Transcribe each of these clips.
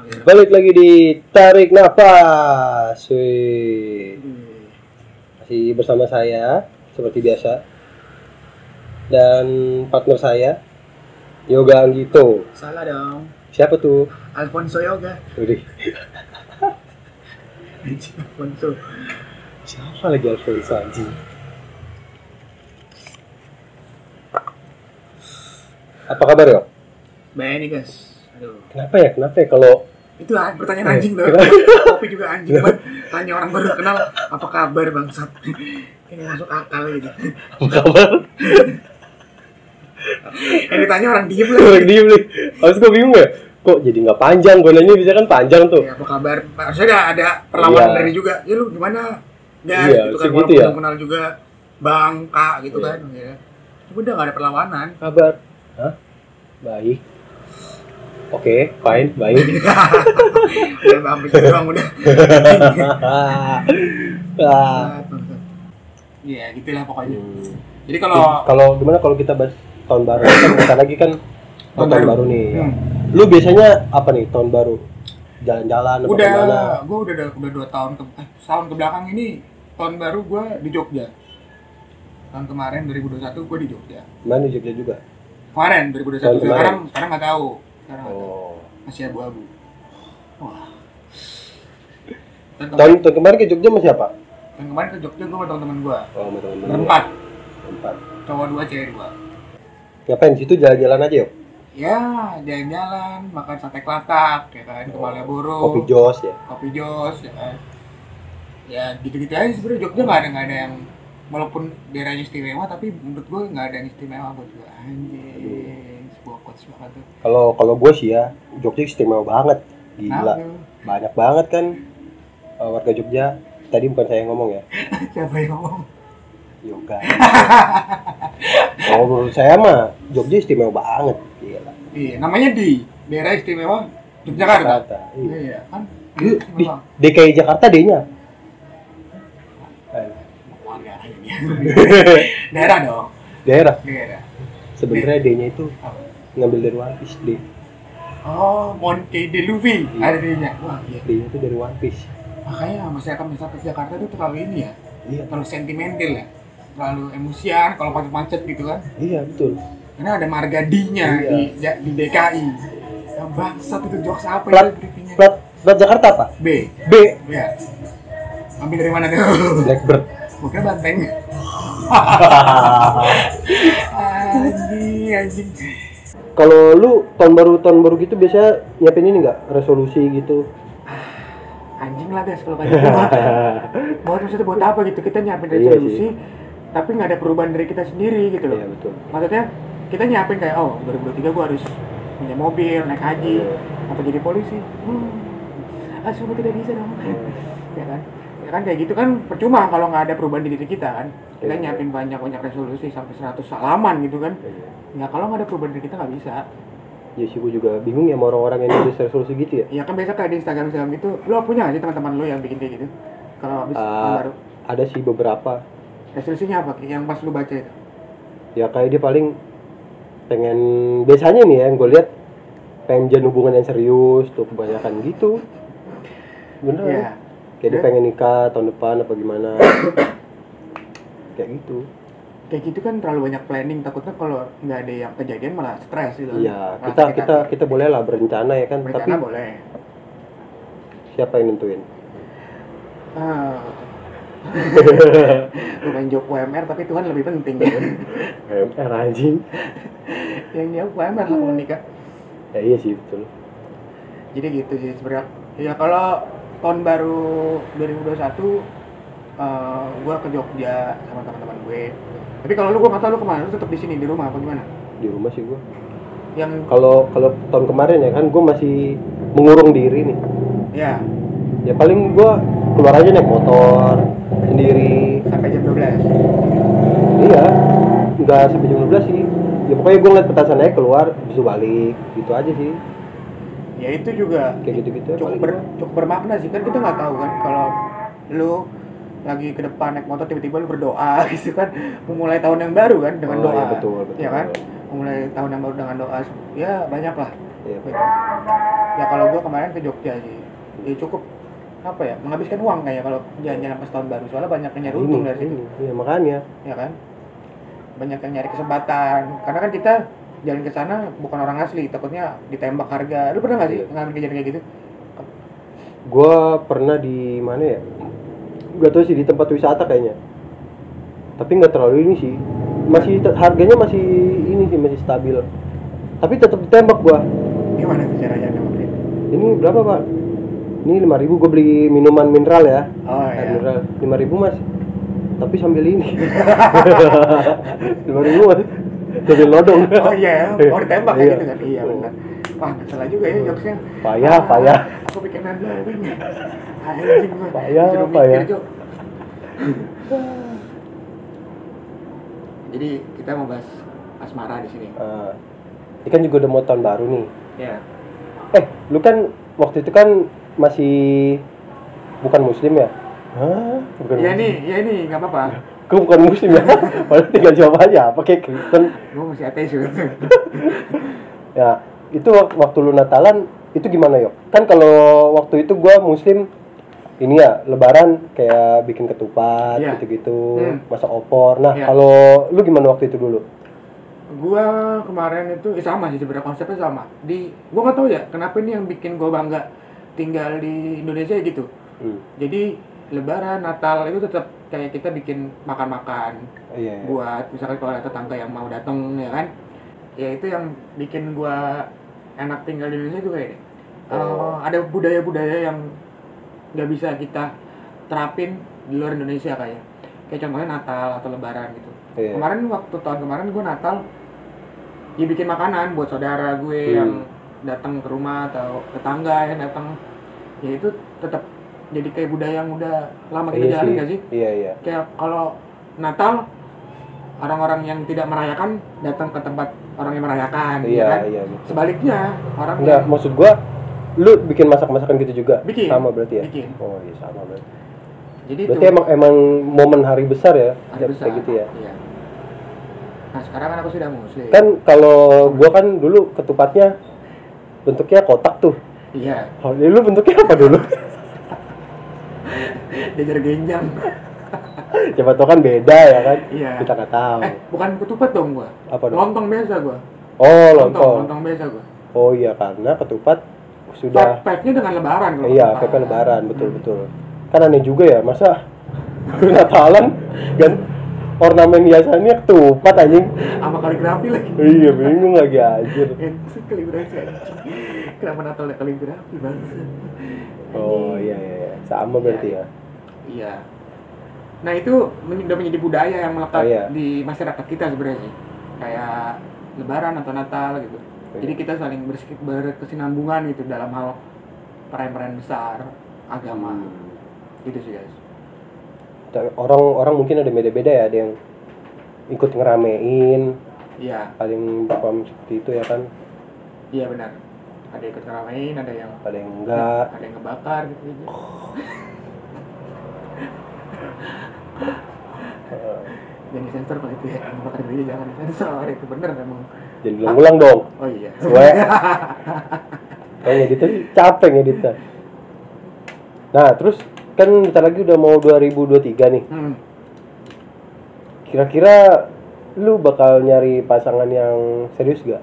Balik lagi di Tarik Nafas. Wih. Masih bersama saya seperti biasa. Dan partner saya Yoga Anggito. Salah dong. Siapa tuh? Alfonso Yoga. Udah. Alfonso. Siapa lagi Alfonso anjing? Apa kabar yo? Baik nih guys. Aduh. Kenapa ya kalau Itu pertanyaan anjing tuh. Kopi juga anjing banget. Tanya orang baru kenal apa kabar bangsat. Kayak masuk akal gitu. apa kabar? Yang ditanya orang diem lah. Orang diem nih. Harus gue bingung ya. Kok jadi nggak panjang? Gue nanya bisa kan panjang tuh. Ya, apa kabar? Harusnya ada perlawanan dari juga. Ya lu gimana? Guys, Iya, gitu kan segitu walaupun ya. kenal juga Bang Kak gitu kan. Ya. Udah enggak ada perlawanan. Kabar? Hah? Baik. Oke, fine, baik. Udah hampir doang udah. Iya, gitulah pokoknya. Jadi kalau gimana kalau kita bahas tahun baru? Kan bentar lagi kan tahun baru nih. Ya. Hmm. Lu biasanya apa nih tahun baru? Jalan-jalan apa kemana? Gue udah 2 tahun tahun ke belakang ini tahun baru gue di Jogja. Tahun kemarin 2021 gue di Jogja. Mana di Jogja juga? Kemarin 2021 sekarang nggak tahu. Sekarang nggak tahu. Oh. Masih abu-abu. Wah. Tahun kemarin ke Jogja sama siapa? Tahun kemarin ke Jogja gue sama teman-teman gue. Oh, sama teman-teman. Berempat. Berempat. Cowok 2, cewek 2. Ngapain di situ jalan-jalan aja yuk? Ya, jalan-jalan, makan sate kelatak, ya kan, ke Malioboro. Kopi jos ya. Kopi jos, ya kan. Ya gitu-gitu aja sebenarnya Jogja nggak ada yang walaupun daerahnya istimewa tapi menurut gue nggak ada yang istimewa buat gue. Anjing, sebuah quotes banget tuh. Kalau gue sih ya Jogja istimewa banget, gila. Banyak banget kan warga Jogja. Tadi bukan saya yang ngomong ya. Siapa yang ngomong? Yoga. Kalau menurut saya mah Jogja istimewa banget, gila. Iya, namanya di daerah istimewa Yogyakarta. Iya, kan. Di DKI Jakarta D-nya. Daerah dong. Daerah. Daerah. Sebenarnya D-nya itu ngambil dari One Piece D. Oh, Monte de Luffy ada D-nya. Wah, iya. D-nya itu dari One Piece. Makanya masyarakat Jakarta itu terlalu ini ya. Iya. Terlalu sentimental ya. Terlalu emosian kalau macet-macet gitu kan. Iya, betul. Karena ada marga D-nya iya. di DKI. Yang bangsat itu jokes apa Plat, itu briefingnya? plat Jakarta apa? B. B. Ya. Ambil dari mana tuh? Blackbird. Bukan Banteng. Anjing. Kalau lu tahun baru gitu biasa nyiapin ini enggak? Resolusi gitu. Anjing lah guys kalau kayak gitu. Buat apa gitu kita nyiapin resolusi tapi nggak ada perubahan dari kita sendiri gitu loh. Iya, betul. Maksudnya kita nyiapin kayak 2023 gua harus punya mobil, naik haji, atau jadi polisi. Semua tidak bisa dong. Ya kan kayak gitu kan percuma kalau nggak ada perubahan di diri kita kan. Kita nyiapin banyak resolusi sampai 100 halaman gitu kan. Ya kalau nggak ada perubahan diri kita nggak bisa. Ya sih gue juga bingung ya sama orang-orang yang nulis resolusi gitu ya. Ya kan biasa kayak di Instagram gitu. Lo punya nggak sih teman-teman lo yang bikin kayak gitu? Kalau habis tahun baru. Ada sih beberapa. Resolusinya apa? Yang pas lu baca itu? Ya kayak dia paling pengen, biasanya nih ya yang gue lihat pengen jalin hubungan yang serius tuh kebanyakan gitu. Bener ya? Kayak dia pengen nikah tahun depan apa gimana. Kayak gitu. Kayak gitu kan terlalu banyak planning, takutnya kalau nggak ada yang kejadian malah stres gitu. Iya, kita boleh lah berencana ya kan. Berencana tapi boleh. Siapa yang nentuin? Bukan jawab UMR tapi Tuhan lebih penting. UMR anjing. Yang jawab UMR lah kalau nikah. Ya iya sih betul. Jadi gitu sih sebenarnya. Ya kalau tahun baru 2021 gue ke Jogja sama teman-teman gue. Tapi kalau gue nggak tahu lu kemana, lu tetap di sini di rumah apa gimana? Di rumah sih gue. Yang kalau tahun kemarin ya kan gue masih mengurung diri nih. Ya. Ya paling gue keluar aja naik motor sendiri sampai jam 12. Iya, nggak sampai jam 12 sih. Ya pokoknya gue ngeliat petasan aja keluar, bisa balik, gitu aja sih. Ya itu juga kayak gitu-gitu. Cukup bermakna sih kan, kita nggak tahu kan kalau lu lagi ke depan naik motor tiba-tiba lu berdoa gitu kan, memulai tahun yang baru kan dengan doa. Ya, betul. Ya kan, memulai tahun yang baru dengan doa. Ya banyak lah Iya. Gitu. Ya kalau gue kemarin ke Jogja sih, ya cukup apa ya, menghabiskan uang kayaknya kalau jalan-jalan pas tahun baru, soalnya banyak yang nyari untung dari situ. Iya makanya. Ya kan, banyak yang nyari kesempatan, karena kan kita jalan ke sana bukan orang asli, takutnya ditembak harga. Lu pernah nggak sih ngalamin kejadian kayak gitu? Gua pernah di mana ya? Gak tau sih, di tempat wisata kayaknya. Tapi nggak terlalu ini sih. Masih harganya masih ini sih, masih stabil. Tapi tetap ditembak gua. Gimana tuh caranya nembaknya? Ini berapa, Pak? Ini 5.000, gua beli minuman mineral ya. Oh Air iya. mineral 5.000, Mas. Tapi sambil ini. 5.000, Mas. Sambil nodong. Oh iya, mau ditembak kayak Iya. gitu kan? Iya benar. Wah, nggak salah juga ya jokesnya. Payah. Aku bikinan dulu ini. Anjing gua. Payah. Disuruh mikir, Jok. Jadi kita mau bahas asmara di sini. Ini kan juga udah mau tahun baru nih. Ya. Lu kan waktu itu kan masih bukan muslim ya? Hah? Bukan Ya muslim. ini nggak apa-apa. Gue bukan muslim ya. Padahal tinggal jawab aja pakai Kristen. Gua masih ateis gitu. Ya, itu waktu lu Natalan itu gimana, Yok? Kan kalau waktu itu gua muslim ini ya, lebaran kayak bikin ketupat Iya. gitu-gitu, masak opor. Nah, Iya. kalau lu gimana waktu itu dulu? Gua kemarin itu sama sih sebenarnya, konsepnya sama. Gua nggak tahu ya kenapa ini yang bikin gua bangga tinggal di Indonesia gitu. Jadi Lebaran, Natal itu tetap kayak kita bikin makan-makan. Iya. Buat misalkan kalau ada tetangga yang mau datang ya kan. Ya itu yang bikin gua enak tinggal di Indonesia itu kayaknya. Ada budaya-budaya yang nggak bisa kita terapin di luar Indonesia kayak contohnya Natal atau Lebaran gitu. Iya. Tahun kemarin gue Natal ya bikin makanan buat saudara gue yang datang ke rumah atau tetangga yang datang, ya itu tetap jadi kayak budaya yang udah lama kita jalanin nggak sih? Iya. Kayak kalau Natal orang-orang yang tidak merayakan datang ke tempat orang yang merayakan, Iya, ya kan? iya, betul. Sebaliknya orang Enggak, maksud gua lu bikin masak-masakan gitu juga? Bikin. Sama berarti ya? Bikin. Oh iya, sama berarti. jadi Berarti itu emang momen hari besar ya? ada besar Kayak gitu ya? Iya. Nah sekarang kan aku sudah muslim. Kan kalau gua kan dulu ketupatnya bentuknya kotak tuh. Iya. Oh, lu bentuknya apa dulu? Jajar genjang. Coba tau kan beda ya kan? Iya. Kita nggak tahu. Bukan ketupat dong gua. Apa dong? Lontong biasa gua. Oh, lontong. Lontong biasa gua. Oh iya, karena ketupat sudah. Vibe-nya dengan lebaran kalau Iya, ketupat. vape lebaran, betul. Kan aneh juga ya, masa Natalan kan ornamen hiasannya ketupat anjing. Sama kaligrafi lagi. Iya, bingung lagi anjir. Itu kaligrafi anjing. Kenapa Natal ada kaligrafi bangsa? Oh iya, sama berarti ya. Iya. Nah itu udah menjadi budaya yang melekat di masyarakat kita sebenarnya sih. Kayak lebaran atau Natal gitu. Jadi kita saling berkesinambungan gitu dalam hal perayaan-perayaan besar agama. Gitu sih guys. Orang mungkin ada beda-beda ya, ada yang ikut ngeramein. Iya. Paling paham seperti itu ya kan. Iya benar. Ada ikut ngeramein, ada yang enggak. Ada yang ngebakar gitu aja. Jangan sensor kalau itu ya, ngebakar diri jangan sensor, itu bener memang. Jadi ulang-ulang dong. Oh iya. Gue kayak ngeditnya capek ngeditnya. Nah terus kan bentar lagi udah mau 2023 nih. Kira-kira lu bakal nyari pasangan yang serius gak?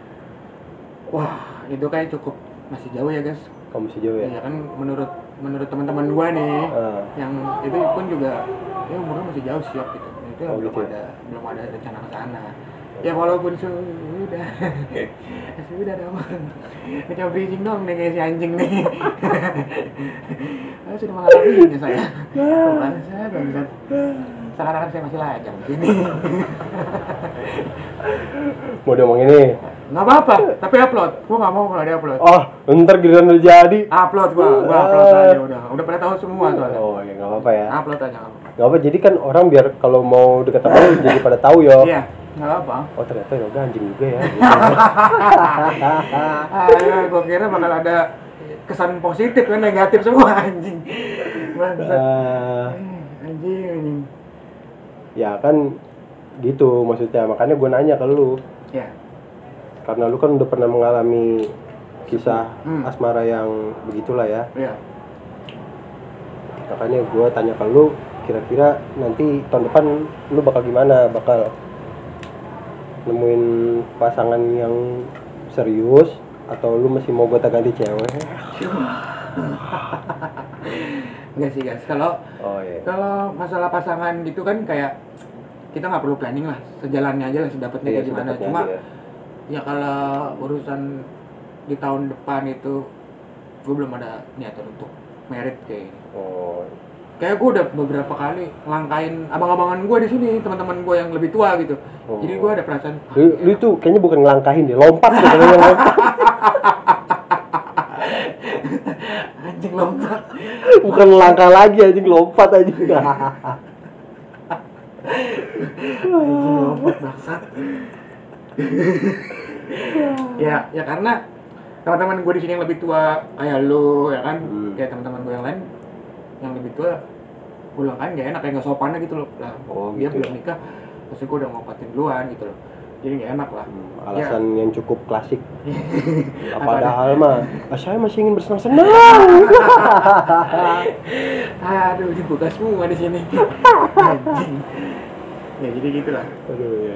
Wah itu kayak cukup masih jauh ya guys. Kamu masih jauh ya? Iya kan menurut teman-teman gua nih, yang itu pun juga ya umurnya masih jauh sih gitu. Itu belum ada rencana ke sana. Ya walaupun sudah dong. Kita bridging dong nih kayak si anjing nih. Saya sudah mengalaminya saya. Bangsat. Sekarang saya masih lajang sini. Mau diomong ini? Nggak apa-apa, tapi upload. Gua nggak mau kalau dia upload. Oh, ntar giliran udah jadi. Upload gua upload aja udah pada tahu semua soalnya. Oh ya nggak apa-apa ya. Upload aja nggak apa-apa. Nggak apa, jadi kan orang biar kalau mau deket sama lu jadi pada tahu yo. Iya, nggak apa. Oh ternyata yoga anjing juga ya. Gitu. Gua kira bakal ada kesan positif kan, negatif semua anjing. Bangsat. Anjing. Ya kan gitu maksudnya, makanya gue nanya ke lu. Ya. Karena lu kan udah pernah mengalami kisah asmara yang begitulah ya. Iya. Makanya gue tanya ke lu, kira-kira nanti tahun depan lu bakal gimana? Bakal nemuin pasangan yang serius atau lu masih mau gonta-ganti cewek? Enggak sih guys, kalau masalah pasangan gitu kan kayak kita nggak perlu planning lah, sejalannya aja lah, sedapatnya kayak gimana. Cuma ya kalau urusan di tahun depan itu gue belum ada niatan untuk merit kayak ini. Kayak gue udah beberapa kali ngelangkain abang-abangan gue di sini, teman-teman gue yang lebih tua gitu. Jadi gue ada perasaan. Lu itu kayaknya bukan ngelangkahin deh, lompat gitu lompat. Anjing lompat. Bukan melangkah lagi, anjing lompat aja. Anjing lompat bangsat. ya karena teman-teman gue di sini yang lebih tua kayak lu ya kan, kayak teman-teman gue yang lain yang lebih tua, gue bilang kan gak enak, kayak gak sopannya gitu loh lah. Dia gitu belum nikah, terus gue udah ngopatin duluan gitu loh, jadi gak enak lah. Alasan yang cukup klasik. Padahal mah saya masih ingin bersenang-senang. Aduh, dibuka semua di sini. Anjing. Ya jadi gitulah. Aduh ya.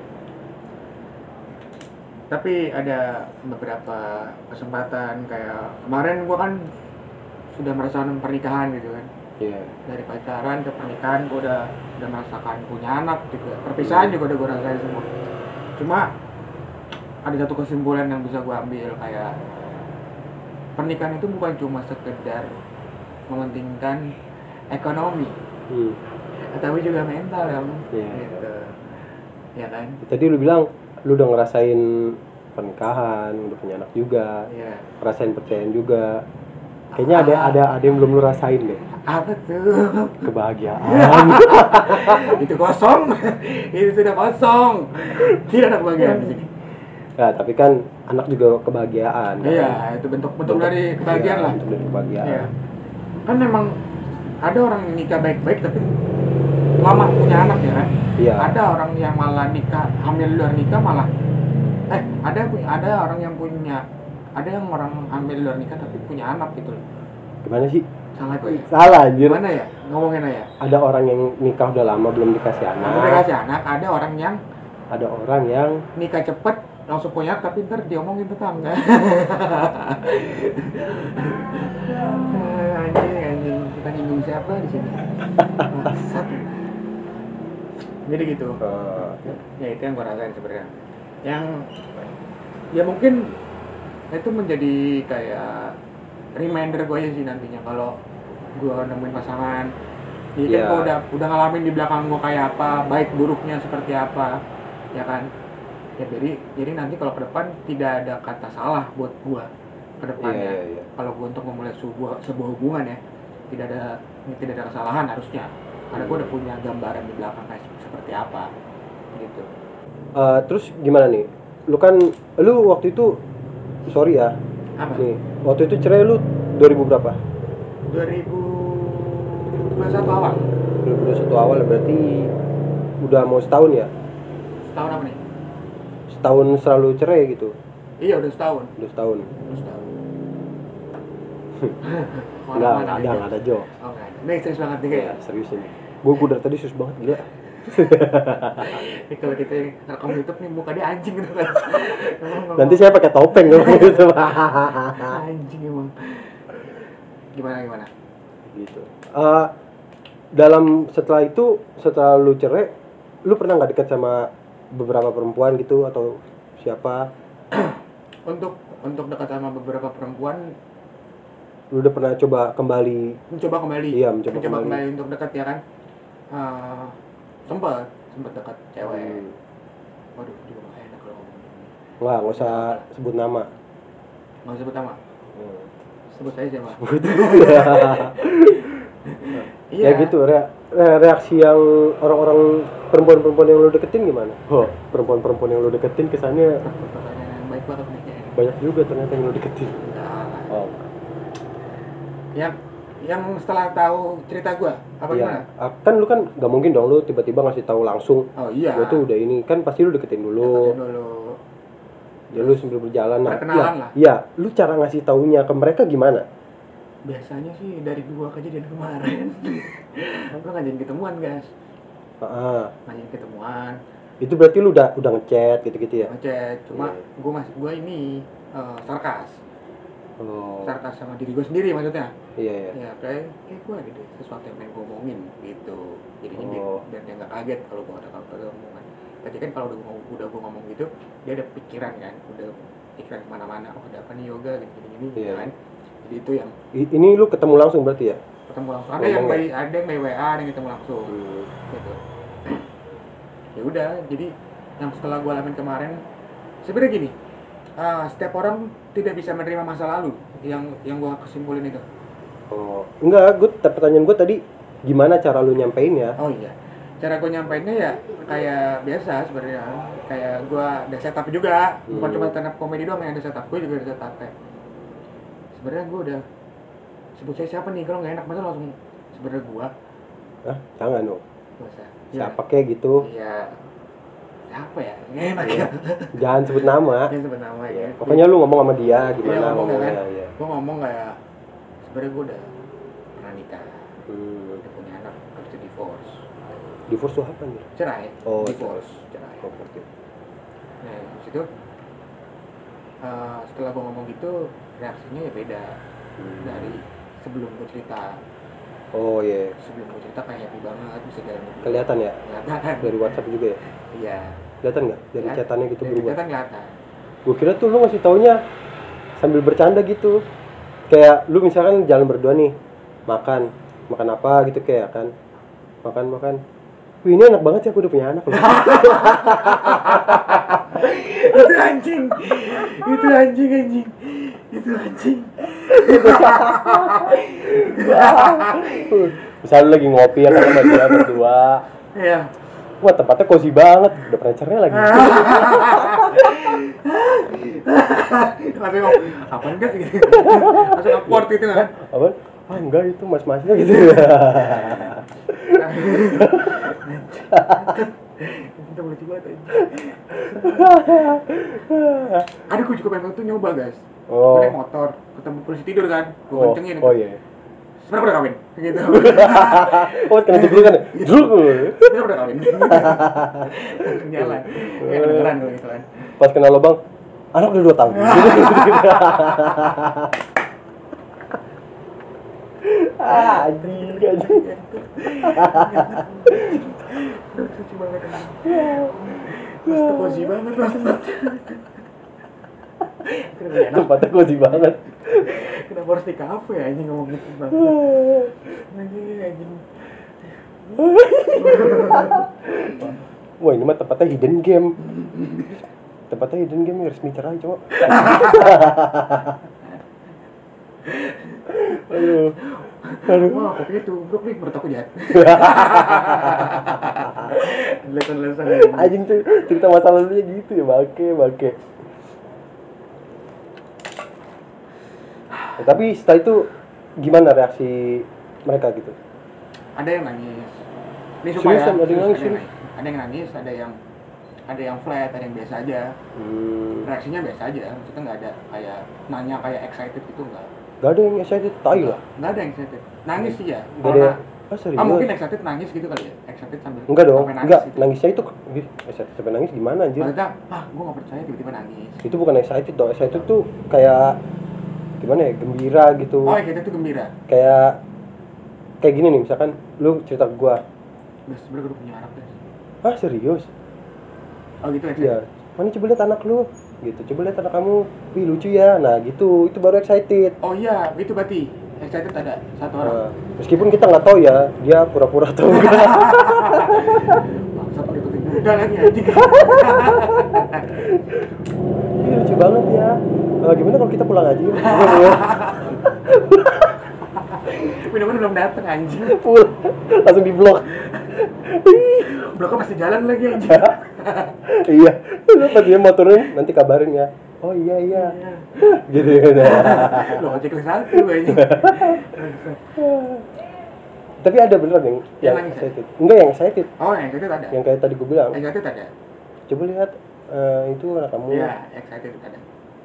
Tapi ada beberapa kesempatan kayak kemarin gue kan sudah merasakan pernikahan gitu kan. Iya. Dari pacaran ke pernikahan gue udah merasakan punya anak juga. Perpisahan juga udah gue rasain semua. Cuma ada satu kesimpulan yang bisa gue ambil, kayak pernikahan itu bukan cuma sekedar mementingkan ekonomi, tapi juga mental ya, gitu. Ya kan? Tadi lu bilang lu udah ngerasain pernikahan, udah punya anak juga, ngerasain perceraian juga. Kayaknya ada yang belum lu rasain deh. Apa tuh? Kebahagiaan. Itu kosong. Itu sudah kosong. Tidak ada kebahagiaan di sini. Nah, tapi kan anak juga kebahagiaan. Iya, itu bentuk dari kebahagiaan lah. Bentuk dari kebahagiaan. Iya. Kan memang ada orang yang nikah baik-baik tapi lama punya anak ya kan? Iya. Ada orang yang malah nikah hamil luar nikah malah ada orang yang hamil luar nikah tapi punya anak gitu loh. Gimana sih? Salah gue. Salah anjir. Gimana ya? Ngomongin aja. Ada orang yang nikah udah lama belum dikasih anak. Belum dikasih anak, ada orang yang nikah cepet langsung punya tapi ntar diomongin tetangga. Anjing, kita nyinggung siapa di sini? Jadi gitu. Ya itu yang gue rasain sebenarnya. Yang ya mungkin itu menjadi kayak reminder gue aja sih nantinya kalau gue nemuin pasangan. Jadi kan gue udah ngalamin di belakang gue kayak apa, baik buruknya seperti apa, ya kan? Ya jadi nanti kalau ke depan tidak ada kata salah buat gue ke depannya. Kalau gue untuk memulai sebuah hubungan ya, tidak ada kesalahan harusnya. Karena gue udah punya gambaran di belakang kayak seperti apa, gitu. Terus gimana nih? Lu waktu itu, sorry ya. Apa? Nih, waktu itu cerai lu 2000 berapa? 2021 awal. 2021 awal berarti udah mau setahun ya? Setahun apa nih? Setahun selalu cerai gitu? Iya udah setahun. Nggak ada Jo. Oh nggak ada. Ini serius banget nih kayak. Serius ini. Gue dari tadi serius banget gila. Ini kalau kita rekam YouTube nih muka dia anjing gitu kan. Nanti saya pakai topeng dong gitu. Anjing emang. Gimana? Gitu. Setelah lu cerai, lu pernah nggak dekat sama beberapa perempuan gitu atau siapa? Untuk dekat sama beberapa perempuan, lu udah pernah mencoba kembali? Iya, mencoba kembali untuk dekat ya kan? Sempet dekat cewek. Waduh, juga gak enak kalau ngomong. Nggak usah sebut nama. Nggak usah sebut nama. Sebut aja siapa? Iya. Ya gitu, reaksi yang orang-orang perempuan yang lu deketin gimana? Perempuan yang lu deketin kesannya baik banget nih. Banyak juga ternyata yang lu deketin. Yang setelah tahu cerita gua apa gimana? Kan lu kan nggak mungkin dong lu tiba-tiba ngasih tahu langsung. Oh iya. Gua tuh udah ini, kan pasti lu deketin dulu. Ya lu sambil berjalan perkenalan lah. Iya, lu cara ngasih taunya ke mereka gimana? Biasanya sih dari gua kejadian kemarin. Gua ngajakin ketemuan, guys. Ngajakin ketemuan. Itu berarti lu udah ngechat gitu-gitu ya? Ngechat, cuma gua ini sarkas. Sarkas sama diri gua sendiri maksudnya. Iya. Ya kayak gua ada sesuatu yang pengen gua omongin gitu. Jadinya biar dia nggak kaget kalau gua ada omongan. Tapi kan kalau udah gua ngomong gitu, dia ada pikiran kan, udah pikiran kemana-mana. Oh ada apa nih yoga gini-gini kan. Jadi itu yang ini lu ketemu langsung berarti ya? Ketemu langsung. Ada yang by WA, ada yang ketemu langsung. Gitu. Ya udah, jadi yang setelah gua alamin kemarin sebenarnya gini. Setiap orang tidak bisa menerima masa lalu yang gua kesimpulin itu. Enggak, pertanyaan gue tadi gimana cara lu nyampein ya? Oh iya. Cara gue nyampeinnya ya kayak biasa sebenarnya. Kayak gue ada setup juga. Bukan cuma stand up comedy doang yang ada setup. Gue juga ada setup kayak. Sebenarnya gue udah sebut saya siapa nih kalau nggak enak masa langsung sebenarnya gue. Jangan dong. Siapa kayak gitu? Iya. Siapa ya? Nggak enak ya. Jangan sebut nama. Jangan sebut nama ya. Pokoknya lu ngomong sama dia gimana ngomongnya. Kan? Gue ngomong kayak sebenarnya gue udah pernah nikah. Udah punya anak, habis itu divorce. Divorce tuh apa nih? Cerai. Divorce. Cerai. Nah, di situ setelah gue ngomong gitu, reaksinya ya beda dari sebelum gue cerita. Oh iya. Sebelum gue cerita kayak happy banget, bisa jalan. Kelihatan ya? Kelihatan. Dari WhatsApp juga ya? Iya. Kelihatan nggak? Dari chatannya gitu berubah? Kelihatan. Gue kira tuh lu ngasih taunya sambil bercanda gitu. Kayak lu misalkan jalan berdua nih, makan apa gitu kayak kan? Makan. Wih ini enak banget ya, aku udah punya anak loh. Itu anjing. Misalnya lu lagi ngopi ya kan sama dia berdua. Iya. Wah tempatnya cozy banget, udah pacarnya lagi. Tapi apa enggak gitu. Langsung upward itu kan? Apa? Enggak itu mas-masnya gitu. Kita boleh coba aja. Ada gue juga pengen tuh nyoba guys. Gue naik motor, ketemu polisi tidur kan, gue kencengin. Oh iya. Sebenarnya udah kawin, gitu. Kena jebol kan? Sebenarnya udah kawin. Langsung jalan. Kayak kedengeran kalau gitu kan. Pas kena lubang, anak udah 2 tahun. Anjing. Lucu banget kan. Mas cozy banget banget. Tempatnya cozy banget. Kenapa harus di kafe ya ini ngomong gitu banget. Anjing. Wah ini mah tempatnya hidden game. Resmi cerai cowok. Aduh. Wah, kopinya tubruk nih, menurut aku jahat. Lesan-lesan. Anjing tuh cerita masa lalunya gitu ya, bangke. Tapi setelah itu gimana reaksi mereka gitu? Ada yang nangis. Ini supaya ada yang nangis, ada yang flat, ada yang biasa aja. Reaksinya biasa aja, maksudnya nggak ada kayak nanya kayak excited gitu nggak. Gak ada yang excited, tai lah. Nggak ada yang excited. Nangis sih ya. Gak ada. Mungkin excited nangis gitu kali ya. Excited sambil. Enggak dong. Enggak. Gitu. Nangisnya itu excited sampai nangis gimana anjir? Maksudnya, gue nggak percaya tiba-tiba nangis. Itu bukan excited dong. Excited tuh kayak gimana ya? Gembira gitu. Oh, excited tuh gembira. Kayak gini nih, misalkan lu cerita ke gua. Sebenernya gue udah punya anak guys. Hah serius? Oh gitu excited. Iya. Mana coba lihat anak lu? Gitu. Coba lihat anak kamu. Wih lucu ya. Nah gitu. Itu baru excited. Oh iya, itu berarti excited ada satu orang. Meskipun kita nggak tahu ya, dia pura-pura tahu enggak. Bangsat ngikutin udah lagi anjing. Ini lucu banget ya. Gimana kalau kita pulang aja? Bener-bener belum dateng anjing. Pulang. Langsung di blok. Bloknya pasti jalan lagi anjing. Iya. Pas dia mau turun nanti kabarin ya. Oh iya. Gitu ya. Lo ngecek satu anjing. Tapi ada beneran yang excited. Enggak yang excited. Oh, yang excited ada. Yang kayak tadi gue bilang. Excited ada. Coba lihat itu anak kamu. Iya, excited kadang.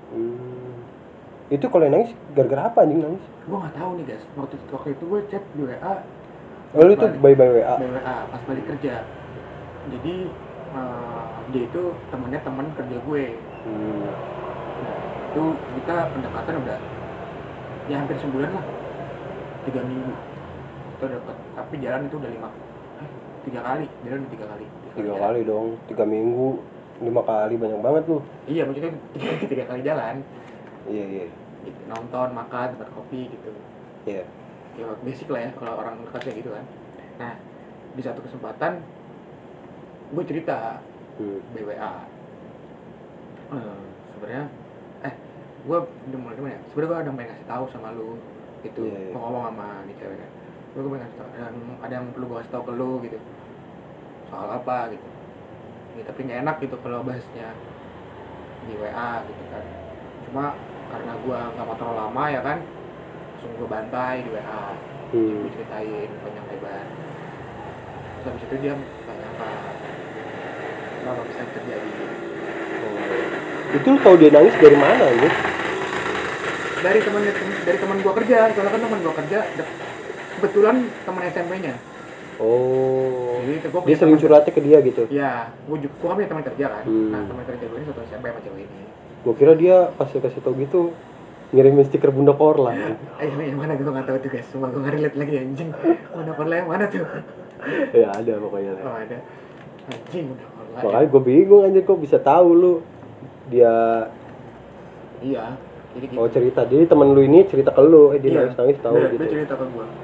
Itu kalau yang nangis gara-gara apa anjing nangis? Gue nggak tahu nih guys. Waktu itu gue chat di WA. Oh itu by WA. By WA pas balik kerja. Jadi dia itu temennya teman kerja gue. Nah, itu kita pendekatan udah ya hampir sebulan lah, 3 minggu kita dapat, tapi jalan itu udah 3 kali, jalan 3 kali. 3 kali dong, 3 minggu 5 kali, banyak banget tuh. Iya maksudnya 3 kali jalan. Iya. Gitu, nonton, makan, tempat kopi gitu. Iya. Ya basic lah ya kalau orang kerja gitu kan. Nah di satu kesempatan gue cerita BWA. Sebenarnya gue udah mulai gimana ya? Sebenarnya gue ada pengen ngasih tahu sama lu gitu, mau ngomong sama nih cewek kan. Gue pengen ngasih tahu, ada yang perlu gue kasih tahu ke lu gitu. Soal apa gitu. Ya, tapi nggak enak gitu kalau bahasnya di WA gitu kan. Cuma karena gue nggak mau terlalu lama ya kan, langsung gue bantai di WA. Gue ceritain panjang lebar. Terus habis itu dia tanya apa bisa terjadi. Itu lu tahu dia nangis dari mana gitu? Dari teman gua kerja, soalnya kan teman gua kerja kebetulan teman SMP-nya. Oh. Jadi dia sering curhatnya ke dia gitu. Iya, gua kan punya teman kerja kan. Nah, teman kerja gua ini satu SMP sama cewek ini. Gua kira dia pas kasih tau gitu ngirimin stiker Bunda Korla. Yang mana gua enggak tahu tuh guys. Cuma gua relate lagi anjing. Bunda Korla yang mana tuh? Ya ada pokoknya. Oh, ada. Anjing Bunda Korla. Makanya gua bingung anjing kok bisa tahu lu. Dia iya. Jadi gitu. Oh cerita, jadi temen lu ini cerita ke lu, dia nangis tahu gitu. Dia cerita ke gua.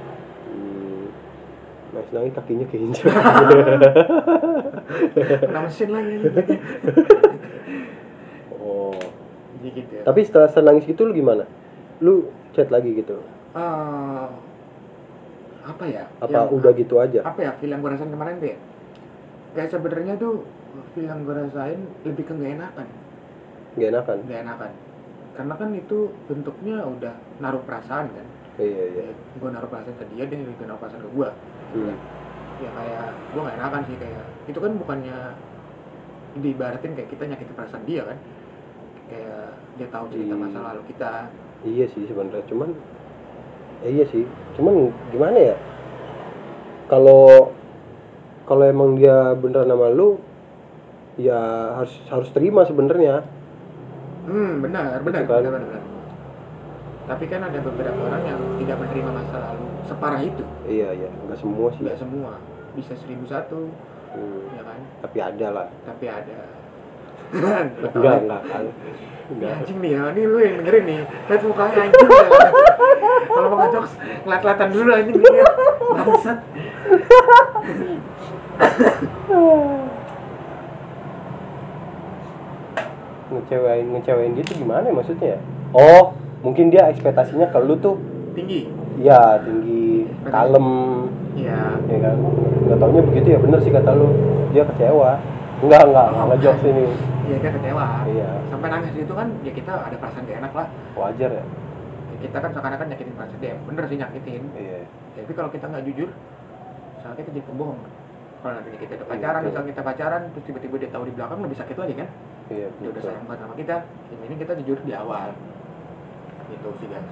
Nangis kakinya keinjak. Kena mesin lagi. Oh. Jadi gitu. Ya. Tapi setelah nangis gitu lu gimana? Lu chat lagi gitu? Apa ya? Apa udah gitu aja? Apa ya? Feel yang gua rasain kemarin tuh ya. Kayak sebenarnya tuh feel yang gua rasain lebih ke nggak enakan. Nggak enakan. Karena kan itu bentuknya udah naruh perasaan kan. Iya. Gue naruh perasaan ke dia juga naruh perasaan ke gue. Ya kayak gue nggak enakan sih, kayak itu kan bukannya diibaratin kayak kita nyakitin perasaan dia kan. Kayak dia tahu cerita masa lalu kita. Iya sih sebenarnya, cuman gimana ya? Kalau emang dia beneran sama lu, ya harus terima sebenarnya. Benar. Tapi kan ada beberapa orang yang tidak menerima masa lalu separah itu. Iya, nggak semua sih. Nggak semua, bisa 1001. Ya kan? Tapi ada lah. Enggak. Anjing nih ya, ini lu yang dengerin nih. Lihat mukanya anjing ya. Kalau mau ngajak ngelat-latan dulu anjing nih. Bangsat. ngecewain gitu gimana ya maksudnya? Oh, mungkin dia ekspektasinya ke lu tuh tinggi. Iya, tinggi, kalem. Iya. Ya kan? Enggak taunya begitu ya, bener sih kata lu. Dia kecewa. Enggak ngejokes ini. Iya, dia kecewa. Iya. Sampai nangis itu kan ya kita ada perasaan gak enak lah. Wajar ya. Kita kan seakan-akan nyakitin perasaan dia. Bener sih nyakitin. Iya. Tapi kalau kita nggak jujur, soalnya kita jadi pembohong. Kalau nanti kita udah pacaran, misal kita pacaran, terus tiba-tiba dia tahu di belakang lebih sakit lagi kan? Iya. Dia udah sayang banget sama kita. Ini kita jujur di awal. Gitu sih guys.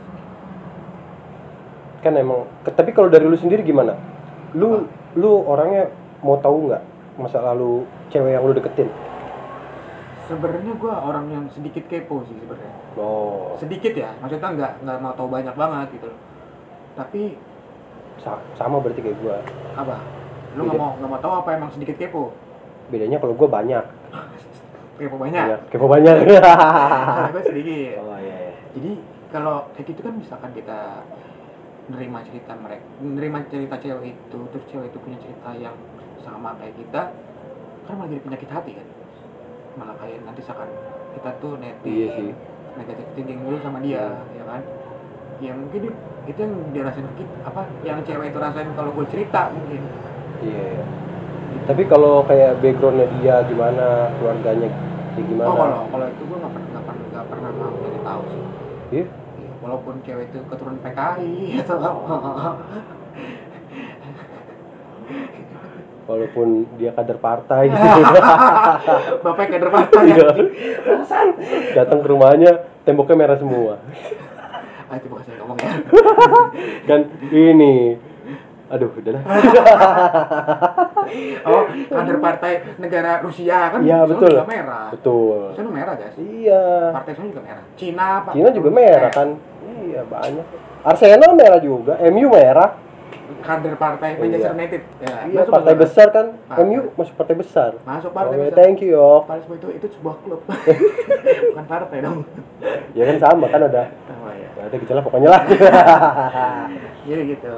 Kan emang. Tapi kalau dari lu sendiri gimana? Lu orangnya mau tahu nggak masa lalu cewek yang lu deketin? Sebenarnya gue orang yang sedikit kepo sih sebenarnya. Oh. Sedikit ya, maksudnya nggak mau tahu banyak banget gitu loh. Tapi sama berarti kayak gue. Apa? Lu nggak mau tahu apa emang sedikit kepo? Bedanya kalau gue banyak. Kepo banyak. Kepo banyak. Nah, gue sedikit. Oh iya. Jadi kalau kayak gitu kan misalkan kita nerima cerita cewek itu, terus cewek itu punya cerita yang sama kayak kita, kan malah jadi penyakit hati kan. Malah kayak nanti seakan kita tuh negatif thinking dulu sama dia, ya kan? Ya mungkin itu yang dia rasain yang cewek itu rasain kalau gue cerita mungkin. Iya. Tapi kalau kayak backgroundnya dia gimana, keluarganya kayak gimana? Oh kalau itu gue nggak pernah mau jadi tahu sih. Iya? Ya, walaupun cewek itu keturunan PKI atau apa. walaupun dia kader partai gitu. Bapaknya kader partai ya. Datang ke rumahnya temboknya merah semua. Itu bukan saya ngomong ya. Kan ini aduh udahlah. Oh, kader partai negara Rusia kan Iya betul. juga merah. Betul. Sana merah guys. Iya. Partai sana juga merah. Cina juga merah kan. Iya banyak. Arsenal merah juga. MU merah. Kader partai Manchester United. Ya, iya partai besar kan. MU masuk partai besar. Masuk partai besar. Thank you Yok. Padahal itu sebuah klub. Bukan partai dong. Ya kan sama kan ada. Oh iya. Ya udah gitulah pokoknya lah. Iya gitu.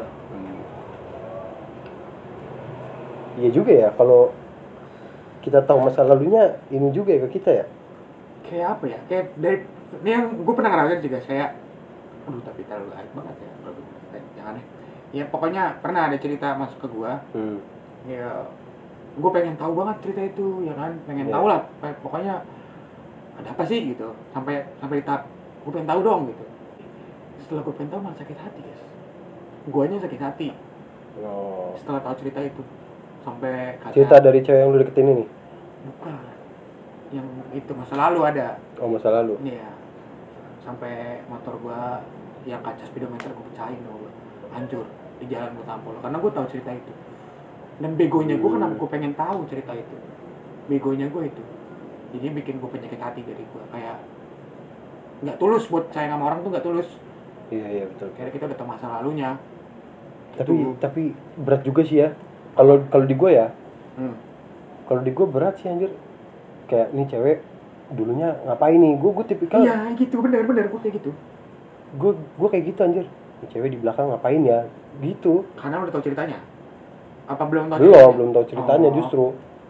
Iya juga ya, kalau kita tahu masa lalunya ini juga ya ke kita ya. Kayak apa ya? Kayak dari ini yang gue pernah ngerasain juga kayak, aduh tapi terlalu aib banget ya. Jangan deh. Ya pokoknya pernah ada cerita masuk ke gue. Ya, gue pengen tahu banget cerita itu, ya kan? Pengen tahu lah. Pokoknya ada apa sih gitu. Sampai di tahap gue pengen tahu dong gitu. Setelah gue pengen tahu malah sakit hati guys. Guanya sakit hati. Setelah tahu cerita itu. Sampai kata, cerita dari cewek yang lu deketin ini? Bukan. Yang itu masa lalu ada. Oh masa lalu? Iya. Sampai motor gua yang kaca speedometer gua pecahin gua. Hancur di jalan gua tampol. Karena gua tahu cerita itu. Dan begonya gua kenapa gua pengen tahu cerita itu. Begonya gua itu. Jadi bikin gua penyakit hati dari gua. Kayak nggak tulus buat sayang sama orang tuh nggak tulus. Iya betul. Kayak kita udah tahu masa lalunya. Tapi berat juga sih ya. Kalau di gue ya, kalau di gue berat sih anjir. Kayak nih cewek dulunya ngapain nih? Gue tipikal. Iya gitu benar gue kayak gitu. Gue kayak gitu anjir. Nih cewek di belakang ngapain ya? Gitu. Karena udah tahu ceritanya. Apa belum tahu? Belum tahu ceritanya justru.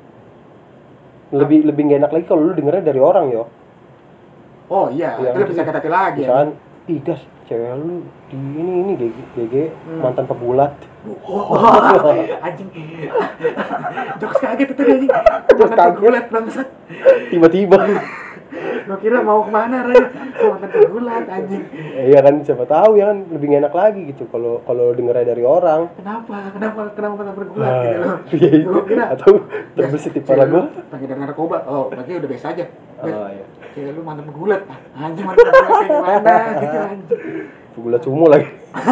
Lebih gak enak lagi kalau lu dengernya dari orang yo. Oh iya, itu lebih sakit hati lagi. Misalkan, ih gas, cewek lu di ini GG mantan pegulat. Anjing. Jokes kaget itu anjing. Mantan pegulat bangsat. Tiba-tiba. Gua kira mau kemana Raya? Mantan pegulat anjing. Iya kan siapa tahu ya kan lebih enak lagi gitu kalau dengernya dari orang. Kenapa mantan pegulat gitu loh. Gua kira atau terbesit di kepala gua. Pengedar narkoba. Oh, berarti udah biasa aja. Oh iya. Cewek lu mantan pegulat. Anjing mantan pegulat kayak gimana gitu anjing. Pegulat sumo lagi.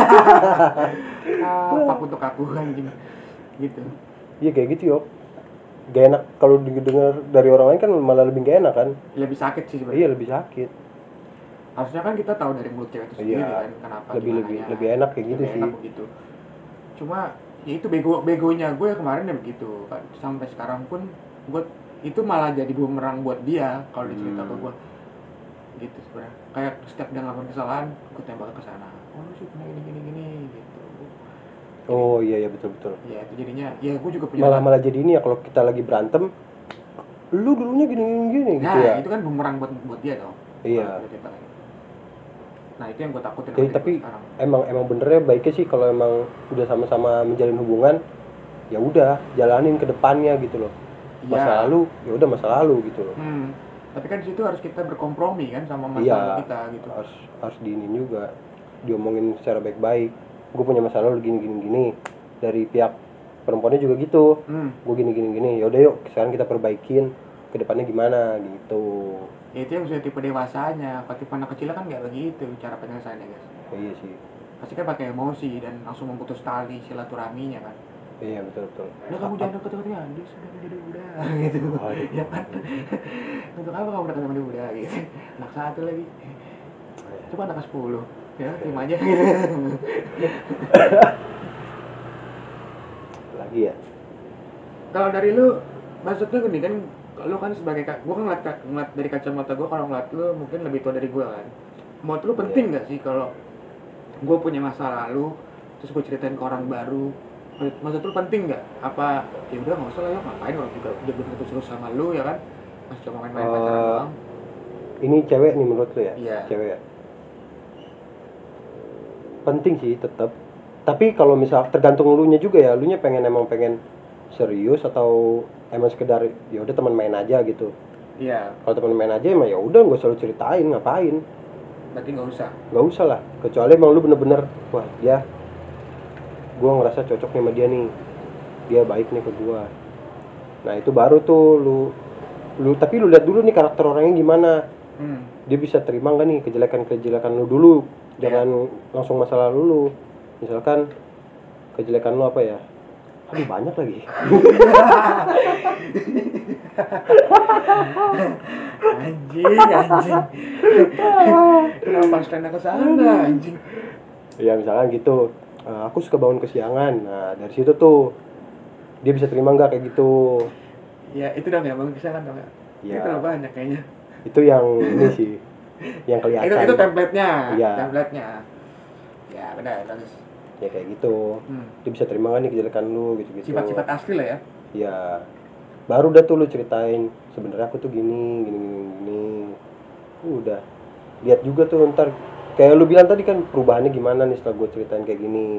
Pak untuk aku anjing. Gitu. Iya kayak gitu yo. Gak enak kalau didengar dari orang lain kan malah lebih gak enak kan. Lebih sakit sih sebenarnya. Iya lebih sakit. Harusnya kan kita tahu dari mulut cewek itu sendiri kan kenapa lebih enak kayak gitu sih. Begitu. Cuma ya itu begonya gue kemarin ya begitu kan, sampai sekarang pun gue itu malah jadi bumerang buat dia kalau dicerita ke gue gitu sebenarnya. Kayak setiap dia ngelakuin kesalahan gue tembak ke sana. Oh lu sih gini gitu. Oh iya betul. Iya itu jadinya ya gue juga punya malah jadi ini ya kalau kita lagi berantem lu dulunya gini gitu ya. Nah itu kan bumerang buat dia dong. Iya. Nah itu yang gue takutin. Tapi emang benernya baiknya sih kalau emang udah sama-sama menjalin hubungan ya udah jalanin ke depannya gitu loh. Masa lalu ya udah masa lalu gitu loh. Tapi kan di situ harus kita berkompromi kan sama masa lalu kita gitu. Harus diinin juga, diomongin secara baik-baik. Gue punya masa lalu gini. Dari pihak perempuannya juga gitu. Gue gini. Ya udah yuk sekarang kita perbaikin ke depannya gimana gitu. Ya itu yang sudah tipe dewasanya. Kalau tipe anak kecil kan nggak begitu cara penyelesaiannya guys. Iya sih. Pasti kan pakai emosi dan langsung memutus tali silaturahminya kan. Iya betul. Udah kamu jangan deket-deketnya, dia sudah menjadi budak gitu. Ya kan. Untuk apa kamu deket sama dia budak gitu. Anak 1 lagi. Coba anak 10. Ya terima aja gitu. Lagi ya. Kalau dari lu maksudnya gini kan, lu kan sebagai gua kan ngeliat dari kacamata gua, kalau ngeliat lu mungkin lebih tua dari gua kan. Menurut lu penting nggak sih kalau gua punya masa lalu terus gua ceritain ke orang baru? Maksud lu penting nggak? Apa ya udah nggak usah lah ya, ngapain orang juga udah belum tentu suruh sama lu ya kan? Masih cuma main-main pacaran doang. Ini cewek nih menurut lu ya? Iya. Cewek ya? Penting sih tetap. Tapi kalau misal tergantung lunya juga ya, lunya pengen serius atau emang sekedar ya udah teman main aja gitu. Iya. Kalau teman main aja emang ya udah nggak usah lu ceritain ngapain. Berarti nggak usah. Nggak usah lah, kecuali emang lu bener-bener wah ya gue ngerasa cocok nih sama dia nih. dia baik nih ke gua. Nah itu baru tuh lu tapi lu lihat dulu nih karakter orangnya gimana. Dia bisa terima nggak nih kejelekan lu dulu, jangan langsung masa lalu lu. Misalkan kejelekan lu apa ya, aduh banyak lagi. anjing kenapa stand ke sana anjing. Ya misalkan gitu, aku suka bangun kesiangan. Nah dari situ tuh dia bisa terima nggak kayak gitu. Ya itu dong ya, bangun kesiangan dong ya. Itu terlalu banyak kayaknya. Itu yang ini sih yang kelihatan. Itu template-nya. Iya. Template-nya. Ya benar, bagus. Ya kayak gitu. Dia bisa terima nggak nih kejelekan lu gitu-gitu. Sifat-sifat asli lah ya. Iya. Baru udah tuh lu ceritain sebenarnya aku tuh gini. Udah. Lihat juga tuh ntar kayak lu bilang tadi kan perubahannya gimana nih setelah gue ceritain kayak gini.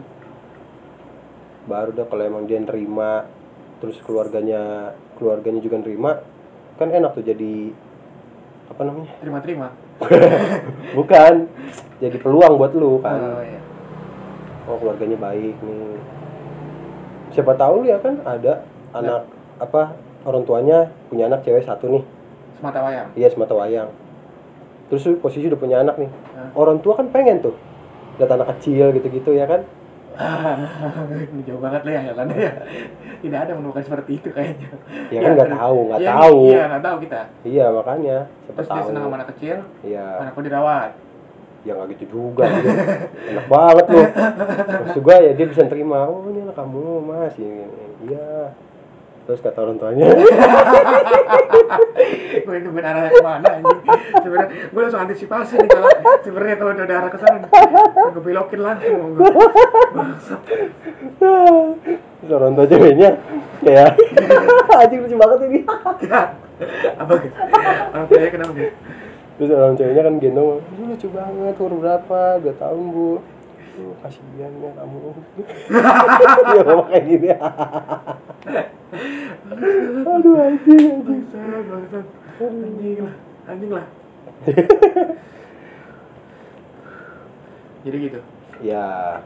Baru dah kalau emang dia nerima, terus keluarganya juga nerima, kan enak tuh jadi apa namanya? Terima. Bukan. Jadi peluang buat lu kan. Oh iya. Oh keluarganya baik nih. Siapa tahu ya kan ada anak orang tuanya punya anak cewek satu nih. Semata wayang. Iya semata wayang. Terus posisi udah punya anak nih. Orang tua kan pengen tuh lihat anak kecil gitu-gitu ya kan. Ini jauh banget lah ya kan ya. Tidak ada menemukan seperti itu kayaknya. Ya kan nggak tahu. Iya nggak tahu kita. Iya makanya. Terus dia senang sama anak kecil. Iya. Anakku dirawat. Ya nggak gitu juga. Enak banget loh. Maksud gue ya dia bisa terima. Oh ini anak kamu mas. Iya. Terus kata orang tuanya. Gue nungguin arahnya kemana anjing. Sebenarnya gue langsung antisipasi nih kalau udah arah ke sana. Gue belokin langsung. Terus orang tua ceweknya kayak anjing lucu banget ini. Apa guys? Orang tuanya kenapa nih? Terus orang ceweknya kan gendong, lucu banget, umur berapa? 2 tahun bu. Kasihan ya kamu. Dia ngomong kayak gini. Aduh anjing. Bangsat. Anjing lah. Jadi gitu. Ya.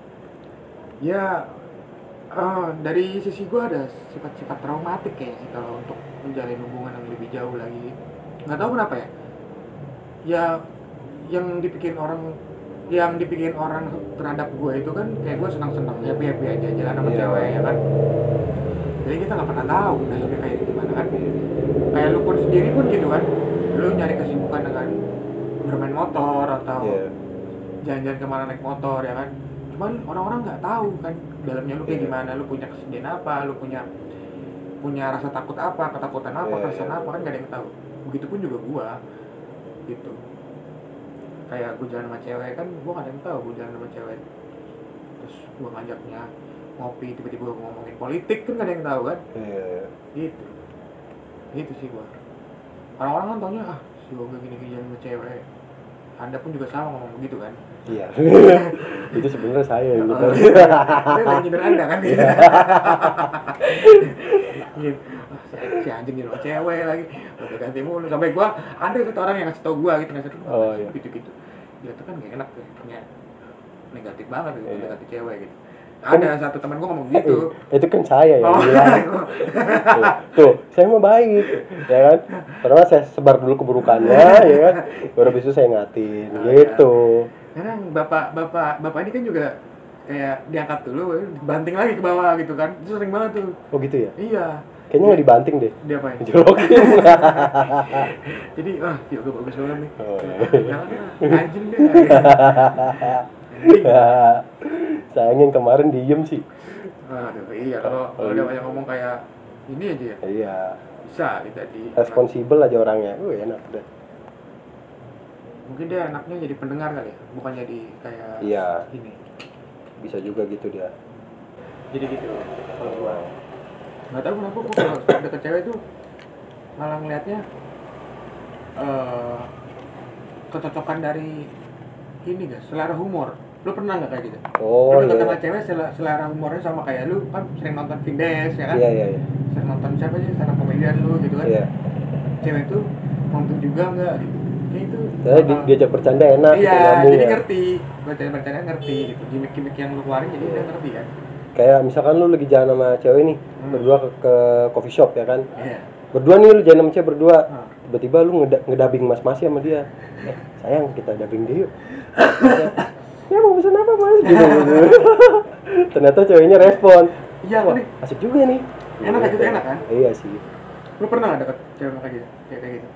Dari sisi gue ada sifat-sifat traumatik kayaknya sih kalau untuk menjalin hubungan yang lebih jauh lagi. Nggak tahu kenapa ya. Ya yang dipikirin orang terhadap gue itu kan kayak gue senang-senang happy aja jalan sama cewek ya kan. Jadi kita nggak pernah tahu dalamnya kayak gimana kan. Kayak lu pun sendiri pun gitu kan. Lu nyari kesibukan dengan bermain motor atau jalan-jalan kemana naik motor ya kan. Cuman orang-orang nggak tahu kan dalamnya lu kayak gimana. Lu punya kesedihan apa, lu punya rasa takut apa, ketakutan apa, perasaan apa kan nggak ada yang tahu. Begitupun juga gua gitu. Kayak gue jalan sama cewek kan, gue gak ada yang tahu gue jalan sama cewek. Terus gue ngajaknya ngopi, tiba-tiba gue ngomongin politik kan gak ada yang tahu kan. Gitu sih gue. Orang-orang kan taunya si Yoga gini-gini jalan sama cewek. Anda pun juga sama ngomong begitu kan. Iya. Itu sebenarnya saya yang gitu. Saya lagi nyindir Anda kan. Si anjing gitu cewek lagi udah ganti mulu sampai gua ada satu orang yang ngasih tau gua gitu gitu dia tuh kan gak enak ya punya negatif banget gitu negatif cewek gitu ada satu teman gua ngomong gitu itu kan saya yang bilang tuh saya mau baik ya kan karena saya sebar dulu keburukannya ya kan baru besok saya ngatin gitu sekarang bapak ini kan juga kayak diangkat dulu banting lagi ke bawah gitu kan itu sering banget tuh. Oh gitu ya iya. Kayaknya nggak dibanting deh. Dia apa ya? Jolokin. Jadi, gue bagus banget nih. Oh, jangan anjing deh. Sayangnya yang kemarin diem sih. Aduh, iya kalau udah banyak ngomong kayak ini aja ya. Iya. Bisa kita responsibel aja orangnya. Enak deh. Mungkin dia enaknya jadi pendengar kali ya, bukan jadi kayak ini. Bisa juga gitu dia. Jadi gitu kalau gua. Nggak tahu kenapa gue kalau deket cewek tuh malah ngeliatnya kecocokan dari ini guys, selera humor. Lu pernah nggak kayak gitu? Lu deket sama cewek selera humornya sama kayak lu kan sering nonton Vindes ya kan? Iya. Sering nonton siapa sih stand up komedian lu gitu kan? Iya. Cewek tuh nonton juga nggak gitu? Kayak itu. Diajak bercanda enak. Iya, jadi ngerti. Bercanda ngerti gitu. Gimmick yang lu keluarin jadi dia ngerti kan. kayak misalkan lu lagi jalan sama cewek nih, berdua ke coffee shop ya kan. Iya. Berdua nih lu jalan sama cewek berdua. Tiba-tiba lu ngedabing mas-masnya sama dia. Sayang, kita dubbing dia yuk. Ya mau pesan apa mas? Gitu. Ternyata ceweknya respon. Iya kan nih. Asik juga nih. Enak aja tuh enak kan? Iya sih. Lu pernah nggak deket cewek kayak gitu? Kayak gitu?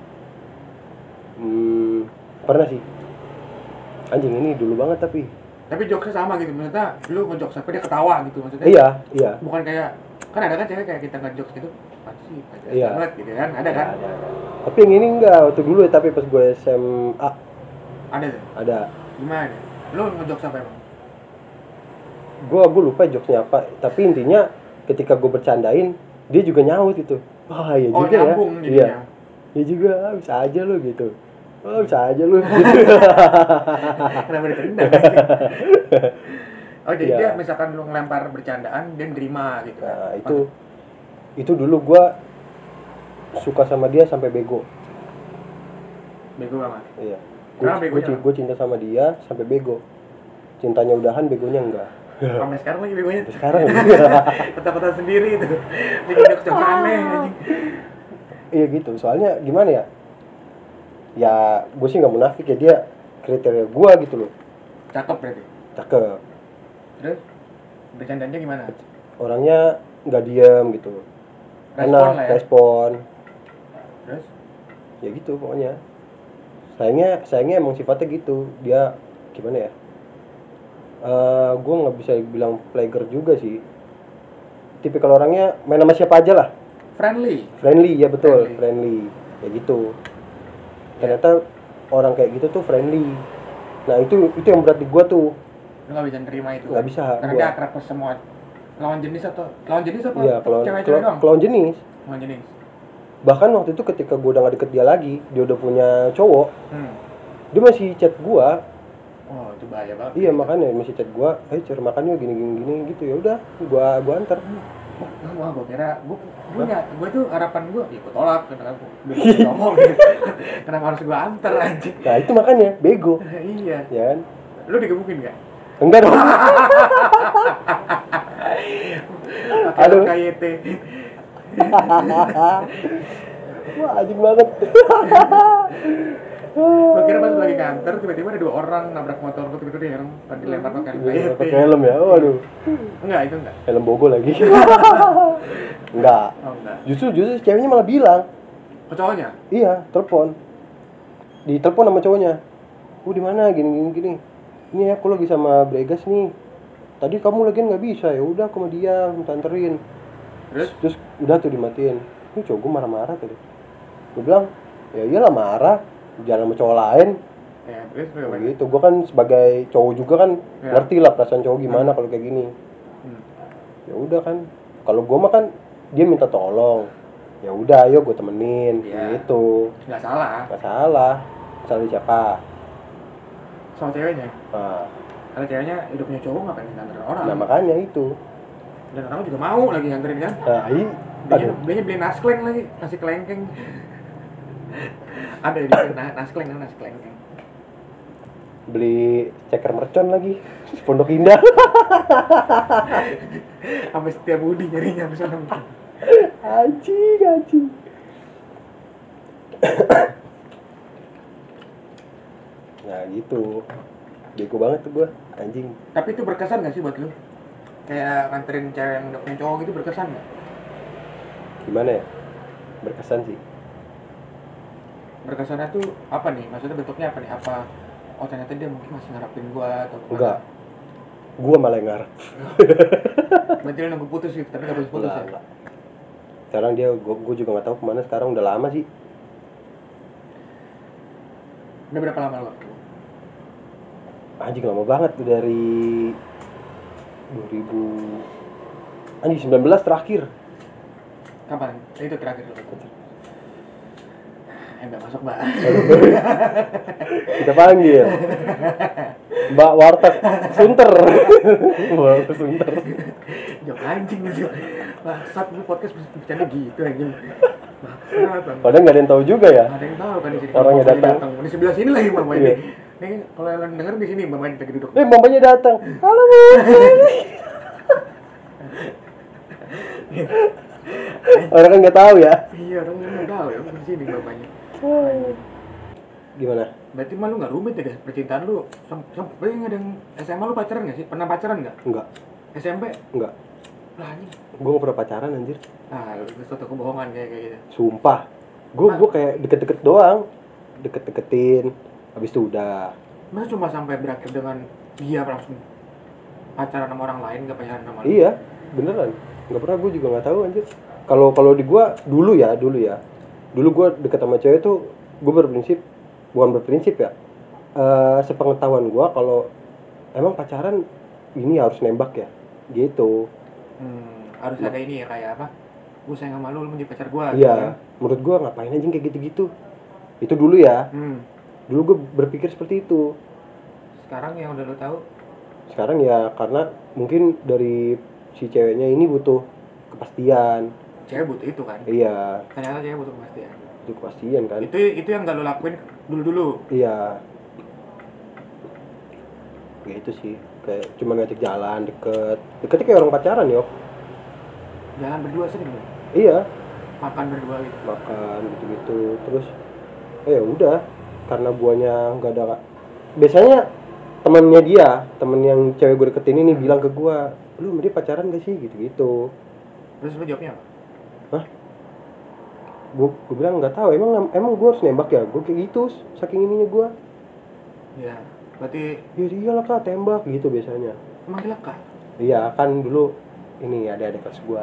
Pernah sih. Anjing ini dulu banget tapi. Tapi jokesnya sama gitu, maksudnya lu ngejokes sampai dia ketawa gitu maksudnya. Iya. Bukan kayak, kan ada kan cewek kayak kita ngejokes gitu, pasti iya. banget gitu kan, ada kan? Ada. Tapi yang ini enggak, waktu dulu ya, tapi pas gue SMA. Ada tuh? Ada. Gimana? Lu ngejokes apa emang? Gue lupa jokesnya apa, tapi intinya ketika gue bercandain, dia juga nyaut gitu. Wah iya juga ya. Iya. Iya juga, bisa aja lu gitu. Oh bisa aja lu gitu. Kenapa ditendang? Oh jadi dia misalkan lu ngelempar bercandaan dia nerima gitu. Nah itu dulu gue suka sama dia sampai bego. Bego banget? Iya. Gue cinta sama dia sampai bego. Cintanya udahan, begonya enggak. Sampai sekarang lagi begonya? Sampai sekarang. Kota-kota sendiri itu. Bikin jokes aneh. Iya gitu, soalnya gimana ya? Ya gue sih nggak munafik ya, dia kriteria gue gitu loh. Cakep berarti? Cakep. Terus bercandanya gimana? Orangnya nggak diam gitu. Respon. Terus? Ya gitu pokoknya. Sayangnya emang sifatnya gitu. Dia gimana ya? Gue nggak bisa bilang player juga sih. Tipikal orangnya main sama siapa aja lah. Friendly ya betul. Friendly. Ya gitu. Ternyata orang kayak gitu tuh friendly. Nah itu yang berat di gua tuh. Lu nggak bisa nerima itu. Nggak bisa. Karena dia akrab ke semua lawan jenis apa? Iya, cewek-cewek doang? Lawan jenis. Lawan jenis. Bahkan waktu itu ketika gua udah nggak deket dia lagi, dia udah punya cowok. Dia masih chat gua. Oh itu bahaya banget. Iya makanya masih chat gua, ayo cari makan yuk gini gitu. Ya udah, gua antar. Wah, gue kira gue tuh harapan gue, ya gue tolak karena gue ngomong gitu. Kenapa harus gue antar anjing? Nah itu makanya bego. Iya. Ya kan? Lu digebukin nggak? Enggak dong. Aduh. KYT. Wah anjing banget. Gue kira pas lagi kantor tiba-tiba ada 2 orang nabrak motor gue tiba-tiba dia pada dilempar pakai helm. Pakai helm ya? Waduh. Enggak, itu enggak. Helm bogo lagi. Enggak. Oh, enggak. Justru ceweknya malah bilang. Ke cowoknya? Iya, telepon. Ditelepon sama cowoknya. Di mana gini. Ini aku lagi sama Bregas nih. Tadi kamu lagi nggak bisa, ya udah aku sama dia minta anterin. Terus udah tuh dimatiin. Ini cowok gue marah-marah tadi. Gue bilang, ya iyalah marah. Jangan sama cowok lain. Ya, terus gitu. Gue kan sebagai cowok juga kan ngerti lah perasaan cowok gimana kalau kayak gini. Ya udah kan. Kalau gue mah kan dia minta tolong. Ya udah, ayo gue temenin gitu. Nggak salah. Salah siapa? Sama ceweknya. Nah. Karena ceweknya udah punya cowok ngapain nganterin orang. Nah makanya itu. Dan orang juga mau lagi nganterin kan. Nah Belinya beli naskleng lagi, nasi kelengkeng. Ada di nasi kelengkeng. Beli ceker mercon lagi, Pondok Indah. Sampai setiap Budi nyarinya di sana. Anjing. Nah gitu. Bego banget tuh gua, anjing. Tapi itu berkesan gak sih buat lu? Kayak nganterin cewek yang udah punya cowok gitu berkesan gak? Gimana ya? Berkesan sih. Berkesannya tuh apa nih? Maksudnya bentuknya apa nih? Apa ternyata dia mungkin masih ngarepin gua atau gimana? Enggak. Gua malah yang ngarep. Berarti lu nunggu putus gitu, tapi gak putus ya? Enggak. Sekarang gua juga gak tahu kemana sekarang, udah lama sih. Udah berapa lama lu? Anjing lama banget tuh dari 2019 terakhir. Kapan? Itu terakhir lu. Enggak masuk, Mbak. Kita panggil Mbak Warteg Sunter. Warteg Sunter. Jok anjing sih. Bangsat lu podcast bercanda gitu anjing. Bangsat. Padahal enggak ada yang tahu juga ya. Ada yang tahu kan di sini. Orangnya datang. Di sebelah sini lagi Mama ini. Nih kalau lo denger di sini Mama lagi duduk. Mamanya datang. Halo, Bu. Orang kan nggak tahu ya. Iya, orang nggak tahu ya di sini bapaknya. Gimana? Berarti mah lu nggak rumit ya guys percintaan lu. Sampai nggak ada yang SMA lu pacaran nggak sih? Pernah pacaran nggak? Enggak. SMP? Enggak. Lah anjing. Gue gak pernah pacaran anjir. Nah, itu suatu kebohongan kayak gitu. Sumpah. Gue kayak deket-deket doang. Deket-deketin. Habis itu udah. Masa cuma sampai berakhir dengan dia langsung pacaran sama orang lain, gak pacaran sama lu? Iya, beneran. Gak pernah, gue juga gak tahu anjir. Kalau di gue dulu ya. Dulu gue deket sama cewek tuh gue bukan berprinsip ya. Sepengetahuan gue kalau emang pacaran ini harus nembak ya, gitu. Harus ada ini ya kayak apa? Gue sayang sama lu menjadi pacar gue. Iya, gitu kan? menurut gue ngapain aja kayak gitu-gitu. Itu dulu ya. Dulu gue berpikir seperti itu. Sekarang yang udah lu tahu? Sekarang ya karena mungkin dari si ceweknya ini butuh kepastian. Cewek butuh itu kan? Iya. Ternyata cewek butuh kepastian. Butuh kepastian kan? Itu yang gak lu lakuin dulu. Iya. Ya itu sih. Kayak cuma ngajak jalan deketnya kayak orang pacaran yo. Jalan berdua sering lu? Iya. Makan berdua gitu? Makan gitu-gitu. Terus ya udah. Karena guanya nggak ada. Biasanya temen yang cewek gue deketin ini bilang ke gua, lu mending pacaran gak sih gitu-gitu. Terus lu jawabnya apa? Hah? Gue bilang nggak tahu. Emang gue harus nembak ya? Gue kayak gitu saking ininya gue. Iya. Berarti ya iyalah kak, tembak gitu biasanya. emang gila kak? Iya kan dulu ini ada kelas gue.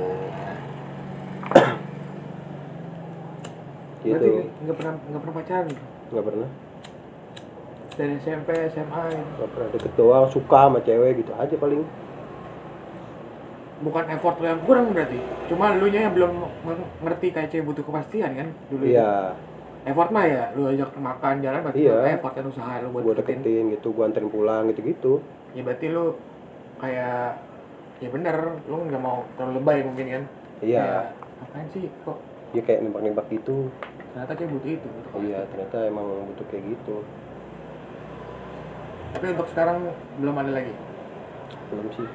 Gitu. Berarti nggak pernah pacaran? Nggak pernah. Dari SMP, SMA gitu. Nggak pernah, deket doang, suka sama cewek gitu aja paling. Bukan effort lu yang kurang berarti, cuma lu nya yang belum ngerti kayak cewek butuh kepastian kan dulu. Iya. Effort mah ya lu ajak makan jalan berarti iya. Effort kan usaha lu buat gua deketin gitu, gua anterin pulang gitu-gitu. Ya berarti lu kayak ya bener, lu nggak mau terlalu lebay mungkin kan. Iya. Kayak, apaan sih kok ya kayak nembak-nembak gitu. ternyata cewek butuh itu butuh iya, ternyata emang butuh kayak gitu. Tapi untuk sekarang belum ada lagi? Belum sih.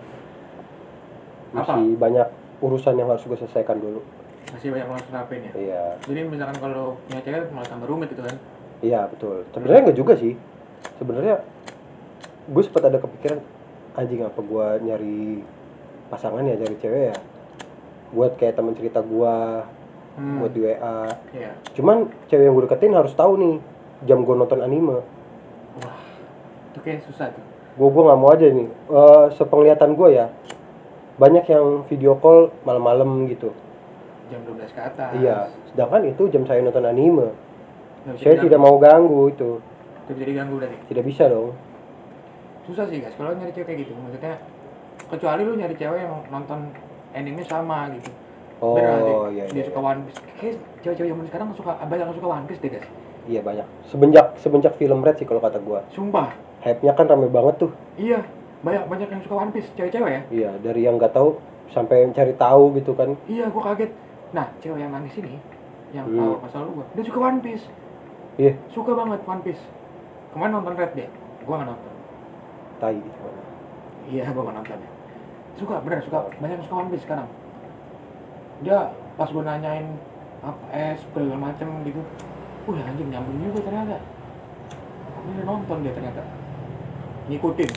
Masih banyak urusan yang harus gue selesaikan dulu. Masih banyak harus ngapain ya? Iya. Jadi misalkan kalau punya cewek malah tambah rumit itu kan? Iya betul. Sebenarnya nggak juga sih. Sebenarnya gue sempat ada kepikiran, anjing apa gue nyari pasangan ya, nyari cewek ya, buat kayak teman cerita gue, buat di WA. Iya. Cuman cewek yang gue deketin harus tahu nih jam gue nonton anime. Wah, itu kayak susah tuh. Gue nggak mau aja nih. Sepenglihatan gue ya, banyak yang video call malam-malam gitu. Jam 12 ke atas. Iya, sedangkan itu jam saya nonton anime. Saya tidak mau ganggu itu. Tidak bisa diganggu berarti? Tidak bisa dong. Susah sih guys, kalau nyari cewek kayak gitu. Maksudnya, kecuali lu nyari cewek yang nonton anime sama gitu. Oh iya. Dia suka One Piece. Kayak cewek-cewek zaman sekarang banyak yang suka One Piece deh guys. Iya banyak. Semenjak film Red sih kalau kata gua. Sumpah. Hype-nya kan rame banget tuh. Iya, banyak yang suka One Piece, cewek-cewek ya. Iya, dari yang nggak tahu sampai yang cari tahu gitu kan. Iya, gua kaget. Nah, cewek yang nangis ini, yang tahu masalah lu gua, dia suka One Piece. Iya. Suka banget One Piece. Kemarin nonton Red dia, gua nggak nonton. Tai gitu. Iya, gua nggak nonton ya. Suka, bener suka. Banyak yang suka One Piece sekarang. Dia pas gua nanyain apa segala macem gitu, anjing nyambung juga ternyata. Dia nonton dia ternyata. Ngikutin.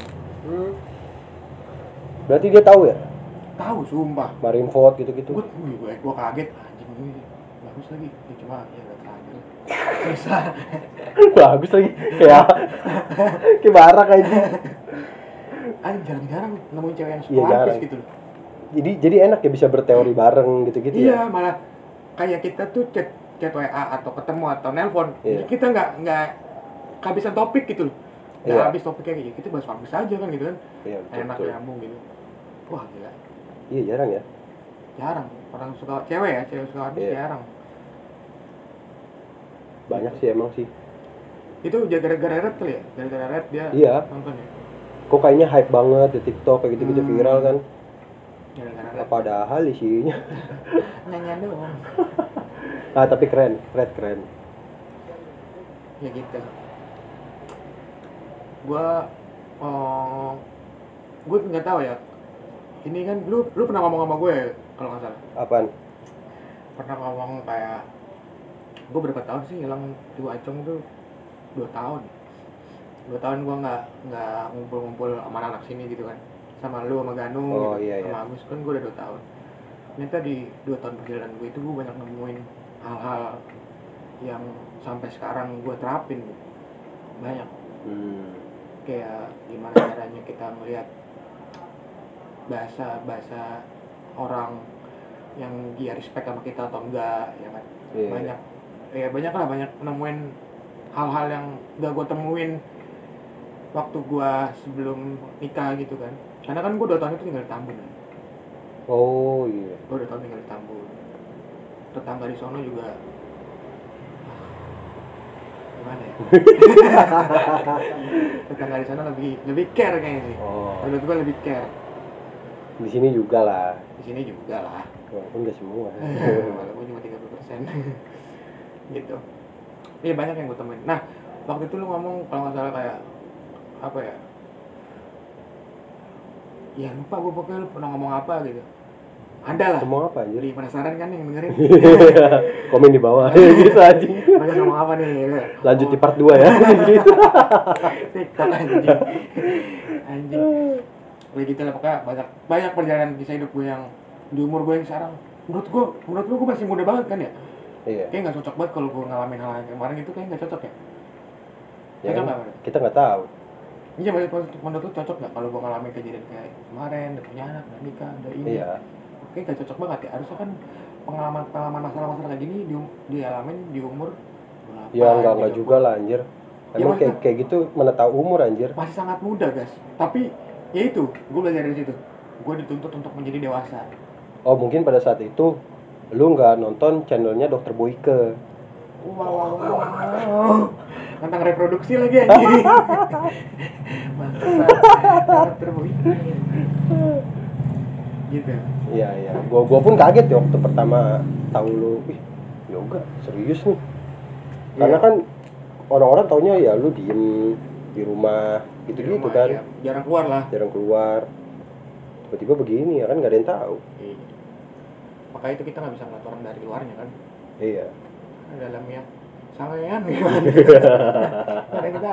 Berarti dia tahu ya? Tahu, sumpah. Marineford gitu-gitu. Gua kaget, anjing ini bagus lagi. Ya, cuma ya enggak terlalu. Susah. Bagus lagi. Kayak barak aja. Anjing jarang-jarang nemuin cewek yang suka One Piece gitu loh. Jadi enak ya bisa berteori bareng gitu-gitu ya. Iya, malah kayak kita tuh chat WA atau ketemu atau nelpon. Iya. Kita nggak kehabisan topik gitu loh. Iya. Habis topiknya kayak gitu, kita bahas One Piece aja kan gitu kan. Iya, enak betul. nyambung gitu. Wah, gila. Iya, jarang ya. Jarang orang suka cewek suka One Piece. Iya. Jarang. Banyak sih emang sih. Itu gara-gara Red kali ya? Gara-gara Red dia nonton ya? Kok kayaknya hype banget di TikTok kayak gitu-gitu viral kan? Gara-gara Red. Apa ada hal isinya? Nyanyian doang. Tapi keren, Red keren. Ya gitu. Gua nggak tahu ya. ini kan lu pernah ngomong sama gue kalau nggak salah. Apaan? Pernah ngomong kayak gue berapa tahun sih hilang di Wacong tuh 2 tahun. 2 tahun gue nggak ngumpul sama anak sini gitu kan, sama lu sama Ganu sama Agus kan gue udah 2 tahun. Ternyata di 2 tahun perjalanan gue itu gue banyak nemuin hal-hal yang sampai sekarang gue terapin gitu. Banyak. Kayak gimana caranya kita melihat bahasa orang yang dia respect sama kita atau enggak, ya kan. Banyak nemuin hal-hal yang gak gue temuin waktu gue sebelum nikah gitu kan. Karena kan gue 2 tahun itu tinggal di Tambun kan. Oh iya. Gue 2 tahun tinggal di Tambun. Tetangga di sono juga gimana ya? Tetangga di sana lebih care kayaknya sih. Menurut gue lebih care. Di sini juga lah. Walaupun nggak semua. Walaupun cuma 30%. Gitu. Iya banyak yang gue temuin. Nah, waktu itu lu ngomong kalau nggak salah kayak apa ya? Ya lupa gue pokoknya lu pernah ngomong apa gitu. Ada lah. Ngomong apa anjir? Penasaran kan yang dengerin? Komen di bawah. Gitu anjing. Banyak ngomong apa nih? Lanjut di part 2 ya. TikTok anjing. Kayak gitu lah, pokoknya banyak perjalanan kisah hidup gue yang di umur gue yang sekarang. Menurut lu gue masih muda banget kan ya? Iya. Kayak nggak cocok banget kalau gue ngalamin hal yang kemarin itu, kayak nggak cocok ya? Cocok nggak? Kita nggak tahu. Iya, menurut lu cocok nggak kalau gue ngalamin kejadian kayak kemarin, udah punya anak, udah nikah, udah ini? Iya. Oke, nggak cocok banget ya. Harusnya kan pengalaman masalah-masalah kayak gini dialamin di umur berapa? Ya nggak juga lah anjir. Emang ya, kayak gitu mana tahu umur anjir. Masih sangat muda guys. Tapi ya itu, gue belajar dari situ. Gue dituntut untuk menjadi dewasa. Oh mungkin pada saat itu lu nggak nonton channelnya Dokter Boyke. Wow. Tentang reproduksi lagi anjing. Masa Dokter Boyke. Gitu. Iya. Gua pun kaget ya waktu pertama tahu lu. Yoga serius nih. Karena kan orang-orang taunya ya lu diem di rumah gitu-gitu kan. Ya, jarang keluar. Tiba-tiba begini ya kan nggak ada yang tahu. Iya. Maka itu kita nggak bisa ngeliat orang dari luarnya kan. Iya. Dalamnya sangean gimana? Karena kita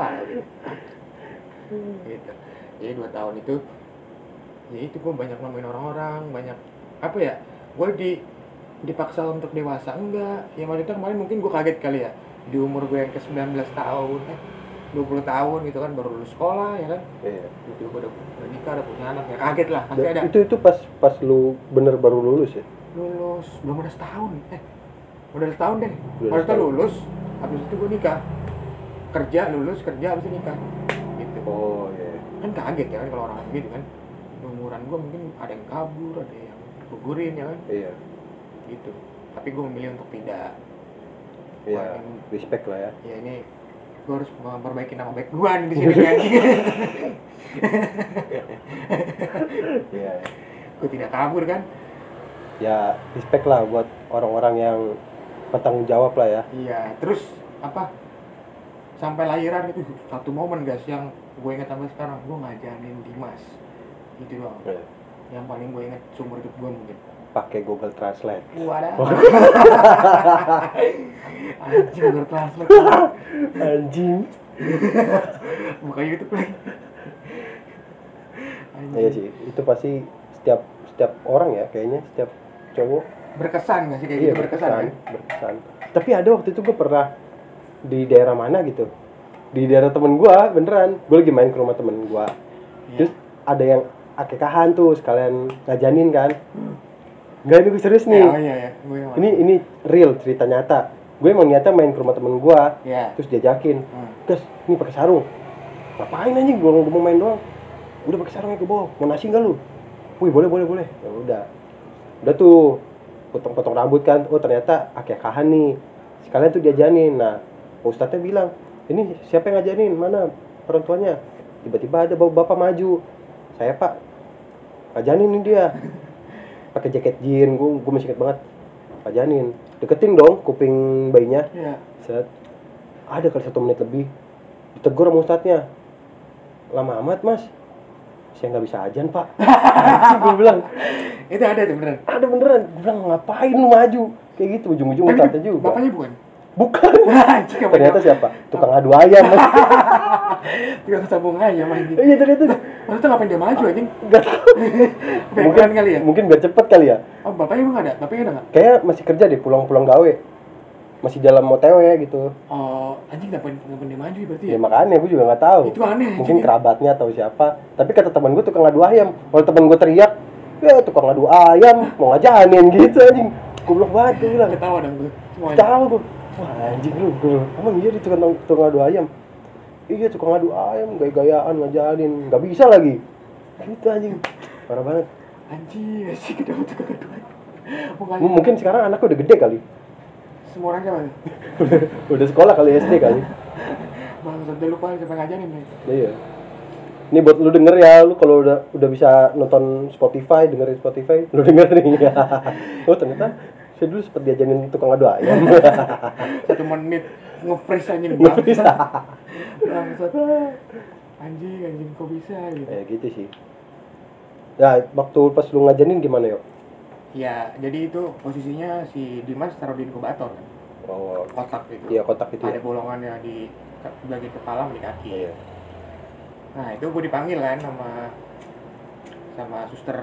gitu. Jadi 2 tahun itu, ya itu gue banyak nemuin orang-orang, banyak apa ya? Gue dipaksa untuk dewasa enggak? Ya maksudnya kemarin mungkin gue kaget kali ya. Di umur gue yang ke 19 tahun, 20 tahun gitu kan, baru lulus sekolah ya kan. Iya. Gue udah nikah, udah punya anak, ya kaget lah. Pasti ada. Itu pas lu bener baru lulus ya? Lulus, belum ada setahun. Udah setahun deh. Maksudnya lulus, habis itu gue nikah. Kerja, habis itu nikah. Gitu. Oh iya. Kan kaget ya kan kalau orang gitu kan. Umuran gue mungkin ada yang kabur, ada yang gugurin ya kan. Iya. Gitu. Tapi gue memilih untuk tidak. Iya, respect lah ya. Ya ini gue harus memperbaiki nama baik gue di sini kan. Iya. Gue tidak kabur kan. Ya respect lah buat orang-orang yang bertanggung jawab lah ya. Iya, terus apa? Sampai lahiran itu satu momen guys yang gue ingat sampai sekarang, gue ngajarin Dimas. Itu doang. Iya. Yang paling gue ingat seumur hidup gue mungkin. Pakai Google Translate. Wadah. Anjing Google Translate. Anjing. Buka YouTube lagi. Iya sih, itu pasti setiap orang ya kayaknya, setiap cowok berkesan nggak sih kayak iya, gitu? berkesan. Tapi ada waktu itu gue pernah di daerah mana gitu, di daerah temen gue beneran, gue lagi main ke rumah temen gue, terus ada yang akekahan tuh sekalian ngajanin kan. Enggak, ini gue serius nih. Iya. Ini real cerita nyata. Gue emang nyata main ke rumah temen gue, terus diajakin, terus ini pakai sarung. Ngapain anjing? Gue mau main doang. Udah pakai sarungnya ke bawah. Mau nasi nggak lu? Wih boleh. Ya udah tuh potong rambut kan. Oh ternyata akekahan nih. Sekalian tuh diajanin. Nah ustadznya bilang, ini siapa yang ngajarin? Mana orang tuanya? Tiba-tiba ada bapak maju. Saya pak, ngajanin nih dia. Pakai jaket jean, gue masih inget banget. Ngajanin, deketin dong kuping bayinya. Set. Ada kali 1 menit lebih. Ditegur sama ustadznya. Lama amat mas. saya nggak bisa ajan pak. Gue bilang itu ada tuh beneran. Ada beneran. Gue bilang ngapain lu maju kayak gitu, ujung-ujungnya kata juga. Bapaknya bukan. Ternyata siapa? Tukang adu ayam. Tukang sambung ayam anjing. Iya ternyata. Maksudnya ngapain dia maju anjing? Enggak tahu. Mungkin kali ya. Mungkin biar cepet kali ya. Oh, bapaknya emang ada? Bapaknya ada enggak? Kayak masih kerja deh, pulang-pulang gawe. Masih dalam OTW gitu. Oh, anjing ngapain dia maju berarti ya? Ya makanya gue juga enggak tahu. Itu aneh. Mungkin kerabatnya atau siapa. Tapi kata teman gue tukang adu ayam. Kalau teman gue teriak, "Ya tukang adu ayam, mau ngajanin gitu anjing." Goblok banget gue bilang. Ketawa dong tuh. Tahu gue. Wah anjing lu, emang iya di tukang adu ayam? Iya tukang adu ayam, gaya-gayaan ngajarin, nggak bisa lagi. Gitu anjing, parah banget. Anjing kenapa tukang adu ayam? Mungkin sekarang anaknya udah gede kali. Semua orang siapa? udah sekolah kali SD kali. Bang, sampai lupa siapa ngajarin nih. Iya. Ini buat lu denger ya, lu kalau udah bisa nonton Spotify, dengerin Spotify, lu denger nih. Oh ternyata saya dulu sempat diajarin tukang adu ayam. 1 menit nge-freeze anjing nge-freeze. Bangsat. Anjing kok bisa gitu. Gitu sih. Ya, waktu pas lu ngajarin gimana yuk? Ya, jadi itu posisinya si Dimas taruh di inkubator kan. Oh, kotak itu. Iya, kotak itu. Ada bolongannya di bagian kepala sama di kaki. Iya. Nah, itu gue dipanggil kan sama suster.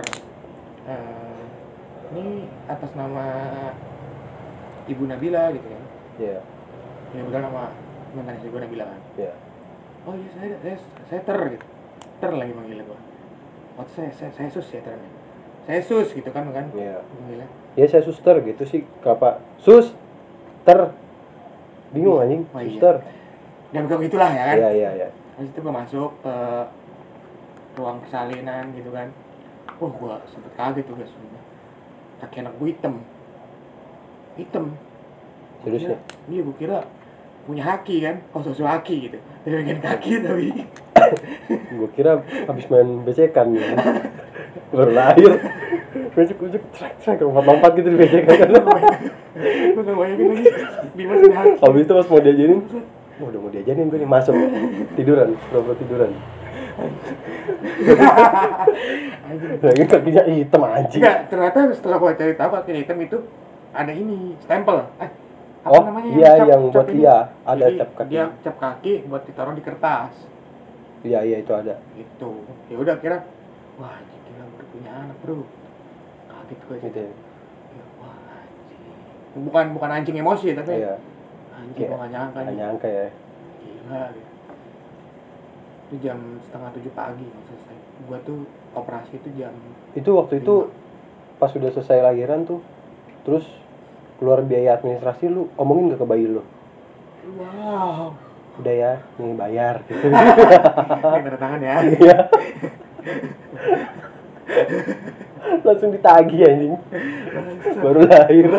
Ini atas nama Ibu Nabila gitu kan. Iya. Ini betul nama mantan Ibu Nabila kan. Iya. Oh iya saya ter gitu. Ter lagi manggilnya gua. Oh saya sus ya ternya. Saya sus gitu kan. Iya. Manggilnya. Ya saya suster gitu sih. Kenapa? Sus ter. Bingung anjing. Oh, suster. Iya. Dan begitulah ya kan. Iya. Habis itu gua masuk ke ruang persalinan gitu kan. Gua sempet kaget tuh guys. Kaki anak gue hitam. Seriusnya? Iya, gue kira punya haki kan, sosok haki gitu. Dari bagian kaki tapi. Gue kira habis main becekan gitu. Baru lahir. Ujuk trek lompat gitu di becekan kan. Gue gak bayangin lagi. Dimas punya haki. Habis itu pas mau diajarin, udah mau diajarin gue nih masuk tiduran. Lagi kakinya hitam anjing. Enggak, ternyata setelah gua cari tahu kaki hitam itu ada ini stempel. Apa namanya? Iya, yang buat dia ada cap kaki. Dia cap kaki buat ditaruh di kertas. Iya itu ada. Itu. Ya udah kira wah gila baru punya anak, Bro. Kaget gue gitu. Wah, anjing. Bukan anjing emosi tapi iya. Anjing gua enggak nyangka ya. Gila gitu. Itu jam 6:30 pagi selesai. Gua tuh operasi itu jam itu waktu 5. Itu pas sudah selesai lahiran tuh terus keluar biaya administrasi lu omongin gak ke bayi lu? Wow. Udah ya, nih bayar gitu. Ini tanda tangan ya. Iya. Langsung ditagih anjing. Baru lahir.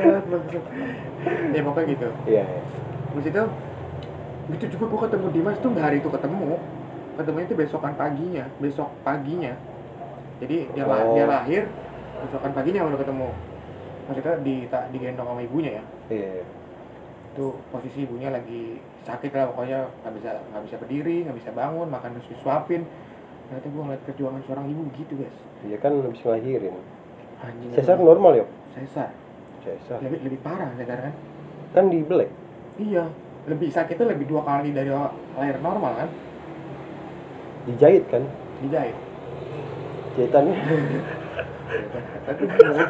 Ya pokoknya gitu. Iya. Terus itu gitu juga gua ketemu Dimas tuh nggak hari itu ketemunya itu besok paginya. Jadi dia lahir besokan paginya baru ketemu. Maksudnya digendong sama ibunya ya. Iya. Itu posisi ibunya lagi sakit lah pokoknya nggak bisa berdiri, nggak bisa bangun, makan terus disuapin. Ternyata gue ngeliat perjuangan seorang ibu gitu guys. Iya kan habis ngelahirin. Anjing. Sesar normal yuk? Sesar. Lebih parah sesar kan? Kan di belek. Iya. Lebih sakitnya lebih 2 kali dari lahir normal kan? Dijahit kan? Dijahit. Jahitannya. Tapi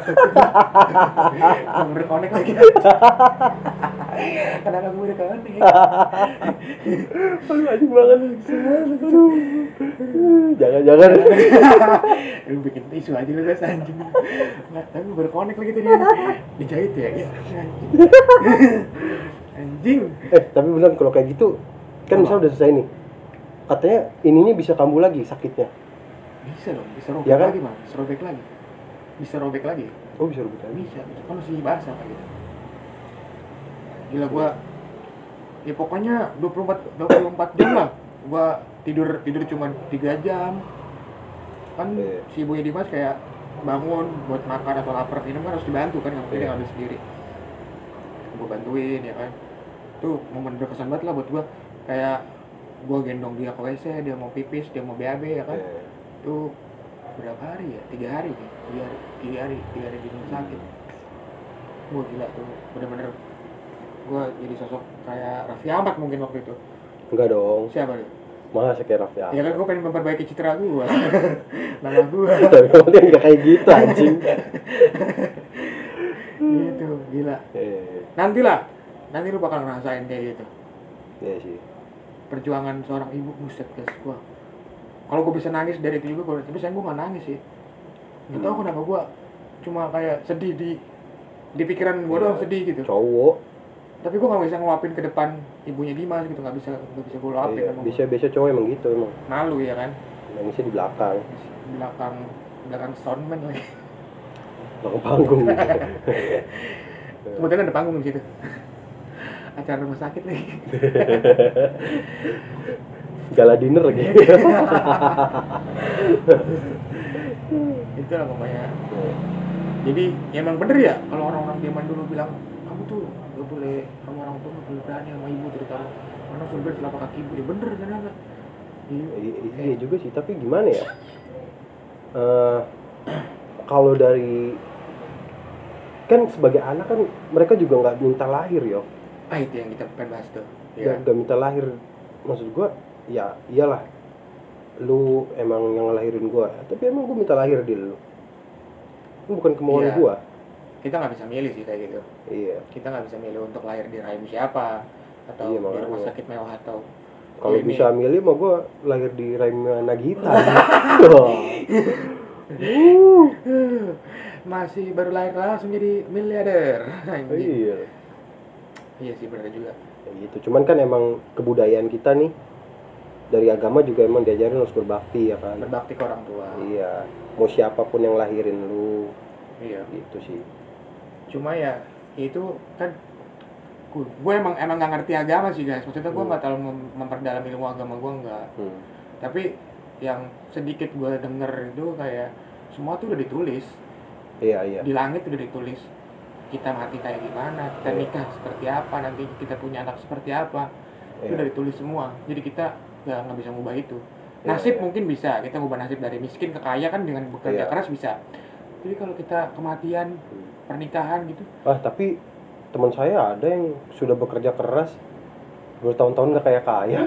udah connect lagi. Kenapa gue udah connect? Aduh anjing banget. Aduh. Jangan. Lu bikin tisu aja lu guys anjing. Nggak, tapi gue connect lagi tadi. Dijahit ya? Iya. Anjing. Tapi beneran kalau kayak gitu kan misalnya udah selesai nih. Katanya ininya bisa kambuh lagi sakitnya. Bisa dong, bisa robek ya kan? lagi mah, bisa robek lagi. Oh bisa robek lagi? Bisa, kan masih basah kayak gitu. Gila gua, ya pokoknya 24 jam lah. Gua tidur cuma 3 jam. Kan si ibunya Dimas kayak bangun buat makan atau lapar minum kan harus dibantu kan, nggak mungkin dia ngambil sendiri. Gua bantuin ya kan. Tuh momen berkesan banget lah buat gua. Kayak gua gendong dia ke WC, dia mau pipis, dia mau BAB ya kan. Itu berapa hari ya? 3 hari ya? 3 hari di rumah sakit. Wah gila tuh, bener-bener gue jadi sosok kayak Raffi Ahmad mungkin waktu itu. Enggak dong. Siapa tuh? Masa kayak Raffi Ahmad? Ya kan gue pengen memperbaiki citra gue. Nama gue. Tapi kamu nggak kayak gitu anjing. Gitu, gila. Nanti lu bakal ngerasain kayak gitu. Iya sih. Perjuangan seorang ibu, buset guys, gua. Kalau gue bisa nangis dari itu juga, tapi sayang gue nggak nangis sih. Nggak tahu kenapa gue cuma kayak sedih di pikiran gue doang sedih gitu. Cowok. Tapi gue nggak bisa ngeluapin ke depan ibunya Dimas gitu, nggak bisa gue luapin. Iya, biasa cowok emang gitu emang. Malu ya kan? Nangisnya di belakang. Belakang soundman lagi. Belakang panggung. Kemudian ada panggung di situ. Acara rumah sakit lagi. Gala dinner lagi. Itu lah pokoknya. Jadi ya emang bener ya kalau orang-orang zaman dulu bilang kamu tuh gak boleh, kamu orang tua gak boleh berani sama ibu terutama karena surga di telapak kaki ibu. Ya bener ternyata. Iya juga sih, tapi gimana ya? Kalau dari kan sebagai anak kan mereka juga nggak minta lahir yo. Itu yang kita pengen bahas tuh. Ya. Gak minta lahir, maksud gua ya iyalah lu emang yang ngelahirin gua, tapi emang gua minta lahir di lu. Itu bukan kemauan gua. Kita nggak bisa milih sih kayak gitu. Iya. Kita nggak bisa milih untuk lahir di rahim siapa atau di rumah sakit mewah atau. Kalau bisa milih mah gua lahir di rahim Nagita. Masih baru lahir langsung jadi miliarder. Iya sih benar juga. Ya gitu. Cuman kan emang kebudayaan kita nih dari agama juga emang diajarin harus berbakti ya kan. Berbakti ke orang tua. Iya. Mau siapapun yang lahirin lu. Iya. Gitu sih. Cuma ya itu kan gue emang nggak ngerti agama sih guys. Maksudnya gue nggak terlalu memperdalam ilmu agama gue nggak. Tapi yang sedikit gue denger itu kayak semua tuh udah ditulis. Iya. Di langit udah ditulis. Kita mati kayak gimana, kita nikah seperti apa, nanti kita punya anak seperti apa, itu udah ditulis semua. Jadi kita nggak bisa ngubah itu. Nasib mungkin bisa, kita ngubah nasib dari miskin ke kaya kan dengan bekerja keras bisa. Jadi kalau kita kematian, pernikahan gitu. Tapi teman saya ada yang sudah bekerja keras bertahun-tahun nggak kaya.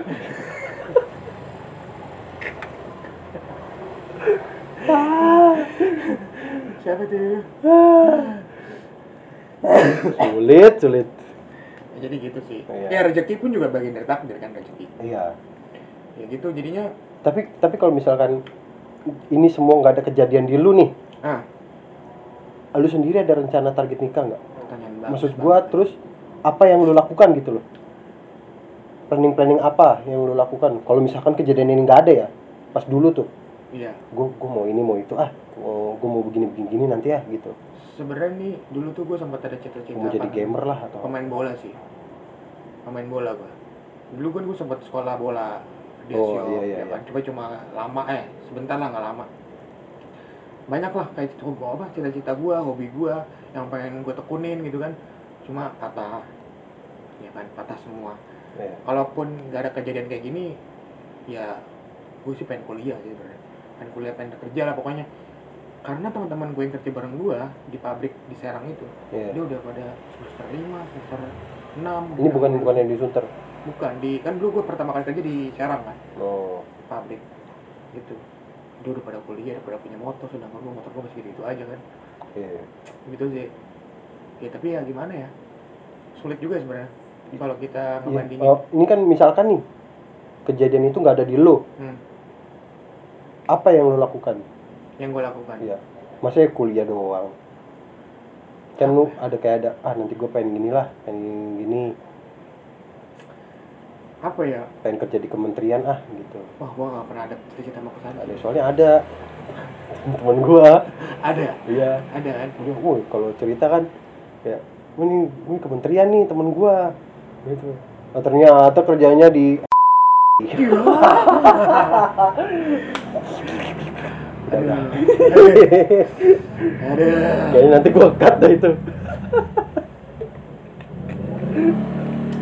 Siapa tuh? Sulit. Ya, jadi gitu sih. Ya rezeki pun juga bagian dari takdir kan rezeki. Iya. Ya gitu jadinya. Tapi kalau misalkan ini semua nggak ada kejadian di lu nih. Lu sendiri ada rencana target nikah nggak? Maksud gua terus apa yang lu lakukan gitu loh? Planning apa yang lu lakukan? Kalau misalkan kejadian ini nggak ada ya, pas dulu tuh. Iya. Gua mau ini mau itu gua mau begini nanti ya gitu. Sebenarnya nih dulu tuh gue sempat ada cita-cita mau jadi gamer lah atau pemain bola sih. Pemain bola gue. Dulu kan gue sempat sekolah bola di Asio, ya kan. Cuma lama sebentar lah nggak lama. Banyak lah kayak cita-cita gue, hobi gue yang pengen gue tekunin gitu kan. Cuma patah. Ya kan, patah semua. Kalaupun nggak ada kejadian kayak gini, ya gue sih pengen kuliah sih sebenarnya. Pengen kerja lah pokoknya. Karena teman-teman gue yang kerja bareng gue di pabrik di Serang itu, dia udah pada semester 5, semester 6. Ini bukan yang di Sunter? Bukan, kan dulu gue pertama kali kerja di Serang kan. Pabrik gitu. Dia udah pada kuliah, udah pada punya motor, sedangkan motor gue masih gitu aja kan. Gitu sih. Ya tapi ya gimana ya, sulit juga sebenarnya kalau kita ngebandingin. Ini kan misalkan nih kejadian itu nggak ada di lo, apa yang lo lakukan? Yang gue lakukan? Iya, maksudnya kuliah doang kan lu ada kayak nanti gue pengen gini apa ya, pengen kerja di kementerian gitu. Wah gue nggak pernah ada cita-cita mau kesana. Soalnya ada temen gue iya ada kan. Kalau cerita kan ya ini kementerian nih temen gue gitu. Ternyata kerjanya di kayaknya nanti gue cut dah itu.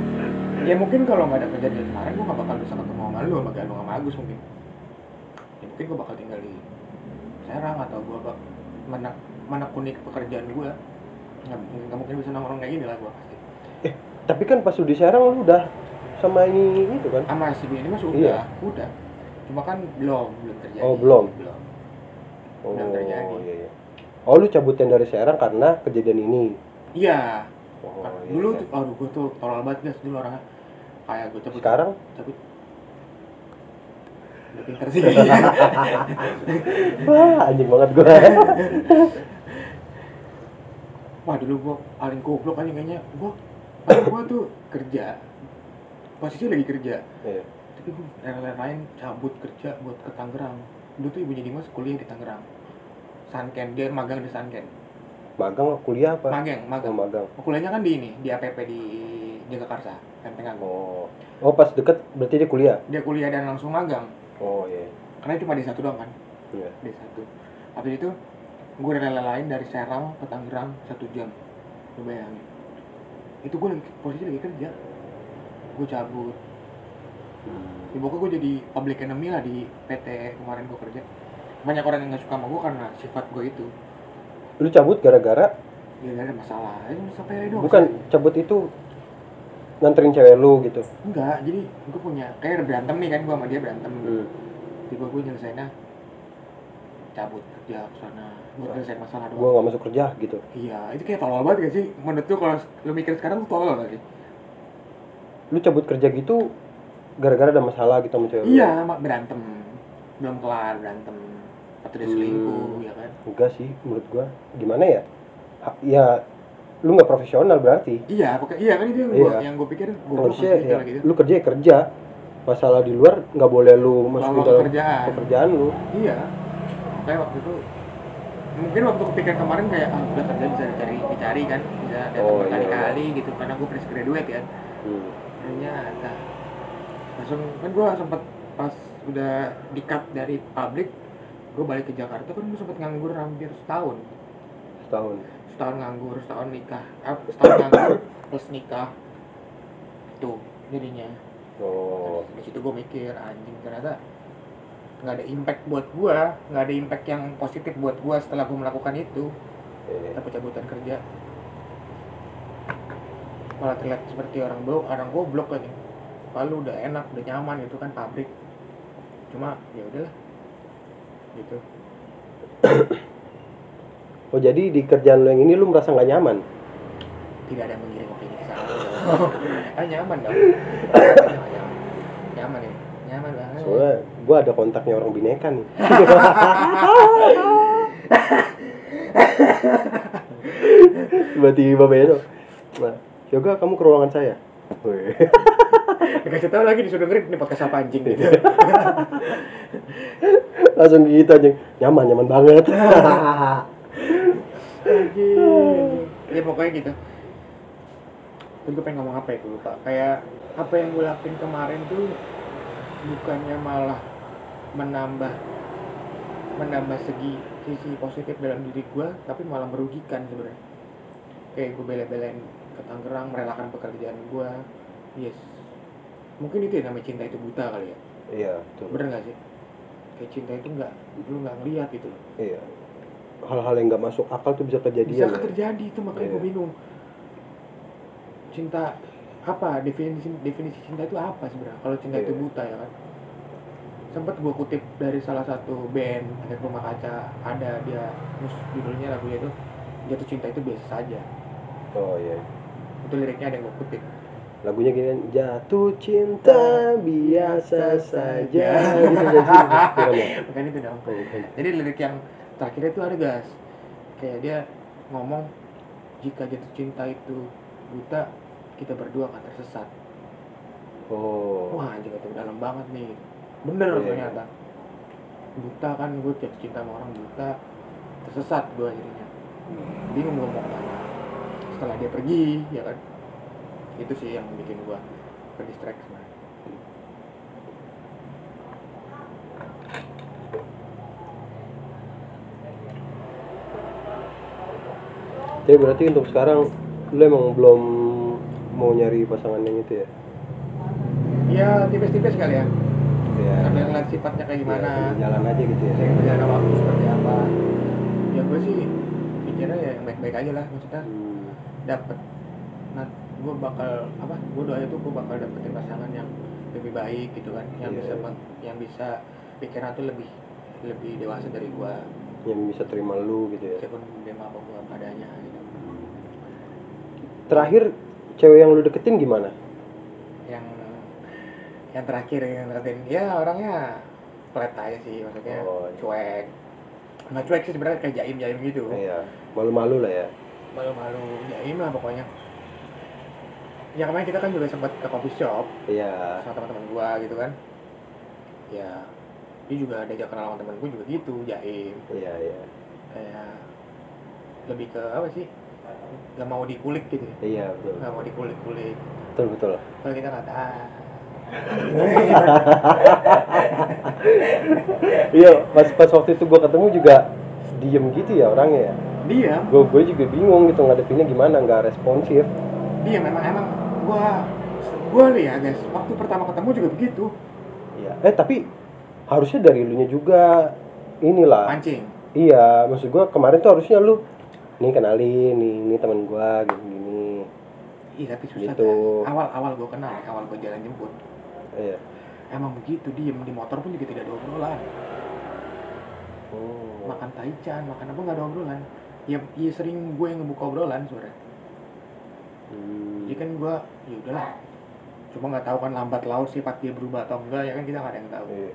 Ya mungkin kalau nggak ada kejadian kemarin gue nggak bakal bisa ketemu sama lu, sama Ganu, sama Agus mungkin. Ya mungkin gue bakal tinggal di Serang atau gue menekuni pekerjaan gue. Nggak mungkin bisa nongkrong kayak gini lah gue pasti. Tapi kan pas lu di Serang lu udah sama ini itu kan? Sama si ini mas Iya. udah. Cuma kan belum terjadi. Oh, belum terjadi. Iya. Oh, lu cabutin dari Serang karena kejadian ini? Iya. Oh, dulu iya. tuh, aduh gue tuh tolol banget guys dulu orangnya. Kayak gue cabut. Sekarang? Cabut. Udah pinter sih. Wah, anjing banget gua. Wah dulu gue paling goblok aja kayaknya. Gue tuh kerja. Posisi lagi kerja. Iya. Tapi gue lain cabut kerja buat ke Tangerang. Dulu tuh ibunya Dimas kuliah di Tangerang. Sanken, dia magang di Sanken. Magang kuliah apa? Magang. Oh, magang. Kuliahnya kan di ini, di APP di Jagakarsa, Lenteng Agung. Oh, pas deket berarti dia kuliah? Dia kuliah dan langsung magang. Oh iya. Karena cuma D1 doang kan? Iya. D1. Habis itu gue rela-relain dari Serang ke Tangerang 1 jam. Lu bayangin. Itu gue posisi lagi kerja. Gue cabut. Di pokoknya gue jadi public enemy lah di PT kemarin gue kerja. Banyak orang yang gak suka sama gue karena sifat gue itu. Lu cabut gara-gara? Ya gak ada masalah, itu sampai doang. Bukan, cabut itu nganterin cewek lu gitu? Enggak, jadi gue punya, kayak berantem nih kan, gue sama dia berantem. Tiba gue nyelesainnya cabut kerja ke sana buat nyelesain masalah doang. Gue gak masuk kerja gitu? Iya, itu kayak tolol banget gak sih? Menurut lu kalau lu mikir sekarang tuh tolol gak sih? Lu cabut kerja gitu gara-gara ada masalah gitu sama cewek lu? Iya, berantem. Belum kelar berantem. Atau dia selingkuh, ya kan? Enggak sih, menurut gua gimana ya? Ya, lu nggak profesional berarti. Iya, pokoknya iya kan itu yang gue pikir harusnya ya, gitu. Lu kerja, masalah di luar nggak boleh lu masuk ke pekerjaan lu. Iya, kayak waktu itu mungkin waktu kepikiran kemarin kayak udah kerja bisa dicari kan, bisa datang berkali-kali gitu karena gue fresh graduate kan. Ternyata langsung kan gue sempet pas udah di-cut dari pabrik, gue balik ke Jakarta kan gue sempet nganggur hampir setahun nganggur, setahun nikah, setahun nganggur plus nikah tuh jadinya. Di situ gue mikir anjing ternyata nggak ada impact buat gue, nggak ada impact yang positif buat gue setelah gue melakukan itu. Cabutan kerja malah terlihat seperti orang goblok kan. Kalau udah enak, udah nyaman gitu kan pabrik, cuma ya udahlah gitu. Oh jadi di kerjaan lu yang ini lu merasa nggak nyaman? Tidak ada yang mengirim opini ke sana. Nyaman dong. Nyaman ya, nyaman banget. Soalnya gua ada kontaknya orang Bineka nih. Tiba-tiba bedo. Nah, Yoga kamu ke ruangan saya. Dikasih tahu lagi disuruh dengerin ini podcast apa anjing gitu. Langsung gitu anjing. Nyaman banget. Ya pokoknya gitu. Terus gue pengen ngomong apa itu lupa. Kayak apa yang gue lakuin kemarin tuh bukannya malah menambah sisi positif dalam diri gue, tapi malah merugikan sebenarnya. Kayak gue bela-belain ke Tangerang, merelakan pekerjaan gue. Yes. Mungkin itu ya namanya cinta itu buta kali ya. Iya, betul. Bener gak sih? Kayak cinta itu lu nggak ngeliat gitu loh. Iya. Hal-hal yang nggak masuk akal tuh bisa kejadian. Bisa terjadi itu makanya gue bingung. Cinta apa? Definisi cinta itu apa sebenarnya? Kalau cinta itu buta ya kan. Sempat gue kutip dari salah satu band Efek Rumah Kaca, ada dia judulnya lagunya itu jatuh cinta itu biasa saja. Oh iya. Itu liriknya ada yang gue kutip. Lagunya gini kan, jatuh cinta biasa saja. Bukan itu dong. Jadi lirik yang terakhir itu ada gas. Kayak dia ngomong jika jatuh cinta itu buta, kita berdua akan tersesat. Wah anjing itu dalam banget nih. Bener ternyata. Buta kan, gue jatuh cinta sama orang buta, tersesat gue akhirnya. Bingung gue mau kemana. Setelah dia pergi, ya kan. Itu sih yang bikin gue ke-distract sebenarnya. Jadi berarti untuk sekarang lu emang belum mau nyari pasangan yang itu ya? Ya tipis-tipis kali ya. ya. Sambil ngeliat sifatnya kayak gimana, ya, jalan aja gitu ya. Saya berjalan waktu seperti apa. Ya gue sih pikirnya ya yang baik-baik aja lah, maksudnya dapet. Nah, gue bakal apa? Gue doa itu gue bakal dapetin pasangan yang lebih baik gitu kan, yang bisa pikiran tuh lebih dewasa dari gue, yang bisa terima lu gitu ya. Meskipun dia mabok gue padanya gitu. Terakhir cewek yang lu deketin gimana? Yang terakhir yang deketin ya orangnya flat aja sih, maksudnya cuek. Nggak cuek sih sebenarnya, kayak jaim gitu. Iya, malu-malu lah ya. Malu-malu jaim lah pokoknya. Ya kemarin kita kan juga sempat ke coffee shop. Iya. Sama teman-teman gua gitu kan. Ya dia juga diajak kenal sama temen gua juga gitu, jaim. Iya. Kayak lebih ke apa sih? Gak mau dikulik gitu. Iya betul. Gak mau dikulik-kulik. Betul. Kalau kita nggak tahu. Iya, pas waktu itu gue ketemu juga diem gitu ya orangnya ya. Diam. Gue juga bingung gitu ngadepinnya gimana, nggak responsif. Dia memang gue lihat guys, waktu pertama ketemu juga begitu. Iya. Tapi harusnya dari lunya juga inilah. Mancing. Iya, maksud gue kemarin tuh harusnya lu nih kenalin ini teman gue gini. Iya tapi susah gitu. Awal gue kenal, awal gue jalan jemput. Iya. Emang begitu, diem di motor pun juga tidak ada obrolan. Makan taichan, makan apa nggak ada obrolan. Ya sering gue yang ngebuka obrolan sebenarnya. Jadi kan gue ya udahlah. Cuma nggak tahu kan lambat laun sifat dia berubah atau enggak, ya kan kita nggak ada yang tahu. Iya.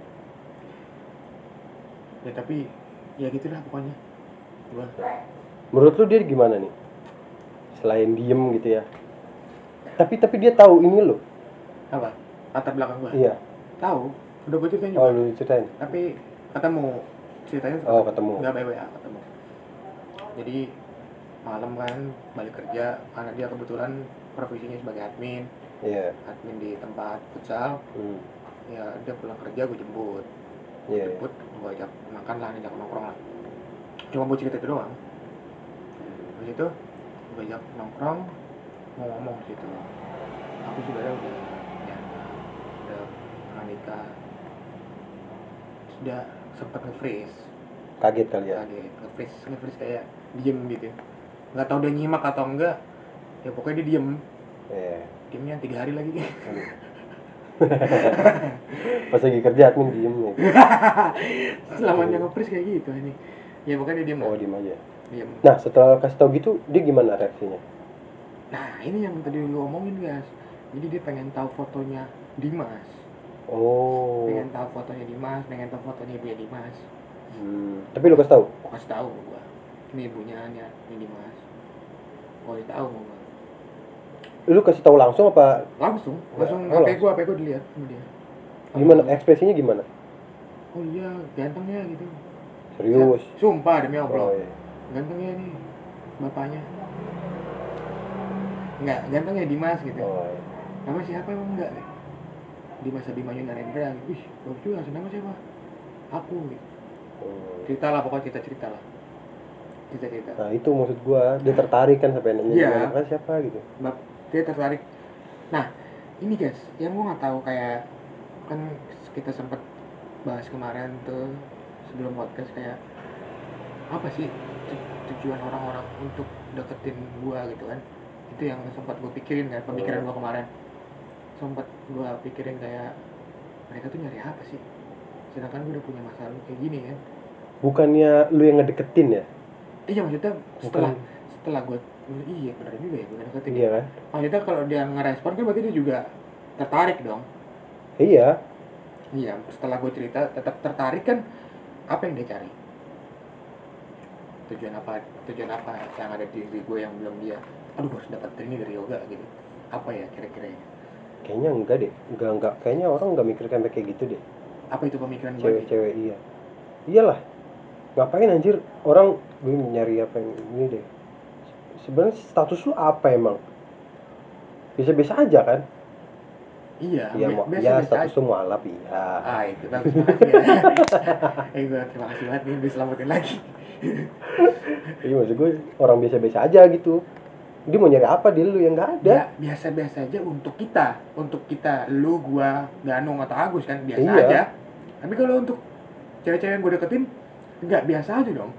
Ya tapi ya gitulah pokoknya. Gua. Menurut lu dia gimana nih? Selain diem gitu ya. Tapi dia tahu ini lo. Apa? Latar belakang gue? Iya. Tahu. Udah gue ceritain juga. Oh, lu ceritain. Tapi ketemu. Ceritanya ketemu. Enggak BWA, ketemu. Jadi malam kan balik kerja, karena dia kebetulan profesinya sebagai admin. Iya. Admin di tempat futsal. Ya dia pulang kerja gue jemput. Jemput, gue ajak makan lah, ajak nongkrong lah. Cuma gue cerita itu doang. Habis itu gue ajak nongkrong, mau ngomong gitu. Aku sebenarnya udah nikah, sudah sempat nge-freeze. Kaget kali ya? Kaget, nge-freeze kayak diem gitu. Nggak tahu dia nyimak atau enggak, ya pokoknya dia diem. Diemnya 3 hari lagi. Pas lagi kerja admin diem ya. Selamanya nge-freeze kayak gitu ini. Ya pokoknya dia diem. Oh, diem aja. Diem. Nah, setelah kasih tau gitu, dia gimana reaksinya? Nah, ini yang tadi lu omongin, guys. Jadi dia pengen tahu fotonya Dimas. Pengen tahu fotonya Dimas, pengen tahu fotonya dia Dimas. Tapi lu kasih tahu? Gua kasih tahu gua. Ini ibunya ini Dimas. Gua kasih tahu gua. Lu kasih tahu langsung apa? Langsung HP gua dilihat sama dia. Gimana ekspresinya gimana? Oh iya, gantengnya gitu. Serius? Sumpah demi Allah. Oh, iya. Gantengnya nih bapaknya. Enggak, gantengnya Dimas gitu. Oh, iya. Nama siapa emang enggak? Dimas Abimanyu Narendra. Wih, bagus juga, nama siapa? Aku gitu. Cerita lah, pokoknya cerita lah. Cerita. Nah itu maksud gua, dia tertarik kan sampai nanya siapa gitu. Dia tertarik. Nah, ini guys, yang gua nggak tahu, kayak kan kita sempat bahas kemarin tuh sebelum podcast, kayak apa sih tujuan orang-orang untuk deketin gua gitu kan? Itu yang sempat gua pikirin kan, pemikiran gua kemarin. Sempat gua pikirin kayak mereka tuh nyari apa sih? Sedangkan gua udah punya masalah kayak gini kan. Bukannya lu yang ngedeketin ya? Iya, maksudnya setelah gue iya benar juga ya, gue ngedeketin. Iya kan? Maksudnya kalau dia ngerespon kan berarti dia juga tertarik dong. Iya, setelah gue cerita tetap tertarik kan. Apa yang dia cari? Tujuan apa yang ada di diri gue yang belum dia? Aduh, gue harus dapat ini dari yoga gitu. Apa ya kira-kira? Kayaknya enggak deh. Enggak. Kayaknya orang enggak mikir sampai kayak gitu deh. Apa itu pemikiran gue? Cewek iya. Iyalah. Ngapain anjir orang gue nyari apa yang ini deh. Sebenarnya status lu apa emang? Biasa-biasa aja kan? Iya, biasa status lu mualaf iya. Itu bagus banget ya. Gue terima kasih banget nih, bisa selamatin lagi. Iya, maksud gue orang biasa-biasa aja gitu. Dia mau nyari apa di lu yang nggak ada? Ya, biasa-biasa aja untuk kita, lu, gua, Ganung atau Agus kan biasa Iya. aja. Tapi kalau untuk cewek-cewek yang gue deketin, nggak biasa aja dong.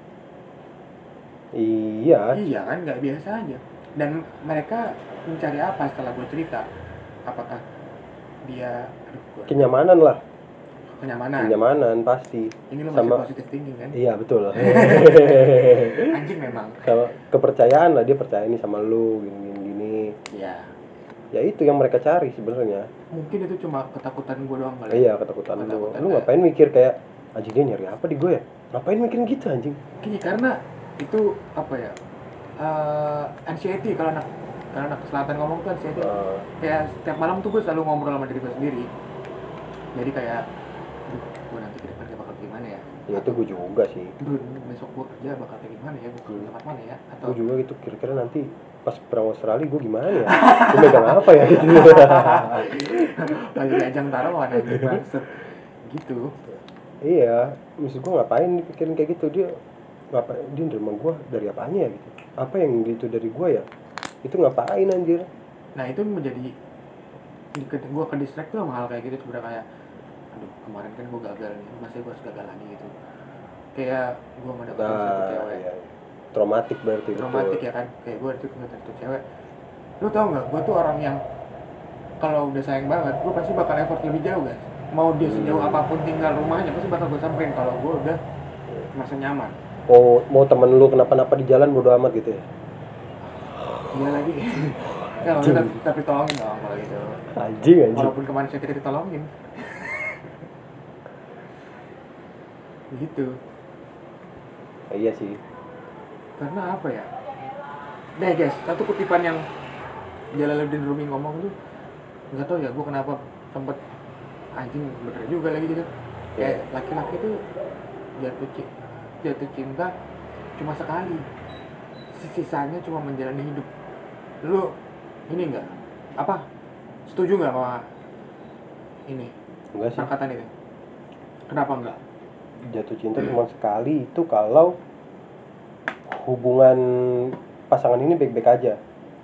Iya. Iya kan, nggak biasa aja. Dan mereka mencari apa setelah gue cerita? Apakah dia, Kenyamanan lah. kenyamanan Pasti. Ini lo masih positive thinking kan? Iya betul. Anjing memang. Sama kepercayaan lah, dia percaya ini sama lu gini. Iya. Ya itu yang mereka cari sebenarnya. Mungkin itu cuma ketakutan gue doang kali. Iya, ketakutan lu ngapain mikir kayak anjing dia nyari apa di gue ya? Ngapain mikirin gitu anjing? Karena itu apa ya? Anxiety kalau anak selatan ngomong tuh anxiety. Kayak setiap malam tuh gue selalu ngobrol sama diri gue sendiri. Jadi kayak gue nanti ke depan bakal gimana ya? Ya itu gue juga sih. Besok gue kerja bakal kayak gimana ya? Gue ke tempat mana ya? Atau gue juga gitu, kira-kira nanti pas perang Australia gue gimana ya? Gue megang apa ya gitu. lagi ajang taruhan aja maksud gitu. Iya, maksud gue ngapain dipikirin kayak gitu, dia nerima gue dari apanya ya gitu. Apa yang gitu dari gue ya? Itu ngapain anjir? Nah itu menjadi gue ke distract tuh sama hal kayak gitu, sebenarnya kayak aduh kemarin kan gue gagal nih, masih gue harus gagal lagi gitu. Kayak gue mendapatkan satu cewek. Iya. Traumatik berarti. Traumatik ya kan, kayak gue itu ngeliat satu cewek. Lu tau nggak, gue tuh orang yang kalau udah sayang banget, gue pasti bakal effort lebih jauh guys. Mau dia sejauh apapun tinggal rumahnya, pasti bakal gue samperin kalau gue udah merasa nyaman. Mau temen lu kenapa-napa di jalan bodo amat gitu ya? Iya lagi. Ya kalau tapi tolongin dong kalau gitu. Anjing. Walaupun kemarin saya tidak ditolongin. Gitu. Iya sih. Karena apa ya? Nah guys, satu kutipan yang Jalaluddin Rumi ngomong tuh, nggak tahu ya gue kenapa sempet anjing bener juga lagi gitu. Kayak laki-laki tuh jatuh cinta cuma sekali, sisanya cuma menjalani hidup. Lu ini nggak apa? Setuju nggak sama ini? Enggak sih. Perkataan itu. Kenapa enggak? Jatuh cinta cuma sekali itu kalau hubungan pasangan ini baik-baik aja.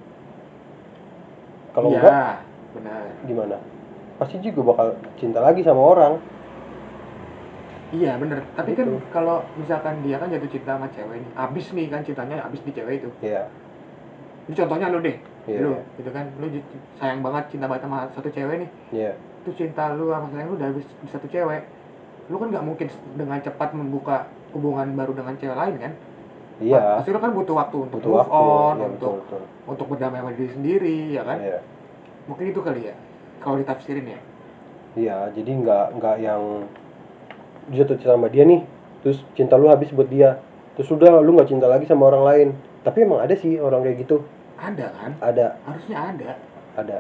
Kalau enggak, benar. Gimana? Pasti juga bakal cinta lagi sama orang. Iya bener. Tapi gitu. Kan kalau misalkan dia kan jatuh cinta sama cewek nih, abis nih kan cintanya abis di cewek itu. Iya. Ini contohnya lu deh, lu Iya. gitu kan, lu sayang banget cinta banget sama satu cewek nih. Iya. Itu cinta lu sama sayang lu udah habis di satu cewek. Lu kan nggak mungkin dengan cepat membuka hubungan baru dengan cewek lain kan? Iya. Pasti lu kan butuh waktu untuk Butuh move waktu, on, iya, untuk berdamai sama diri sendiri, ya kan? Iya. Mungkin itu kali ya, kalau ditafsirin ya. Iya, jadi nggak yang jatuh cinta sama dia nih, terus cinta lu habis buat dia, terus udah lu nggak cinta lagi sama orang lain. Tapi emang ada sih orang kayak gitu. Ada kan? Ada. Harusnya ada. Ada.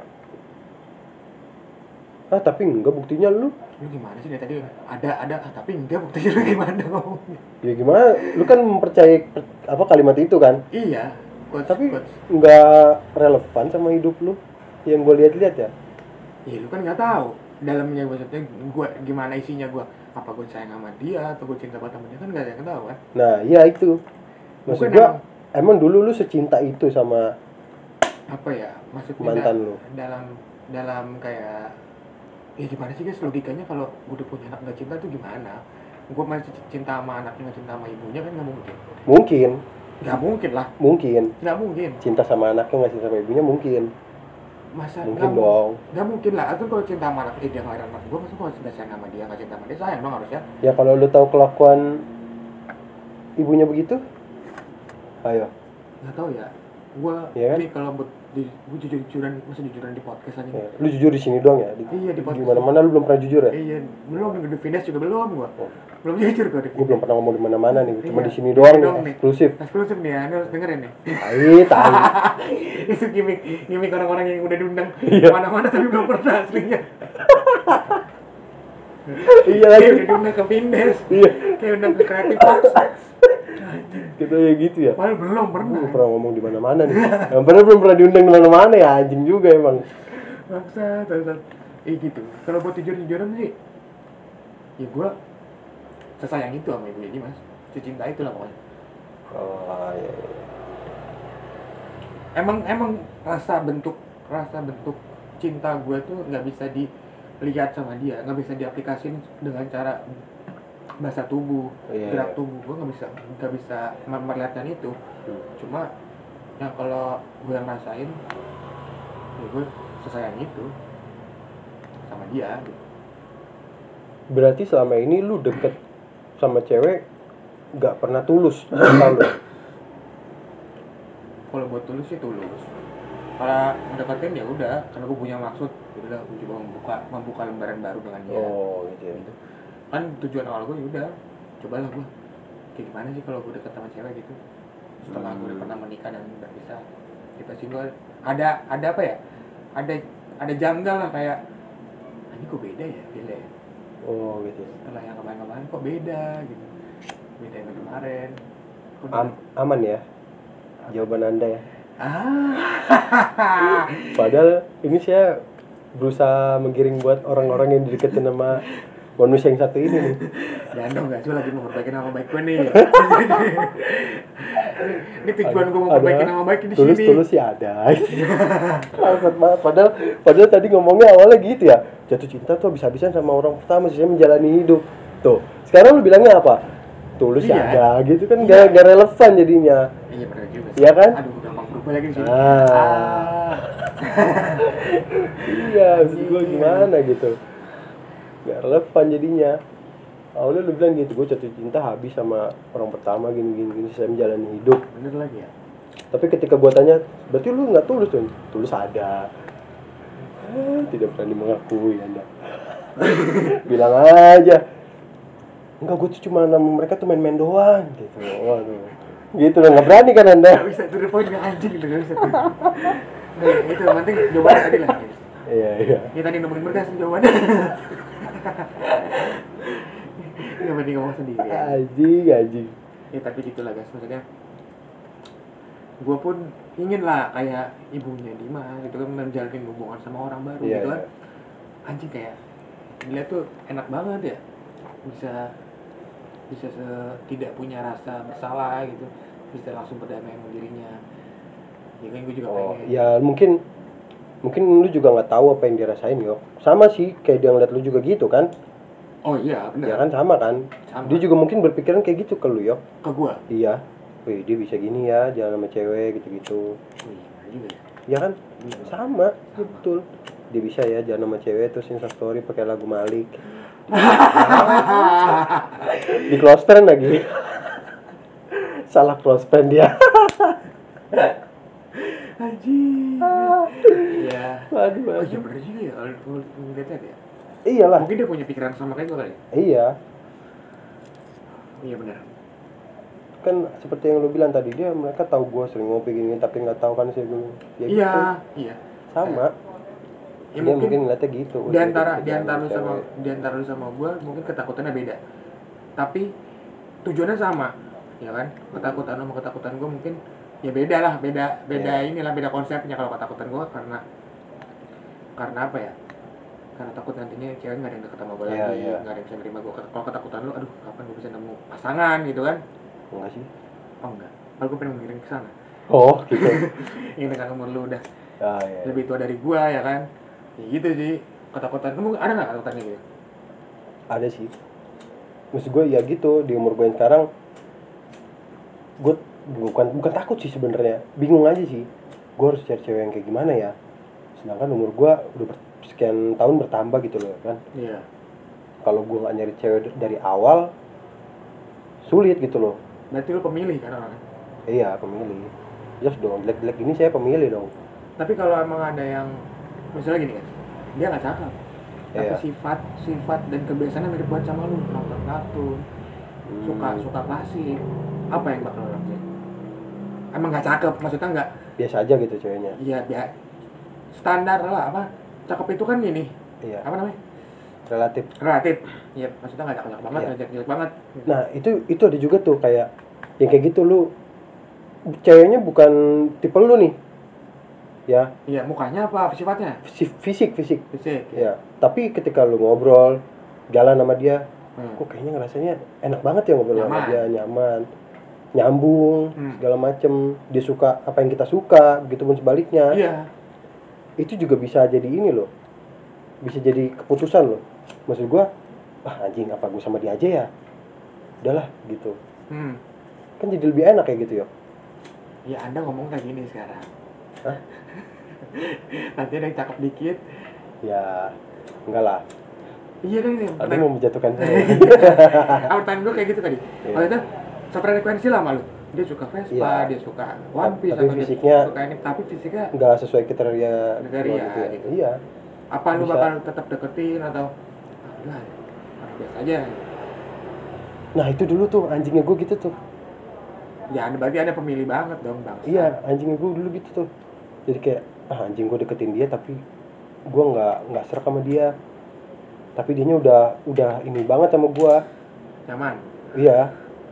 Ah tapi enggak, buktinya lu Gimana sih dari tadi ada tapi enggak, buktinya lu gimana ngomongnya? ya gimana, lu kan mempercayai apa kalimat itu kan, Iya, tapi enggak relevan sama hidup lu yang gue lihat-lihat ya. Iya lu kan nggak tahu dalamnya, maksudnya gue gimana isinya, gue apa gue sayang sama dia atau gue cinta banget sama dia, kan nggak ada yang tahu kan. Nah iya itu maksud gue, emang dulu lu secinta itu sama apa ya, maksudnya mantan lu dalam kayak ya gimana sih guys logikanya, kalau gue udah punya anak nggak cinta tuh gimana? Gue masih cinta sama anaknya nggak cinta sama ibunya kan nggak mungkin. Nggak mungkin lah. Nggak mungkin. Cinta sama anaknya nggak cinta sama ibunya mungkin. Masa mungkin dong. Nggak mungkin lah. Atau kalau cinta sama anak dia ngelahirin anak gue, masa kalau sudah sayang sama dia nggak cinta sama dia, sayang dong harusnya. Ya kalau lu tahu kelakuan ibunya begitu, ayo. Nggak tahu ya. Gue ini kalau gue jujur-jujuran, masa jujuran di podcast aja. Ya, lu jujur di sini doang ya? Iya di podcast. Di mana-mana lu belum pernah jujur ya? Iya, belum di Fines juga belum gue. Belum jujur gue. Gue belum pernah ngomong di mana-mana nih, cuma di sini doang nih, eksklusif. Eksklusif nih ya, ini harus dengerin nih. Tai. Itu gimmick orang-orang yang udah diundang mana-mana tapi belum pernah aslinya. Iya lagi. Udah diundang ke Fines. Iya. Kayak undang ke Creative Box. Gitu ya gitu ya. Padahal belum pernah. Gue pernah ngomong di mana-mana nih. Yang belum pernah diundang di mana-mana ya, anjing juga emang. Bangsat. Gitu. Kalau buat jujur-jujuran sih, ya gue sesayang itu sama ibu ini mas, secinta itu lah pokoknya. Oh iya. emang rasa bentuk cinta gue tuh nggak bisa dilihat sama dia, nggak bisa diaplikasiin dengan cara bahasa tubuh, gerak tubuh. Gue nggak bisa memperlihatkan itu. Cuma yang kalau gue yang rasain, ya gue sesayang itu sama dia gitu. Berarti selama ini lu deket sama cewek nggak pernah tulus, tahu lu? Kalau buat tulus sih tulus. Kalau mendekatin ya udah, karena gue punya maksud, udah gue coba membuka lembaran baru dengan dia. Oh gitu. Kan tujuan awal gue udah, cobalah gue kayak gimana sih kalau gue deket sama cewek gitu. Setelah gue udah pernah menikah dan berpisah, kita sih gue ada apa ya? Ada janggal lah, kayak ini kok beda ya feel-nya. Oh gitu. Setelah yang kemarin kok beda gitu. Beda yang kemarin. Aman ya jawaban Anda ya. Ah. Padahal ini saya berusaha menggiring buat orang-orang yang dideketin sama manusia yang satu ini nih. Jangan dong, gak, gue lagi mau perbaiki nama baik gue nih. Ini tujuan gue mau perbaiki nama baik di sini. Tulus sih ada. Maksud banget. Padahal tadi ngomongnya awalnya gitu ya. Jatuh cinta tuh habis-habisan sama orang pertama, sih menjalani hidup. Tuh. Sekarang lu bilangnya apa? Tulus sih ada gitu kan, gak relevan jadinya. Iya benar juga sih. Iya kan? Aduh, gue gampang berubah lagi di sini. Iya, maksud gue gimana gitu. Gak relevan jadinya. Awalnya lu bilang gitu, gue jatuh cinta habis sama orang pertama gini saya menjalani hidup. Bener lagi ya. Tapi ketika gue tanya, berarti lu nggak tulus tuh? Tulus ada. Tidak berani mengakui Anda. Bilang aja. Enggak, gue tuh cuma nama mereka tuh main-main doang gitu. Waduh. Gitu loh, nggak berani kan Anda? Gak bisa, itu poin gak anjing gitu, gak bisa tuh. Nah, itu penting jawabannya tadi lah. Iya. Ini tadi nemuin berkas jawabannya. Gak penting ngomong sendiri. Anjing. Ya tapi gitulah guys, maksudnya gue pun ingin lah kayak ibunya Dimas gitu kan, menjalin hubungan sama orang baru gitu kan. Anjing, kayak dilihat tuh enak banget ya, bisa tidak punya rasa bersalah gitu, bisa langsung berdamai sama dirinya. Ya kan gue juga pengen. Ya mungkin lu juga nggak tahu apa yang dirasain yo. Sama sih kayak dia ngeliat lu juga gitu kan. Oh iya benar. Ya kan sama kan. Dia juga mungkin berpikiran kayak gitu ke lu yo. Ke gua. Iya. Wih, dia bisa gini ya, jalan sama cewek gitu-gitu. Iya juga. Ya kan? Sama, betul. Dia bisa ya jalan sama cewek terus Insta story pakai lagu Malik. Di close friend lagi. Salah close friend dia. Anjing. Iya. Aduh. Oh iya bener juga ya, kalau ngeliatnya ya. Iyalah. Mungkin dia punya pikiran sama kayak gue kali. Iya. Iya benar. Kan seperti yang lu bilang tadi, mereka tahu gue sering ngopi gini tapi nggak tahu kan sih dulu. Ya iya, gitu. Iya. Sama. Ya, dia mungkin ngeliatnya gitu. Di antara lu sama gue mungkin ketakutannya beda. Tapi tujuannya sama, ya kan? Ketakutan sama ketakutan gue mungkin ya beda lah, beda inilah, beda konsepnya. Kalau ketakutan gue karena apa ya? Karena takut nantinya cewek nggak ada yang deket sama gue lagi, nggak ada yang bisa nerima gue. Kalau ketakutan lu, aduh kapan gue bisa nemu pasangan gitu kan? Enggak sih. Oh enggak, kalau gue pengen mengiring ke sana. Oh gitu. Yang dengan umur lu udah Iya. lebih tua dari gue ya kan? Ya gitu sih. Ketakutan kamu ada nggak ketakutannya gitu? Ada sih. Maksud gue ya gitu, di umur gue yang sekarang gue bukan takut sih sebenarnya, bingung aja sih. Gue harus cari cewek yang kayak gimana ya? Sedangkan umur gue udah sekian tahun bertambah gitu loh kan. Iya. Kalau gue nggak nyari cewek dari awal, sulit gitu loh. Berarti lu pemilih kan orangnya? Iya, pemilih. Jelas dong, jelek-jelek ini saya pemilih dong. Tapi kalau emang ada yang misalnya gini kan, dia nggak cakep, tapi sifat dan kebiasaannya mirip banget sama lu, nonton kartun, suka klasik, apa yang bakal lo lakuin? Emang nggak cakep, maksudnya nggak biasa aja gitu ceweknya. Iya, standar lah, apa cakep itu kan ini, apa namanya? Relatif. Iya, maksudnya nggak cakep banget, nggak jelek banget. Nah itu ada juga tuh kayak yang kayak gitu, lu ceweknya bukan tipe lu nih. Ya. Iya, mukanya apa sifatnya? Fisik. Ya. Tapi ketika lu ngobrol, jalan sama dia, kok kayaknya ngerasanya enak banget ya ngobrol sama dia, nyaman. nyambung segala macem, dia suka apa yang kita suka, begitupun sebaliknya. Iya. Itu juga bisa jadi ini loh, bisa jadi keputusan loh. Maksud gue, anjing apa gue sama dia aja ya, udahlah gitu. Kan jadi lebih enak kayak gitu ya. Ya Anda ngomong kayak gini sekarang. Hah? Nanti ada yang cakep dikit. Ya enggak lah. Iya kan ini. Ada mau menjatuhkan saya. Pertanyaan gue kayak gitu tadi. Kalau itu sefrekuensi lah malu. Dia suka Vespa, dia suka One Piece, tapi fisiknya suka ini, tapi fisiknya nggak sesuai kriteria gitu. Iya. Apa lu bakal tetap deketin atau udah biasa aja? Nah itu dulu tuh anjingnya gue gitu tuh. Ya berarti ada pemilih banget dong bang. Iya anjingnya gue dulu gitu tuh. Jadi kayak anjing gue deketin dia tapi gue nggak serak sama dia. Tapi dianya udah ini banget sama gue. Nyaman. Iya.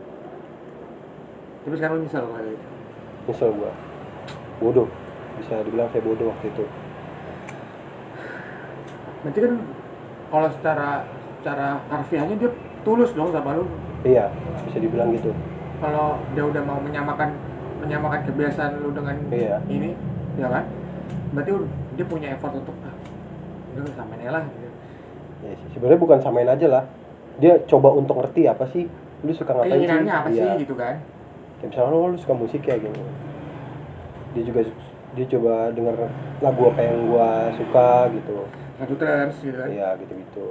Tapi sekarang lu nyesel kali itu. Nyesel gue. Bodoh. Bisa dibilang saya bodoh waktu itu. Berarti kan kalau secara harfiahnya dia tulus dong sama lu. Iya, bisa dibilang gitu. Kalau dia udah mau menyamakan kebiasaan lu dengan ini, ya kan? Berarti dia punya effort untuk udah samain aja lah gitu. Ya sih, sebenarnya bukan samain aja lah. Dia coba untuk ngerti apa sih lu suka ngapain sih? Keinginannya apa sih gitu kan? Kayak misalnya lu suka musik kayak gitu. Dia coba denger lagu apa yang gua suka gitu. Lagu trance gitu kan? Iya, gitu-gitu.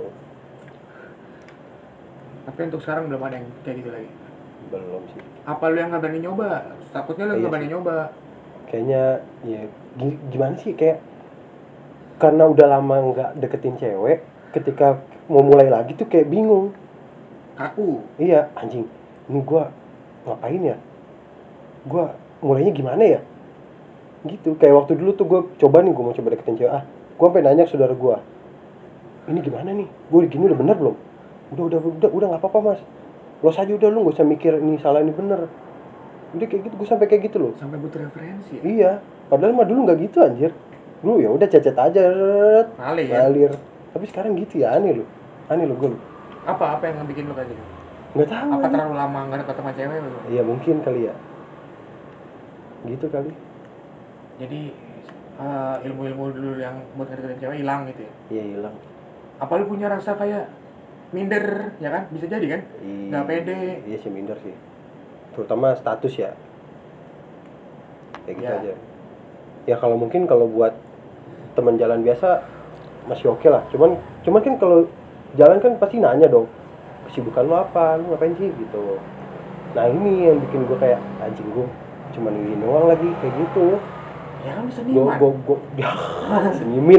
Tapi untuk sekarang belum ada yang kayak gitu lagi. Belum sih. Apa lu yang nggak berani nyoba? Takutnya lu nggak berani nyoba. Kayaknya ya gimana sih, kayak karena udah lama nggak deketin cewek, ketika mau mulai lagi tuh kayak bingung. Kaku. Iya, anjing. Ini gua ngapain ya? Gua mulainya gimana ya? Gitu. Kayak waktu dulu tuh gua mau coba deketin cewek. Gua sampai nanya ke saudara gua. Ini gimana nih? Gua gini udah bener belum? Udah nggak apa-apa mas. Lo saja udah, lu nggak usah mikir ini salah ini bener. Udah kayak gitu, gue sampai kayak gitu loh. Sampai butuh referensi. Iya, padahal mah dulu nggak gitu anjir. Dulu ya udah cecet aja, ngalir. Tapi sekarang gitu ya, aneh lo gue. Apa yang bikin lo kayak gitu? Nggak tahu. Apa terlalu lama nggak deket sama cewek lo? Iya mungkin kali ya. Gitu kali. Jadi ilmu-ilmu dulu yang buat ngedeketin cewek hilang gitu ya? Iya hilang. Apa lu punya rasa kayak minder, ya kan? Bisa jadi kan? Nggak pede. Iya sih minder sih. Terutama status ya. Kayak gitu aja. Ya kalau mungkin kalau buat teman jalan biasa masih oke lah. Cuman kan kalau jalan kan pasti nanya dong. Kesibukan lo apa? Lu ngapain sih gitu. Nah ini yang bikin gue kayak anjing, gue cuman ini doang lagi kayak gitu. Ya kan seniman. Gue senimin.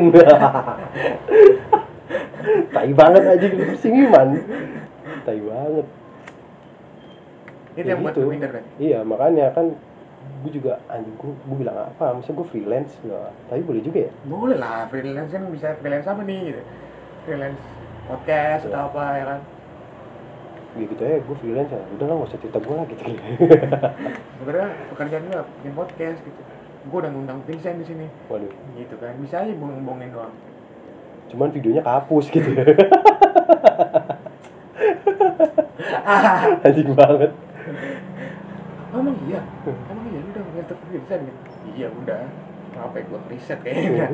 Tai banget aja gitu, seniman. Tai banget. Itu yang buat gitu. minder kan? Iya makanya kan gue juga anjing, gue bilang apa? Maksudnya gue freelance nggak? Tapi boleh juga ya? Boleh lah, freelance kan bisa freelance apa nih gitu. Freelance podcast atau apa ya kan? Gitu ya, gue freelance ya. Udah lah nggak usah cerita gue lah gitu. Sebenarnya pekerjaan gue bikin podcast gitu. Gue udah ngundang Vincent di sini. Waduh. Gitu kan, bisa aja bohongin doang. Cuman videonya kehapus gitu. Anjing banget. Emang iya udah ngetek Vincent gitu. Iya udah. Apa ya gue riset kayaknya.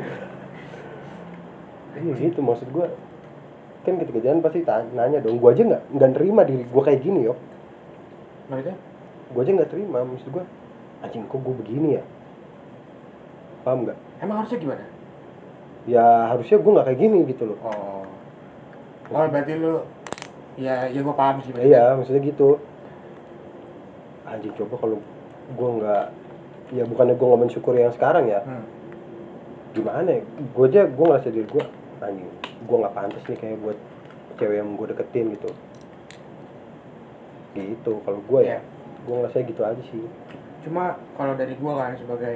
Iya gitu maksud gue. Kan ketika jalan pasti nanya dong. Gue aja nggak nerima diri gue kayak gini yo. Maksudnya? Gue aja nggak terima. Maksud gue anjing kok gue begini ya. Paham nggak? Emang harusnya gimana? Ya harusnya gue nggak kayak gini gitu loh. Oh berarti lu ya gue paham sih. Iya maksudnya gitu. Anjing coba kalau gue nggak, ya bukannya gue nggak mensyukuri yang sekarang ya. Gimana ya? Gue ngerasa diri gue anjing, gue nggak pantas nih kayak buat cewek yang gue deketin gitu. Gitu kalau gue ya, gue ngerasa gitu aja sih. Cuma kalau dari gue kan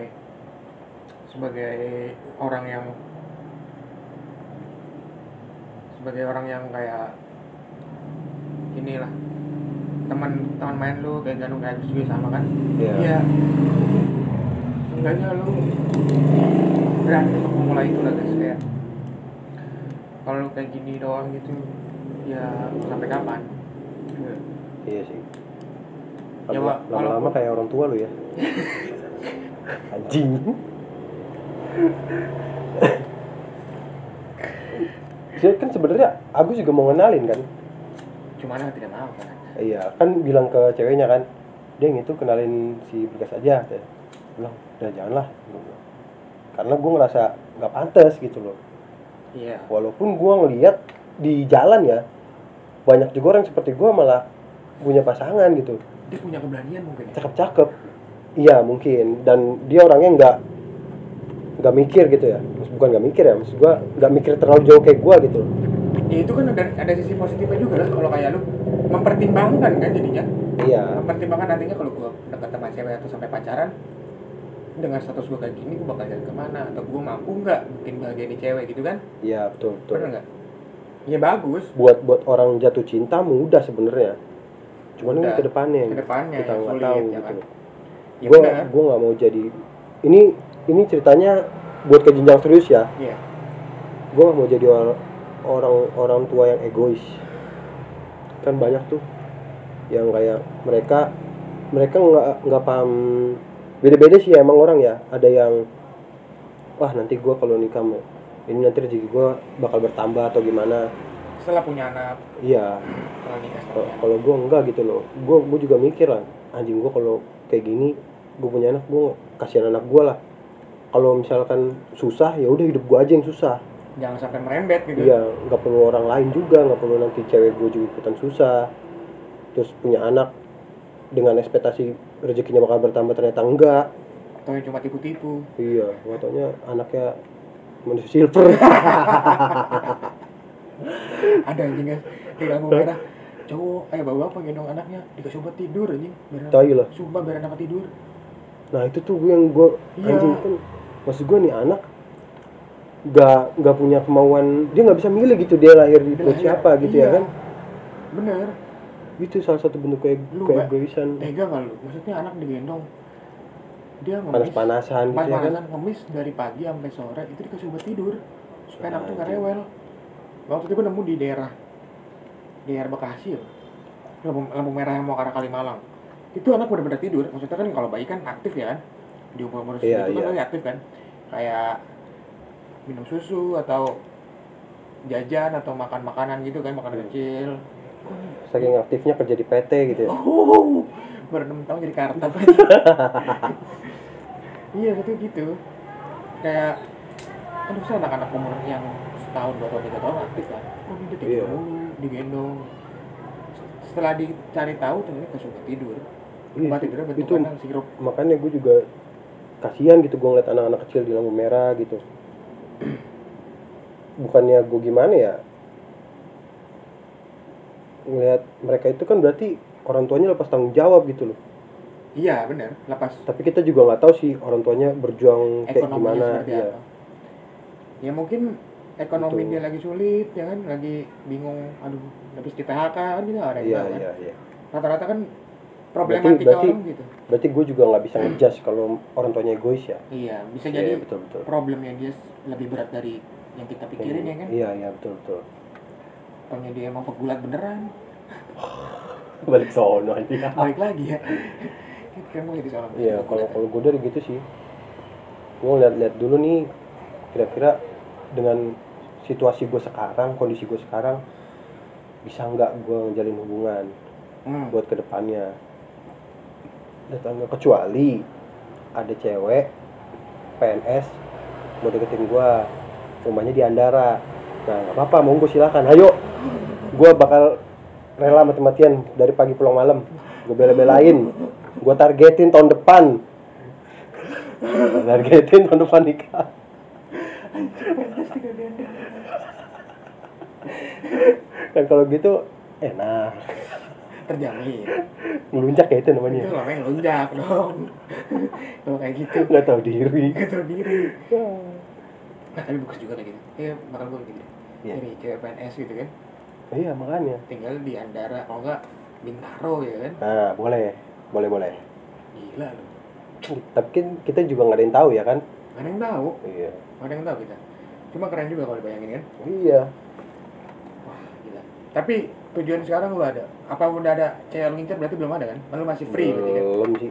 sebagai orang yang kayak inilah teman main lu kayak Ganu kayak juga sama kan. Iya. Seenggaknya lu berani untuk memulai itu lah guys, kayak kalau lu kayak gini doang gitu ya sampai kapan? Iya sih. Ya, lama-lama kayak orang tua lu ya. Anjing. Kan sebenarnya Agus juga mau ngenalin kan. Cuman aku tidak mau kan. Iya, kan bilang ke ceweknya kan, "Deng, itu kenalin si Bergas aja." Saya bilang, "Udah janganlah." Karena gue ngerasa nggak pantas gitu loh. Iya. Walaupun gue ngelihat di jalan ya, banyak juga orang seperti gue malah punya pasangan gitu. Dia punya keberanian mungkin. Cakep-cakep. Iya mungkin. Dan dia orangnya nggak mikir gitu ya. Bukan nggak mikir ya, maksud gue nggak mikir terlalu jauh kayak gue gitu. Ya itu kan ada sisi positifnya juga lah kalau kayak lu mempertimbangkan kan jadinya. Iya. Mempertimbangkan nantinya kalau gue dekat sama cewek atau sampai pacaran, dengan status gue kayak gini gue bakal jalan kemana, atau gue mampu nggak bikin bahagia di cewek gitu kan. Iya betul. Bener nggak? Ya bagus. Buat orang jatuh cinta mudah sebenarnya. Cuman ini kedepannya kita nggak tahu ya gitu. Kan? Ya Gue nggak mau jadi ini ceritanya buat ke jenjang serius ya. Iya. Gue nggak mau jadi orang tua yang egois. Kan banyak tuh yang kayak mereka nggak paham. Beda-beda sih ya, emang orang ya. Ada yang wah nanti gue kalau nikah ini nanti rezeki gue bakal bertambah atau gimana setelah punya anak. Iya. Setelah nikah. Kalau gue enggak gitu loh. Gue juga mikir lah, anjing gue kalau kayak gini gue punya anak, gue kasihan anak gue lah. Kalau misalkan susah ya udah hidup gue aja yang susah. Jangan sampai merembet gitu. Iya, nggak perlu orang lain juga, nggak perlu nanti cewek gue juga ikutan susah. Terus punya anak dengan ekspektasi rezekinya bakal bertambah, ternyata enggak. Atau cuma tipu-tipu. Iya, nggak taunya anaknya manusia silver. Ada anjing kan di lampu merah, cowok bapak gendong anaknya dikasih obat tidur anjing, biar sumpah biar anaknya tidur. Nah itu tuh yang gue anjing kan, maksud gue nih anak nggak punya kemauan, dia nggak bisa milih gitu dia lahir di perut siapa gitu ya kan. Bener. Itu salah satu bentuk keegoisan. Tega nggak lu? Maksudnya anak digendong, dia ngemis, panas-panasan gitu ya kan, ngemis dari pagi sampai sore, itu dikasih obat tidur supaya anak tuh nggak rewel. Waktu itu gue nemu di daerah Bekasi ya, lampu merah yang mau ke arah Kalimalang. Itu anak benar-benar tidur. Maksudnya kan kalau bayi kan aktif ya kan, di umur segitu kan lagi aktif kan, kayak minum susu atau jajan atau makan makanan gitu kan, makanan kecil. Saking aktifnya kerja di PT gitu ya. Baru 6 tahun jadi kartap. Iya betul gitu. Kayak aduh anak-anak umur yang setahun, 2 tahun, 3 tahun aktif kan. Dia tidur mulu, digendong. Setelah dicari tahu ternyata kasih obat tidur. Obat tidurnya bentukan sirup. Makanya gue juga kasihan gitu gue ngeliat anak-anak kecil di lampu merah gitu. Bukannya gue gimana ya, ngeliat mereka itu kan berarti orang tuanya lepas tanggung jawab gitu loh. Iya benar, lepas. Tapi kita juga nggak tahu sih orang tuanya berjuang kayak gimana. Ya. Ya mungkin ekonomi betul. Dia lagi sulit ya kan, lagi bingung, aduh habis di PHK kan gitu ada. Iya. Rata-rata kan problematika orang gitu. Berarti gue juga nggak bisa ngejudge kalau orang tuanya egois ya. Iya, bisa jadi betul. Problemnya dia lebih berat dari yang kita pikirin ya kan. Iya betul. Taunya dia emang pegulat beneran. Balik sono aja. Balik lagi ya. Kan mau jadi seorang. Iya, kalau gue dari gitu sih. Gue lihat dulu nih kira-kira dengan situasi gue sekarang, kondisi gue sekarang, bisa nggak gue ngejalin hubungan buat kedepannya. Datang kecuali ada cewek PNS mau deketin gue, rumahnya di Andara. Nah nggak apa-apa, monggo silakan, ayo. Gue bakal rela mati-matian dari pagi pulang malam. Gue bela-belain, gue targetin tahun depan nikah. Kan kalau gitu enak, terjamin. Ngelunjak ya itu namanya. Itu namanya ngelunjak dong. Kalau kayak gitu nggak tahu diri. Nah tapi bagus juga kayak gitu. Iya bakal gue gitu. Jadi cewek PNS gitu kan. Iya makanya. Tinggal di Andara, kalau nggak Bintaro ya kan. Nah boleh. Gila loh. Tapi kita juga nggak ada yang tahu ya kan. Nggak ada yang tahu. Iya. Nggak ada yang tahu kita. Cuma keren juga kalau dibayangin kan. Iya. Wah gila. Tapi tujuan sekarang lu ada? Apa udah ada cewek lu ngincer berarti belum ada kan? Lu masih free berarti kan? Belum sih.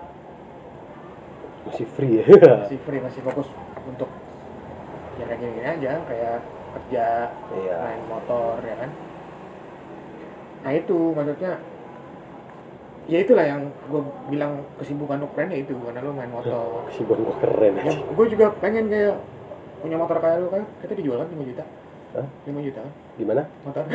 Masih free ya. Masih free, masih fokus untuk ya kayak gini aja, kayak kerja, main motor ya kan. Nah itu maksudnya ya itulah yang gue bilang kesibukan lu keren ya itu, karena lu main motor. Kesibukan gue keren ya, gue juga pengen kayak punya motor kayak lu, kayak kita dijual kan 5 juta. Hah? 5 juta kan? Gimana? Motor.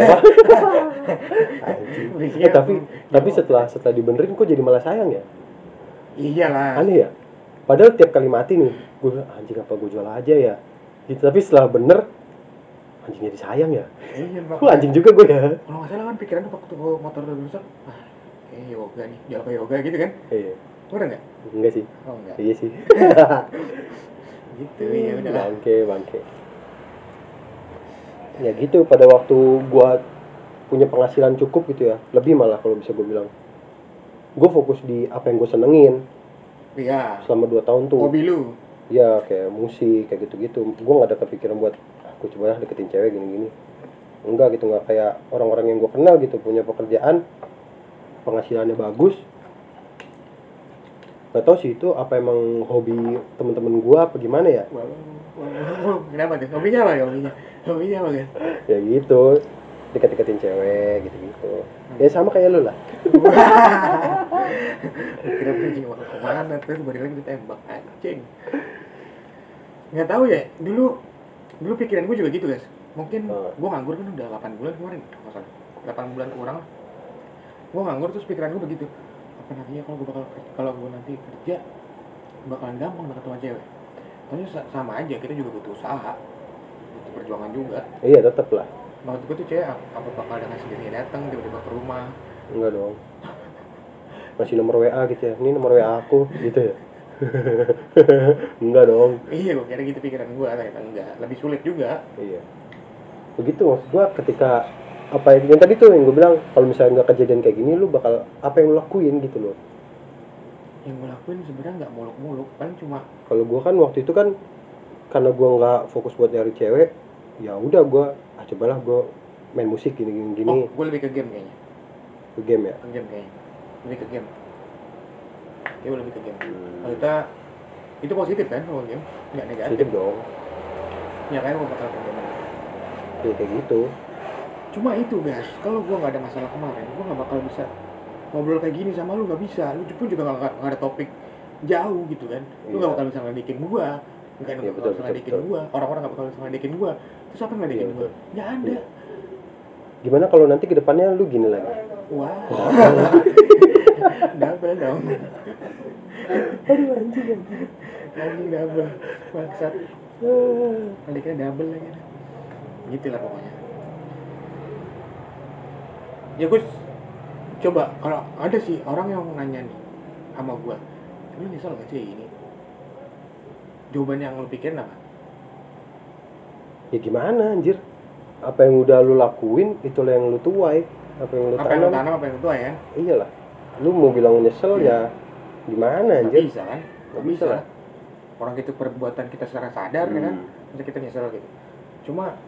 tapi setelah dibenerin kok jadi malah sayang ya? Iyalah. Aneh ya? Padahal tiap kali mati nih, gue anjing apa gue jual aja ya? Gitu, tapi setelah bener anjing jadi sayang ya? Iya, gue anjing juga gue ya. Kalau nggak salah kan pikiran tuh waktu motor udah rusak, yoga nih, jual ke yoga gitu kan? Iya. Udah nggak? Enggak sih. Oh enggak. Iya sih. Gitu ya udah. Bangke. Ya gitu, pada waktu gua punya penghasilan cukup gitu ya, lebih malah kalau bisa gue bilang, gue fokus di apa yang gue senengin. Iya. Selama 2 tahun tuh. Hobi lu? Ya kayak musik kayak gitu-gitu. Gue nggak ada kepikiran buat aku coba deketin cewek gini-gini. Enggak gitu, nggak kayak orang-orang yang gue kenal gitu, punya pekerjaan, penghasilannya bagus. Gak tau sih itu apa emang hobi temen-temen gue apa gimana ya? Kenapa tuh? Hobinya apa ya? Hobinya apa kan? Ya gitu, deket-deketin cewek gitu-gitu. Ya sama kayak lu lah. Kira pergi kemana terus baru lagi ditembak anjing. Nggak tahu ya, dulu pikiran gue juga gitu guys. Mungkin gue nganggur kan udah 8 bulan kemarin, masalah 8 bulan kurang. Gue nganggur terus pikiran gue begitu. Apa nantinya kalau gue nanti kerja bakalan gampang deket sama cewek. Tapi sama aja, kita juga butuh usaha, butuh perjuangan juga. Iya tetep lah. Maksud gue tuh cewek apa bakal dengan sendirinya datang tiba-tiba ke rumah? Enggak dong. Masih nomor WA gitu ya, ini nomor WA aku gitu ya. Enggak dong. Iya, gue kira gitu pikiran gue, ternyata enggak. Lebih sulit juga. Iya. Begitu maksud gue, ketika apa yang tadi tuh yang gue bilang, kalau misalnya nggak kejadian kayak gini, lu bakal apa yang lu lakuin gitu loh. Yang gue lakuin sebenarnya nggak muluk-muluk, paling cuma. Kalau gue kan waktu itu kan karena gue nggak fokus buat nyari cewek, ya udah gue cobalah gue main musik gini. Oh, gue lebih ke game kayaknya. Ke game ya? Ke game kayaknya. Lebih ke game. Ya lebih ke game. Kalau kita itu positif kan kalau game, nggak negatif. Positif dong. Ya kan gue bakal ke game. Ya kayak gitu. Cuma itu guys, kalau gue nggak ada masalah kemarin, gue nggak bakal bisa ngobrol kayak gini sama lu, nggak bisa. Lu pun juga nggak ada topik jauh gitu kan. Lu nggak bakal bisa ngedikin gue, nggak bakal bisa ngedikin gue. Orang-orang nggak bakal bisa ngedikin gue. Terus apa ngedikin gue? Nggak ada. Gimana kalau nanti kedepannya lu gini lagi? Wah. Double dong. Aduh anjing. Anjing double. Maksat. Kali kira double lagi. Gitulah pokoknya. Ya gue coba, kalau ada sih orang yang nanya nih sama gue, lu nyesel gak sih ini? Jawaban yang lu pikirin apa? Ya gimana anjir? Apa yang udah lu lakuin, itulah yang lu tuai. Apa yang lu tanam, apa yang lu tuai kan? Iyalah. Lu mau bilang nyesel ya gimana anjir? Gak bisa kan? Gak bisa lah. Orang itu perbuatan kita secara sadar ya kan? Masa kita nyesel gitu. Cuma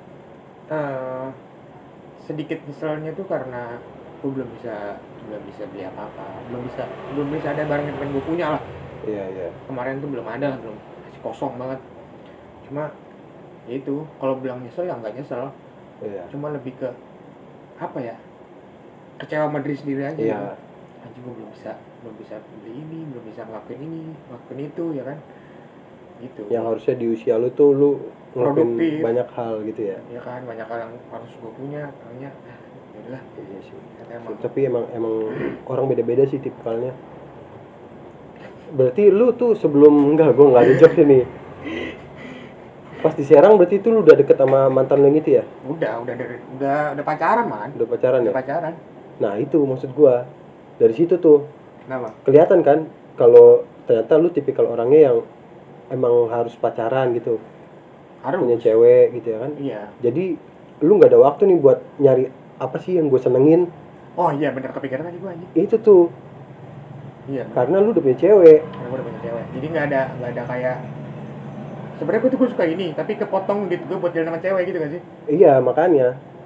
sedikit nyeselnya tuh karena gue belum bisa beli apa-apa, belum bisa ada barang yang pengen gue punya lah. Iya. Kemarin tuh belum ada lah, belum, masih kosong banget. Cuma ya itu, kalau bilang nyesel ya nggak nyesel. Iya. Cuma lebih ke apa ya, kecewa sama diri sendiri aja. Iya. Anjing gue belum bisa beli ini, belum bisa ngelakuin itu ya kan. Gitu. Yang harusnya di usia lu tuh lu ngelakuin banyak hal gitu ya. Iya kan, banyak hal yang harus gue punya, makanya yaudahlah. Iya sih. Tapi emang orang beda-beda sih tipikalnya. Berarti lu tuh sebelum gue nggak ada jokes nih. Pas di Serang berarti itu lu udah deket sama mantan lu yang itu ya? Udah pacaran man. Udah pacaran ya? Udah pacaran. Nah itu maksud gua, dari situ tuh. Kenapa? Kelihatan kan kalau ternyata lu tipikal orangnya yang emang harus pacaran gitu. Harus. Punya cewek gitu ya kan? Iya. Jadi lu nggak ada waktu nih buat nyari apa sih yang gue senengin. Oh iya bener, kepikiran tadi gue aja. Itu tuh. Iya. Karena lu udah punya cewek. Karena gue udah punya cewek. Jadi nggak ada kayak sebenarnya gue suka ini, tapi kepotong gitu gue buat jalan sama cewek gitu gak sih? Iya makanya.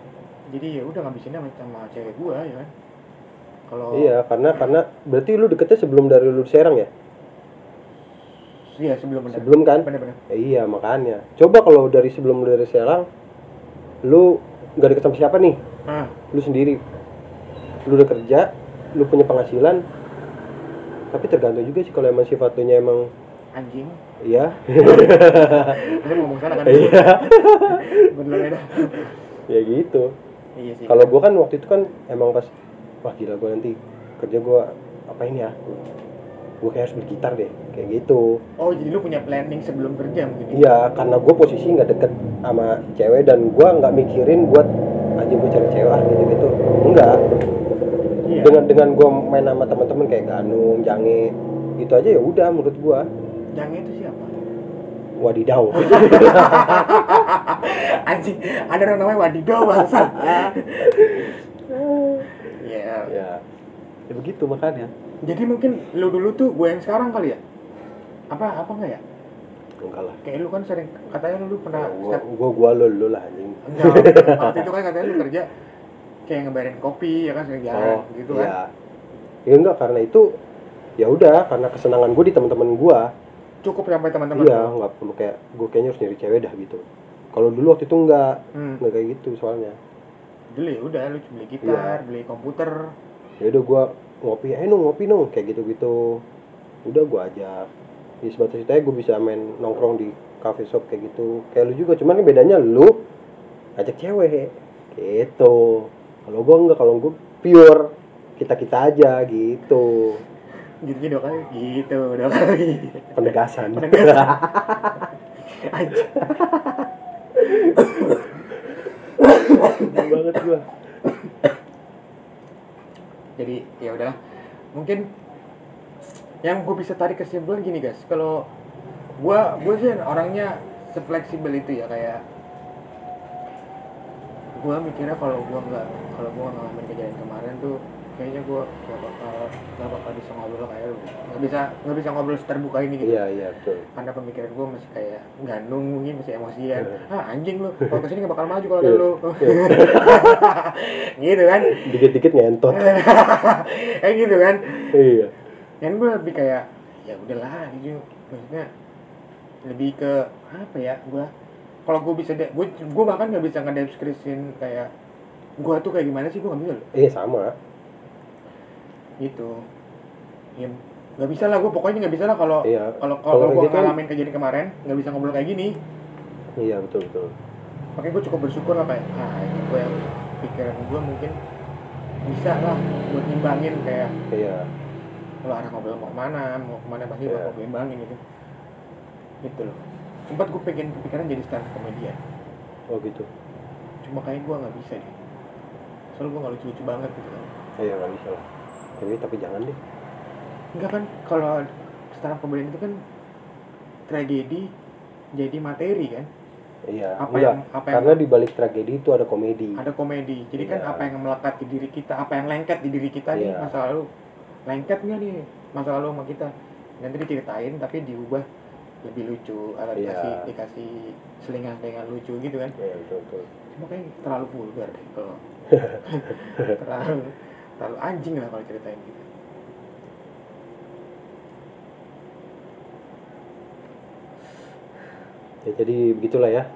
jadi ya udah ngabisinnya sama cewek gue ya kan. Kalau iya, karena berarti lu deketnya sebelum dari lu Serang ya? iya sebelum kan? Bener-bener. Iya, makanya coba kalau dari sebelum lu dari Serang lu nggak deket sama siapa nih, lu sendiri, lu udah kerja, lu punya penghasilan, tapi tergantung juga sih kalau emang sifatnya emang anjing. Iya. Kita ngomong sana kan. Iya. Bener beda. Ya gitu. Iya sih. Kalau gua kan waktu itu kan emang pas wah gila gua nanti kerja gua apain ya? Gua kayak harus bergitar deh, kayak gitu. Oh, jadi lu punya planning sebelum kerja mungkin? Iya, karena gua posisi nggak deket sama cewek dan gua nggak mikirin buat aja gua cari cewek gitu-gitu. Enggak. Iya. Dengan gua main sama teman-teman kayak Ganung, Jange, itu aja ya udah menurut gua. Jange itu siapa? Wadidaw. Anjing, ada orang namanya Wadidaw bangsa. Iya. Ya. Ya begitu makanya. Jadi mungkin lu dulu tuh gue yang sekarang kali ya? Apa enggak ya? Enggak lah. Kayak lu kan sering katanya lu pernah gua lu lah anjing. Enggak. Waktu itu kan katanya lu kerja kayak ngebayarin kopi ya kan sering jalan gitu kan. Iya. Ya enggak, karena itu ya udah karena kesenangan gue di teman-teman gue. Cukup sampai teman-teman. Iya, nggak perlu kayak gue kayaknya harus nyari cewek dah gitu. Kalau dulu waktu itu enggak kayak gitu soalnya. Dulu ya udah lu beli gitar, beli komputer. Ya udah gue ngopi nong kayak gitu-gitu. Udah gue ajak. Di sebatas itu aja gue bisa main nongkrong di cafe shop kayak gitu. Kayak lu juga, cuman bedanya lu ajak cewek gitu. Kalau gue enggak, kalau gue pure kita aja gitu. Gitu dong gitu dong. Penegasan. Aja. Banget gua. Jadi ya udahlah. Mungkin yang gue bisa tarik kesimpulan gini guys, kalau gue sih orangnya sefleksibel itu ya, kayak gue mikirnya kalau gue ngalamin kejadian kemarin tuh kayaknya gue gak bakal bisa ngobrol kayak lu, nggak bisa ngobrol terbuka ini gitu. Iya betul. Karena pemikiran gue masih kayak Ganung, mungkin masih emosian. Anjing lu, kalau kesini nggak bakal maju kalau ada lu. Gitu kan? Dikit-dikit ngentot. Kayak gitu kan? Iya. Yang gue lebih kayak ya udahlah gitu, maksudnya lebih ke apa ya, kalau gue bisa gue bahkan nggak bisa ngedeskripsiin kayak gue tuh kayak gimana sih, gue nggak bisa loh. Iya sama. Gitu ya, nggak bisa lah, gue pokoknya nggak bisa lah kalau gue gitu ngalamin kejadian kemarin nggak bisa ngobrol kayak gini. Iya betul. Makanya gue cukup bersyukur lah kayak ini gue yang pikiran gue mungkin bisa lah buat nyimbangin kayak lo arah ngobrol mau kemana pasti bakal gue imbangin gitu loh. Sempat gue pengen kepikiran jadi stand up comedian. Oh gitu. Cuma kayak gue nggak bisa deh, soalnya gue nggak lucu banget gitu kan. Iya nggak bisa lah. Tapi jangan deh. Enggak kan, kalau stand up comedian itu kan tragedi jadi materi kan. Iya. Karena di balik tragedi itu ada komedi. Ada komedi. Jadi kan apa yang melekat di diri kita, apa yang lengket di diri kita nih masa lalu, lengket nggak nih masa lalu sama kita. Nanti diceritain tapi diubah lebih lucu, atau dikasih selingan-selingan lucu gitu kan. Iya betul. Cuma kayak terlalu vulgar deh kalau terlalu anjing lah kalau ceritain gitu. Ya jadi begitulah ya.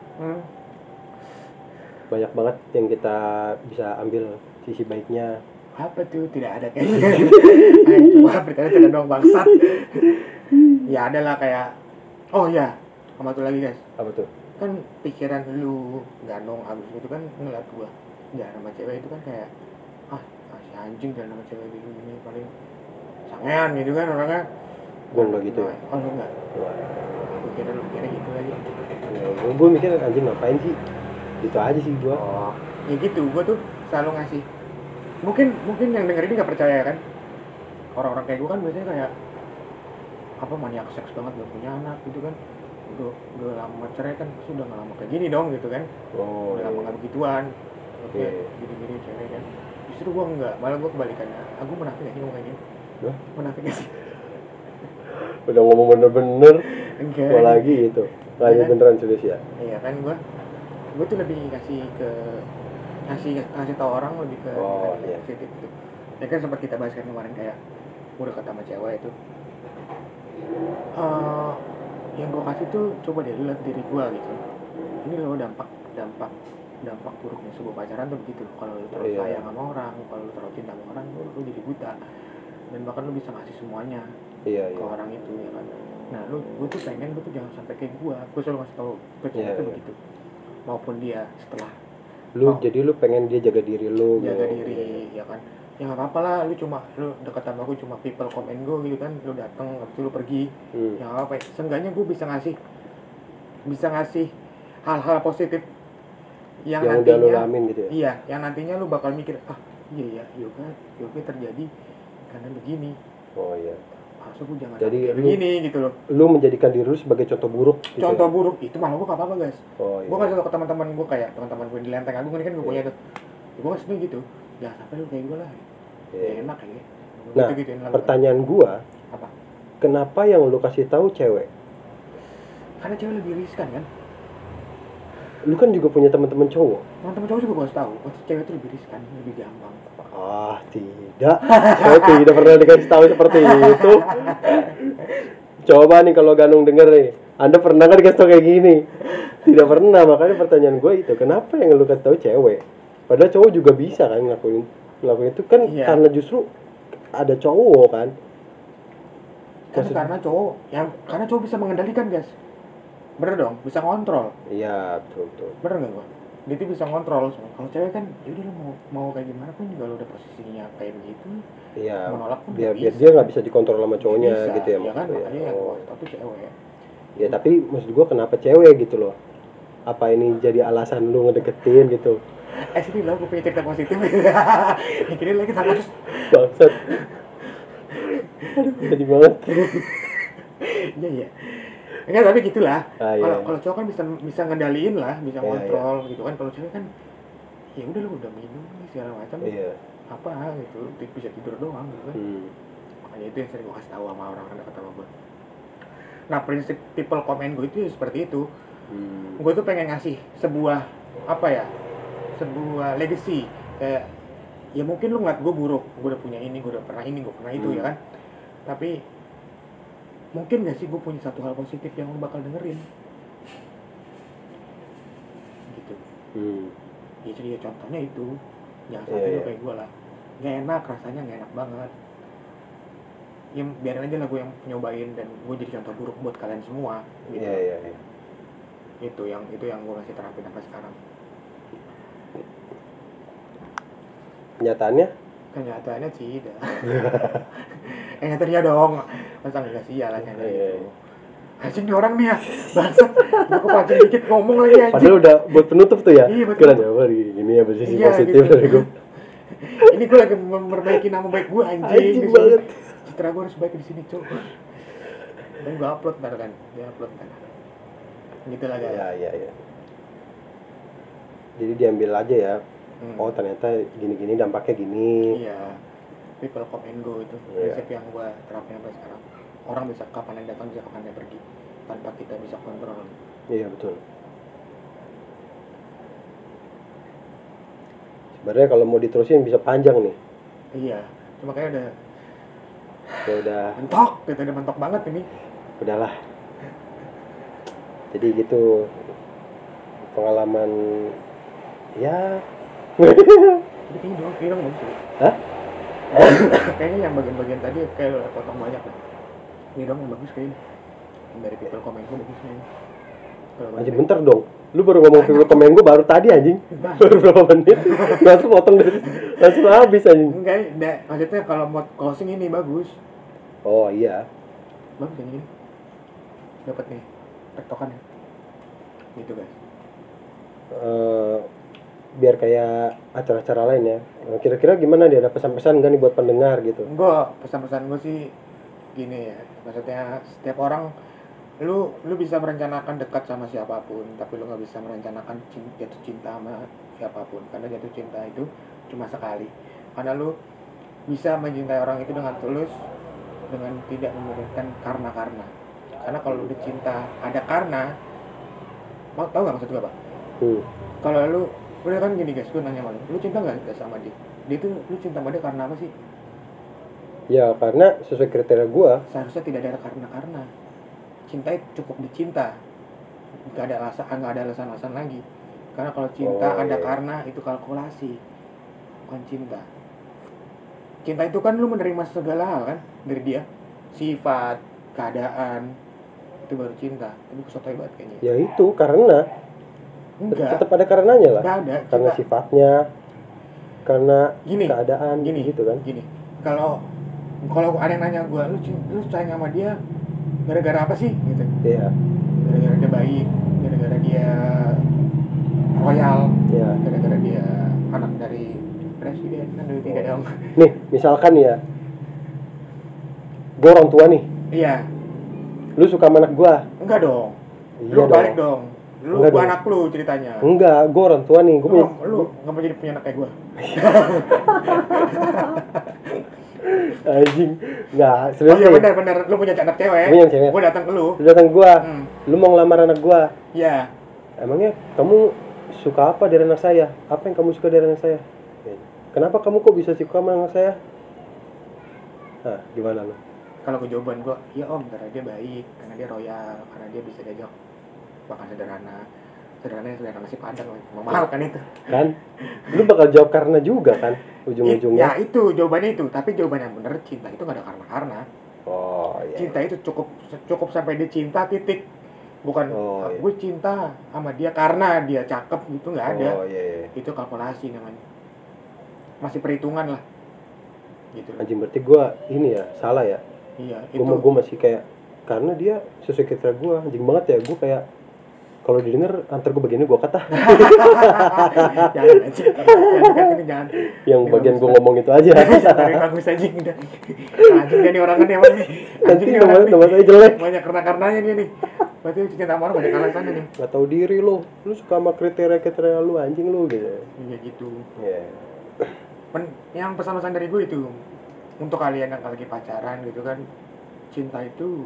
Banyak banget yang kita bisa ambil sisi baiknya. Apa tuh? Tidak ada kayaknya. Cuma berkata tidak dong bangsat. Ya ada lah kayak, oh ya, sama tuh lagi guys. Apa tuh? Kan pikiran lu Ganong abis itu kan ngeliat gua jalan sama cewek itu kan kayak si anjing jalan sama cewek gitu gini paling sangean gitu kan orangnya. Gua enggak gitu ya. Oh lu enggak? Gua kira gitu lagi. Ya, gua mikir anjing ngapain sih? Gitu aja sih gua. Oh, ya gitu, gua tuh selalu ngasih. Mungkin yang denger ini nggak percaya kan? Orang-orang kayak gua kan biasanya kayak apa maniak seks banget, belum punya anak gitu kan. Udah lama cerai kan, sudah nggak lama kayak gini dong gitu kan. Udah lama nggak begituan. Oke, gini cewek kan. Justru gua enggak, malah gua kebalikannya. Aku menafik gak sih ngomong kayak gini? Menafik gak sih? Udah ngomong bener-bener. Enggak. Gua lagi gitu. Lagi beneran serius ya. Iya kan, gua tuh lebih kasih ke ngasih tahu orang lebih ke iya. positif gitu. Ya kan sempat kita bahas kan kemarin kayak gue udah kata sama cewek itu yang gue kasih tuh coba deh lihat diri gue gitu, ini loh dampak buruknya sebuah pacaran tuh begitu. Kalau lu terlalu sayang sama orang, kalau lu terlalu cinta sama orang, lu jadi buta dan bahkan lu bisa ngasih semuanya ke orang itu ya kan. Nah gue tuh pengen lu tuh jangan sampai kayak gue selalu ngasih tau ke cewek tuh begitu, maupun dia setelah jadi lu pengen dia jaga diri lu, ya kan. Ya nggak apa-apa lah, lu dekat sama aku cuma people come and go gitu kan, lu datang habis itu lu pergi, ya nggak apa-apa. Seenggaknya gue bisa ngasih hal-hal positif yang nantinya udah lu alamin gitu ya. Iya, yang nantinya lu bakal mikir iya ya yoga terjadi karena begini. Oh iya. Harusnya gue jangan jadi begini gitu loh. Lu menjadikan diri lu sebagai contoh buruk gitu. Contoh buruk itu malah gue gak apa-apa guys. Iya. Gue kasih tau ke teman-teman gue, kayak teman-teman gue di Lenteng Agung ini kan gue punya tuh. Gue ngasih gitu, jangan sampai lu kayak gue lah. Enak ya. Nah, pertanyaan gue, apa? Kenapa yang lu kasih tahu cewek? Karena cewek lebih riskan kan. Lu kan juga punya teman-teman cowok. Teman-teman cowok juga gue tahu, cewek itu lebih riskan, lebih gampang. Tidak. Saya tidak pernah dikasih tahu seperti itu. Coba nih kalau Ganung denger nih, Anda pernah kan dikasih tahu kayak gini? Tidak pernah. Makanya pertanyaan gue itu, kenapa yang lu kasih tahu cewek? Padahal cowok juga bisa kan ngelakuin itu kan. Karena justru ada cowok kan. Karena cowok bisa mengendalikan guys. Bener dong, bisa ngontrol. Iya, betul. Bener nggak gua? Dia tuh bisa ngontrol. Kalau cewek kan, yaudah lu mau kayak gimana pun juga lu udah posisinya kayak begitu. Iya. Menolak pun biar dia nggak bisa dikontrol sama cowoknya gitu ya. Iya kan, makanya yang gua tahu tuh cewek. Ya tapi maksud gua kenapa cewek gitu loh? Apa ini jadi alasan lu ngedeketin gitu? Sini lo, gue punya cerita positif. Mikirin lagi sama bangsat. Aduh, jadi banget. Iya. Enggak, tapi gitulah. Kalau cowok kan bisa ngendaliin lah, bisa kontrol gitu kan. Kalau cewek kan ya udah lu udah minum segala macam. Apa gitu, bisa tidur doang gitu kan. Makanya itu yang sering gue kasih tahu sama orang-orang dekat sama gue. Nah, prinsip people come and go itu seperti itu. Gue tuh pengen ngasih sebuah legacy. Kayak ya mungkin lu ngeliat gue buruk, gue udah punya ini, gue udah pernah ini, gue pernah itu ya kan. Tapi mungkin gak sih gue punya satu hal positif yang lo bakal dengerin gitu. Ya jadi contohnya itu, jangan sampai lo kayak gue lah, gak enak rasanya, gak enak banget. Ya biarin aja lah gue yang nyobain dan gue jadi contoh buruk buat kalian semua gitu. Itu yang gue masih terapin sampai sekarang. Kenyataannya sih dah. Nyatanya dong, masa nggak sial lah nyatanya gitu. Anjing nih orang nih ya, bangsat. Gue kepancing dikit ngomong lagi anjing. Padahal udah buat penutup tuh ya. Iya betul. Keren ya, gini ya posisi positif gitu. dari gue. Ini gue lagi memperbaiki nama baik gue anjing banget. Citra gue harus baik di sini cuy. Dan gue upload ntar kan, Gitu lah guys. Iya. Jadi diambil aja ya. Oh ternyata gini-gini dampaknya gini. Iya. People come and go itu prinsip yang gue terapin sampai sekarang. Orang bisa kapan yang datang, bisa kapan yang pergi, tanpa kita bisa kontrol. Iya betul. Sebenarnya kalau mau diterusin bisa panjang nih. Iya, cuma kayak udah mentok banget ini. Udahlah. Jadi gitu pengalaman ya. Jadi kayaknya dong bagus. Hah? Kayaknya yang bagian-bagian tadi kayak lo potong banyak lah. Ini dong yang bagus kayaknya. Yang dari people comment gue bagus kayaknya. Anjing bentar dong. Lu baru ngomong people comment gue baru tadi anjing. Baru berapa menit. Langsung potong dari langsung habis anjing. Enggak, maksudnya kalau mau closing ini bagus. Oh iya. Bagus ini. Dapat nih tektokan ya. Gitu guys. Biar kayak acara-acara lain ya. Kira-kira gimana dia, ada pesan-pesan nggak nih buat pendengar gitu? Enggak, pesan-pesan gue sih gini ya. Maksudnya setiap orang lu bisa merencanakan dekat sama siapapun, tapi lu nggak bisa merencanakan jatuh cinta sama siapapun. Karena jatuh cinta itu cuma sekali. Karena lu bisa mencintai orang itu dengan tulus, dengan tidak memikirkan karena. Karena kalau udah cinta ada karena, mau tahu nggak maksud gue apa? Kalau lu Udah kan gini guys, gue nanya sama lu cinta nggak sama dia? Dia tuh lu cinta sama dia karena apa sih? Ya karena sesuai kriteria gua. Seharusnya tidak ada karena. Cinta itu cukup dicinta, nggak ada alasan lagi. Karena kalau cinta ada karena, itu kalkulasi, bukan cinta. Cinta itu kan lu menerima segala hal kan dari dia, sifat, keadaan, itu baru cinta. Tapi sotoy banget kayaknya. Ya itu karena Enggak. tetap ada karenanya lah. Enggak ada. Karena sifatnya, karena gini, keadaan, gitu kan. Gini, kalau ada yang nanya gue, lu sayang sama dia gara-gara apa sih gitu? Iya. Gara-gara dia baik, gara-gara dia royal, Iya. gara-gara dia anak dari presiden, kan tidak dong. Nih, misalkan ya, gue orang tua nih. Iya. Lu suka sama anak gue? Enggak dong. Iya Lu dong. balik dong. Lu Enggak gua dong. anak lu ceritanya. Enggak, gue orang tua nih. Lu nggak mau jadi punya anak kayak gua. Anjing. Enggak, Oh serius iya nih. benar. Lu punya anak cewek. Punya cewek. Gua datang ke lu. Lu datang gue. Hmm. Lu mau ngelamar anak gue. Iya. Emangnya kamu suka apa dari anak saya? Apa yang kamu suka dari anak saya? Kenapa kamu kok bisa suka sama anak saya? Nah, gimana lo? Kalau jawaban gua, ya om, karena dia baik, karena dia royal, karena dia bisa diajak makan sederhana nasi padang, mahal kan itu. Kan? Lu bakal jawab karena juga kan? Ujung-ujungnya. Ya itu jawabannya itu, tapi jawaban yang benar cinta itu nggak ada karena. Oh iya. Cinta itu cukup sampai dia cinta titik. Bukan iya. gue cinta sama dia karena dia cakep gitu, nggak ada. Oh iya. Itu kalkulasi namanya. Masih perhitungan lah. Gitu. Anjing, berarti gua ini ya, salah ya. Iya, itu. Gue masih kayak karena dia sesuai kriteria gue, anjing banget ya. Gue kayak kalau didengar antar gue bagiannya gue kata. Jangan anjing. Jangan. Yang bagian gue ngomong itu aja. Dari bagus anjing udah. Anjing dia nih orangnya nih emang nih. Nanti Anjing nama saya jelek. banyak karena-karenanya dia nih. Berarti cinta sama orang banyak alasannya nih. Gak tahu diri lo. Lu suka sama kriteria lu, anjing lu gitu. Iya gitu. Iya. Yang pesan-pesan dari gue itu untuk kalian yang lagi pacaran gitu kan, cinta itu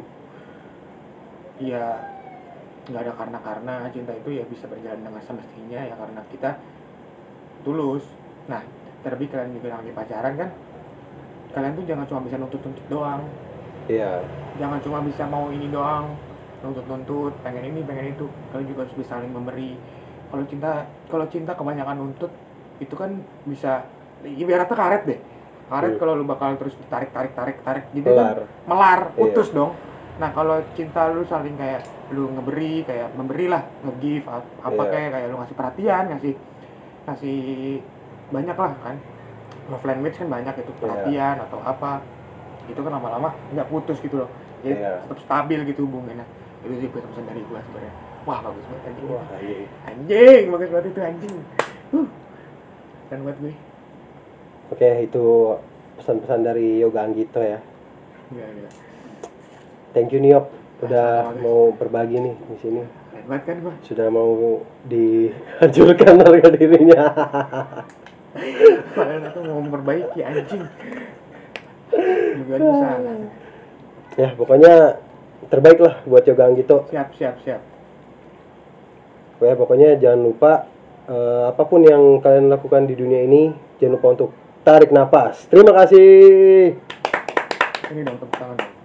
ya nggak ada karena cinta itu ya bisa berjalan dengan semestinya ya karena kita tulus. Nah terlebih kalian juga yang lagi pacaran kan, kalian tuh jangan cuma bisa nuntut doang. Iya. Jangan cuma bisa mau ini doang, nuntut pengen ini pengen itu. Kalian juga harus bisa saling memberi. Kalau cinta kebanyakan nuntut itu kan bisa ibaratnya karet deh. Karet kalau lu bakal terus tarik jadi kan melar, putus dong. Nah kalau cinta lu saling kayak lu memberilah, nge-give apa kayak lu ngasih perhatian, ngasih banyak lah kan. Love language kan banyak itu, perhatian atau apa. Itu kan lama-lama nggak putus gitu loh. Jadi tetap stabil gitu hubungannya. Itu sih pesan dari gua sebenarnya. Wah bagus banget anjing. Anjing bagus banget itu anjing. Dan buat gue. Oke, itu pesan-pesan dari Yoga Anggito ya. Iya. Thank you Niok, udah mau berbagi nih di sini. Keren banget kan gua. Sudah mau dihancurkan harga dirinya. Padahal aku mau memperbaiki anjing. Juga bisa. Ya, pokoknya terbaik lah buat Yoga Anggito. Siap. Ya, pokoknya jangan lupa apapun yang kalian lakukan di dunia ini, jangan lupa untuk tarik nafas. Terima kasih. Ini dong tepuk tangan.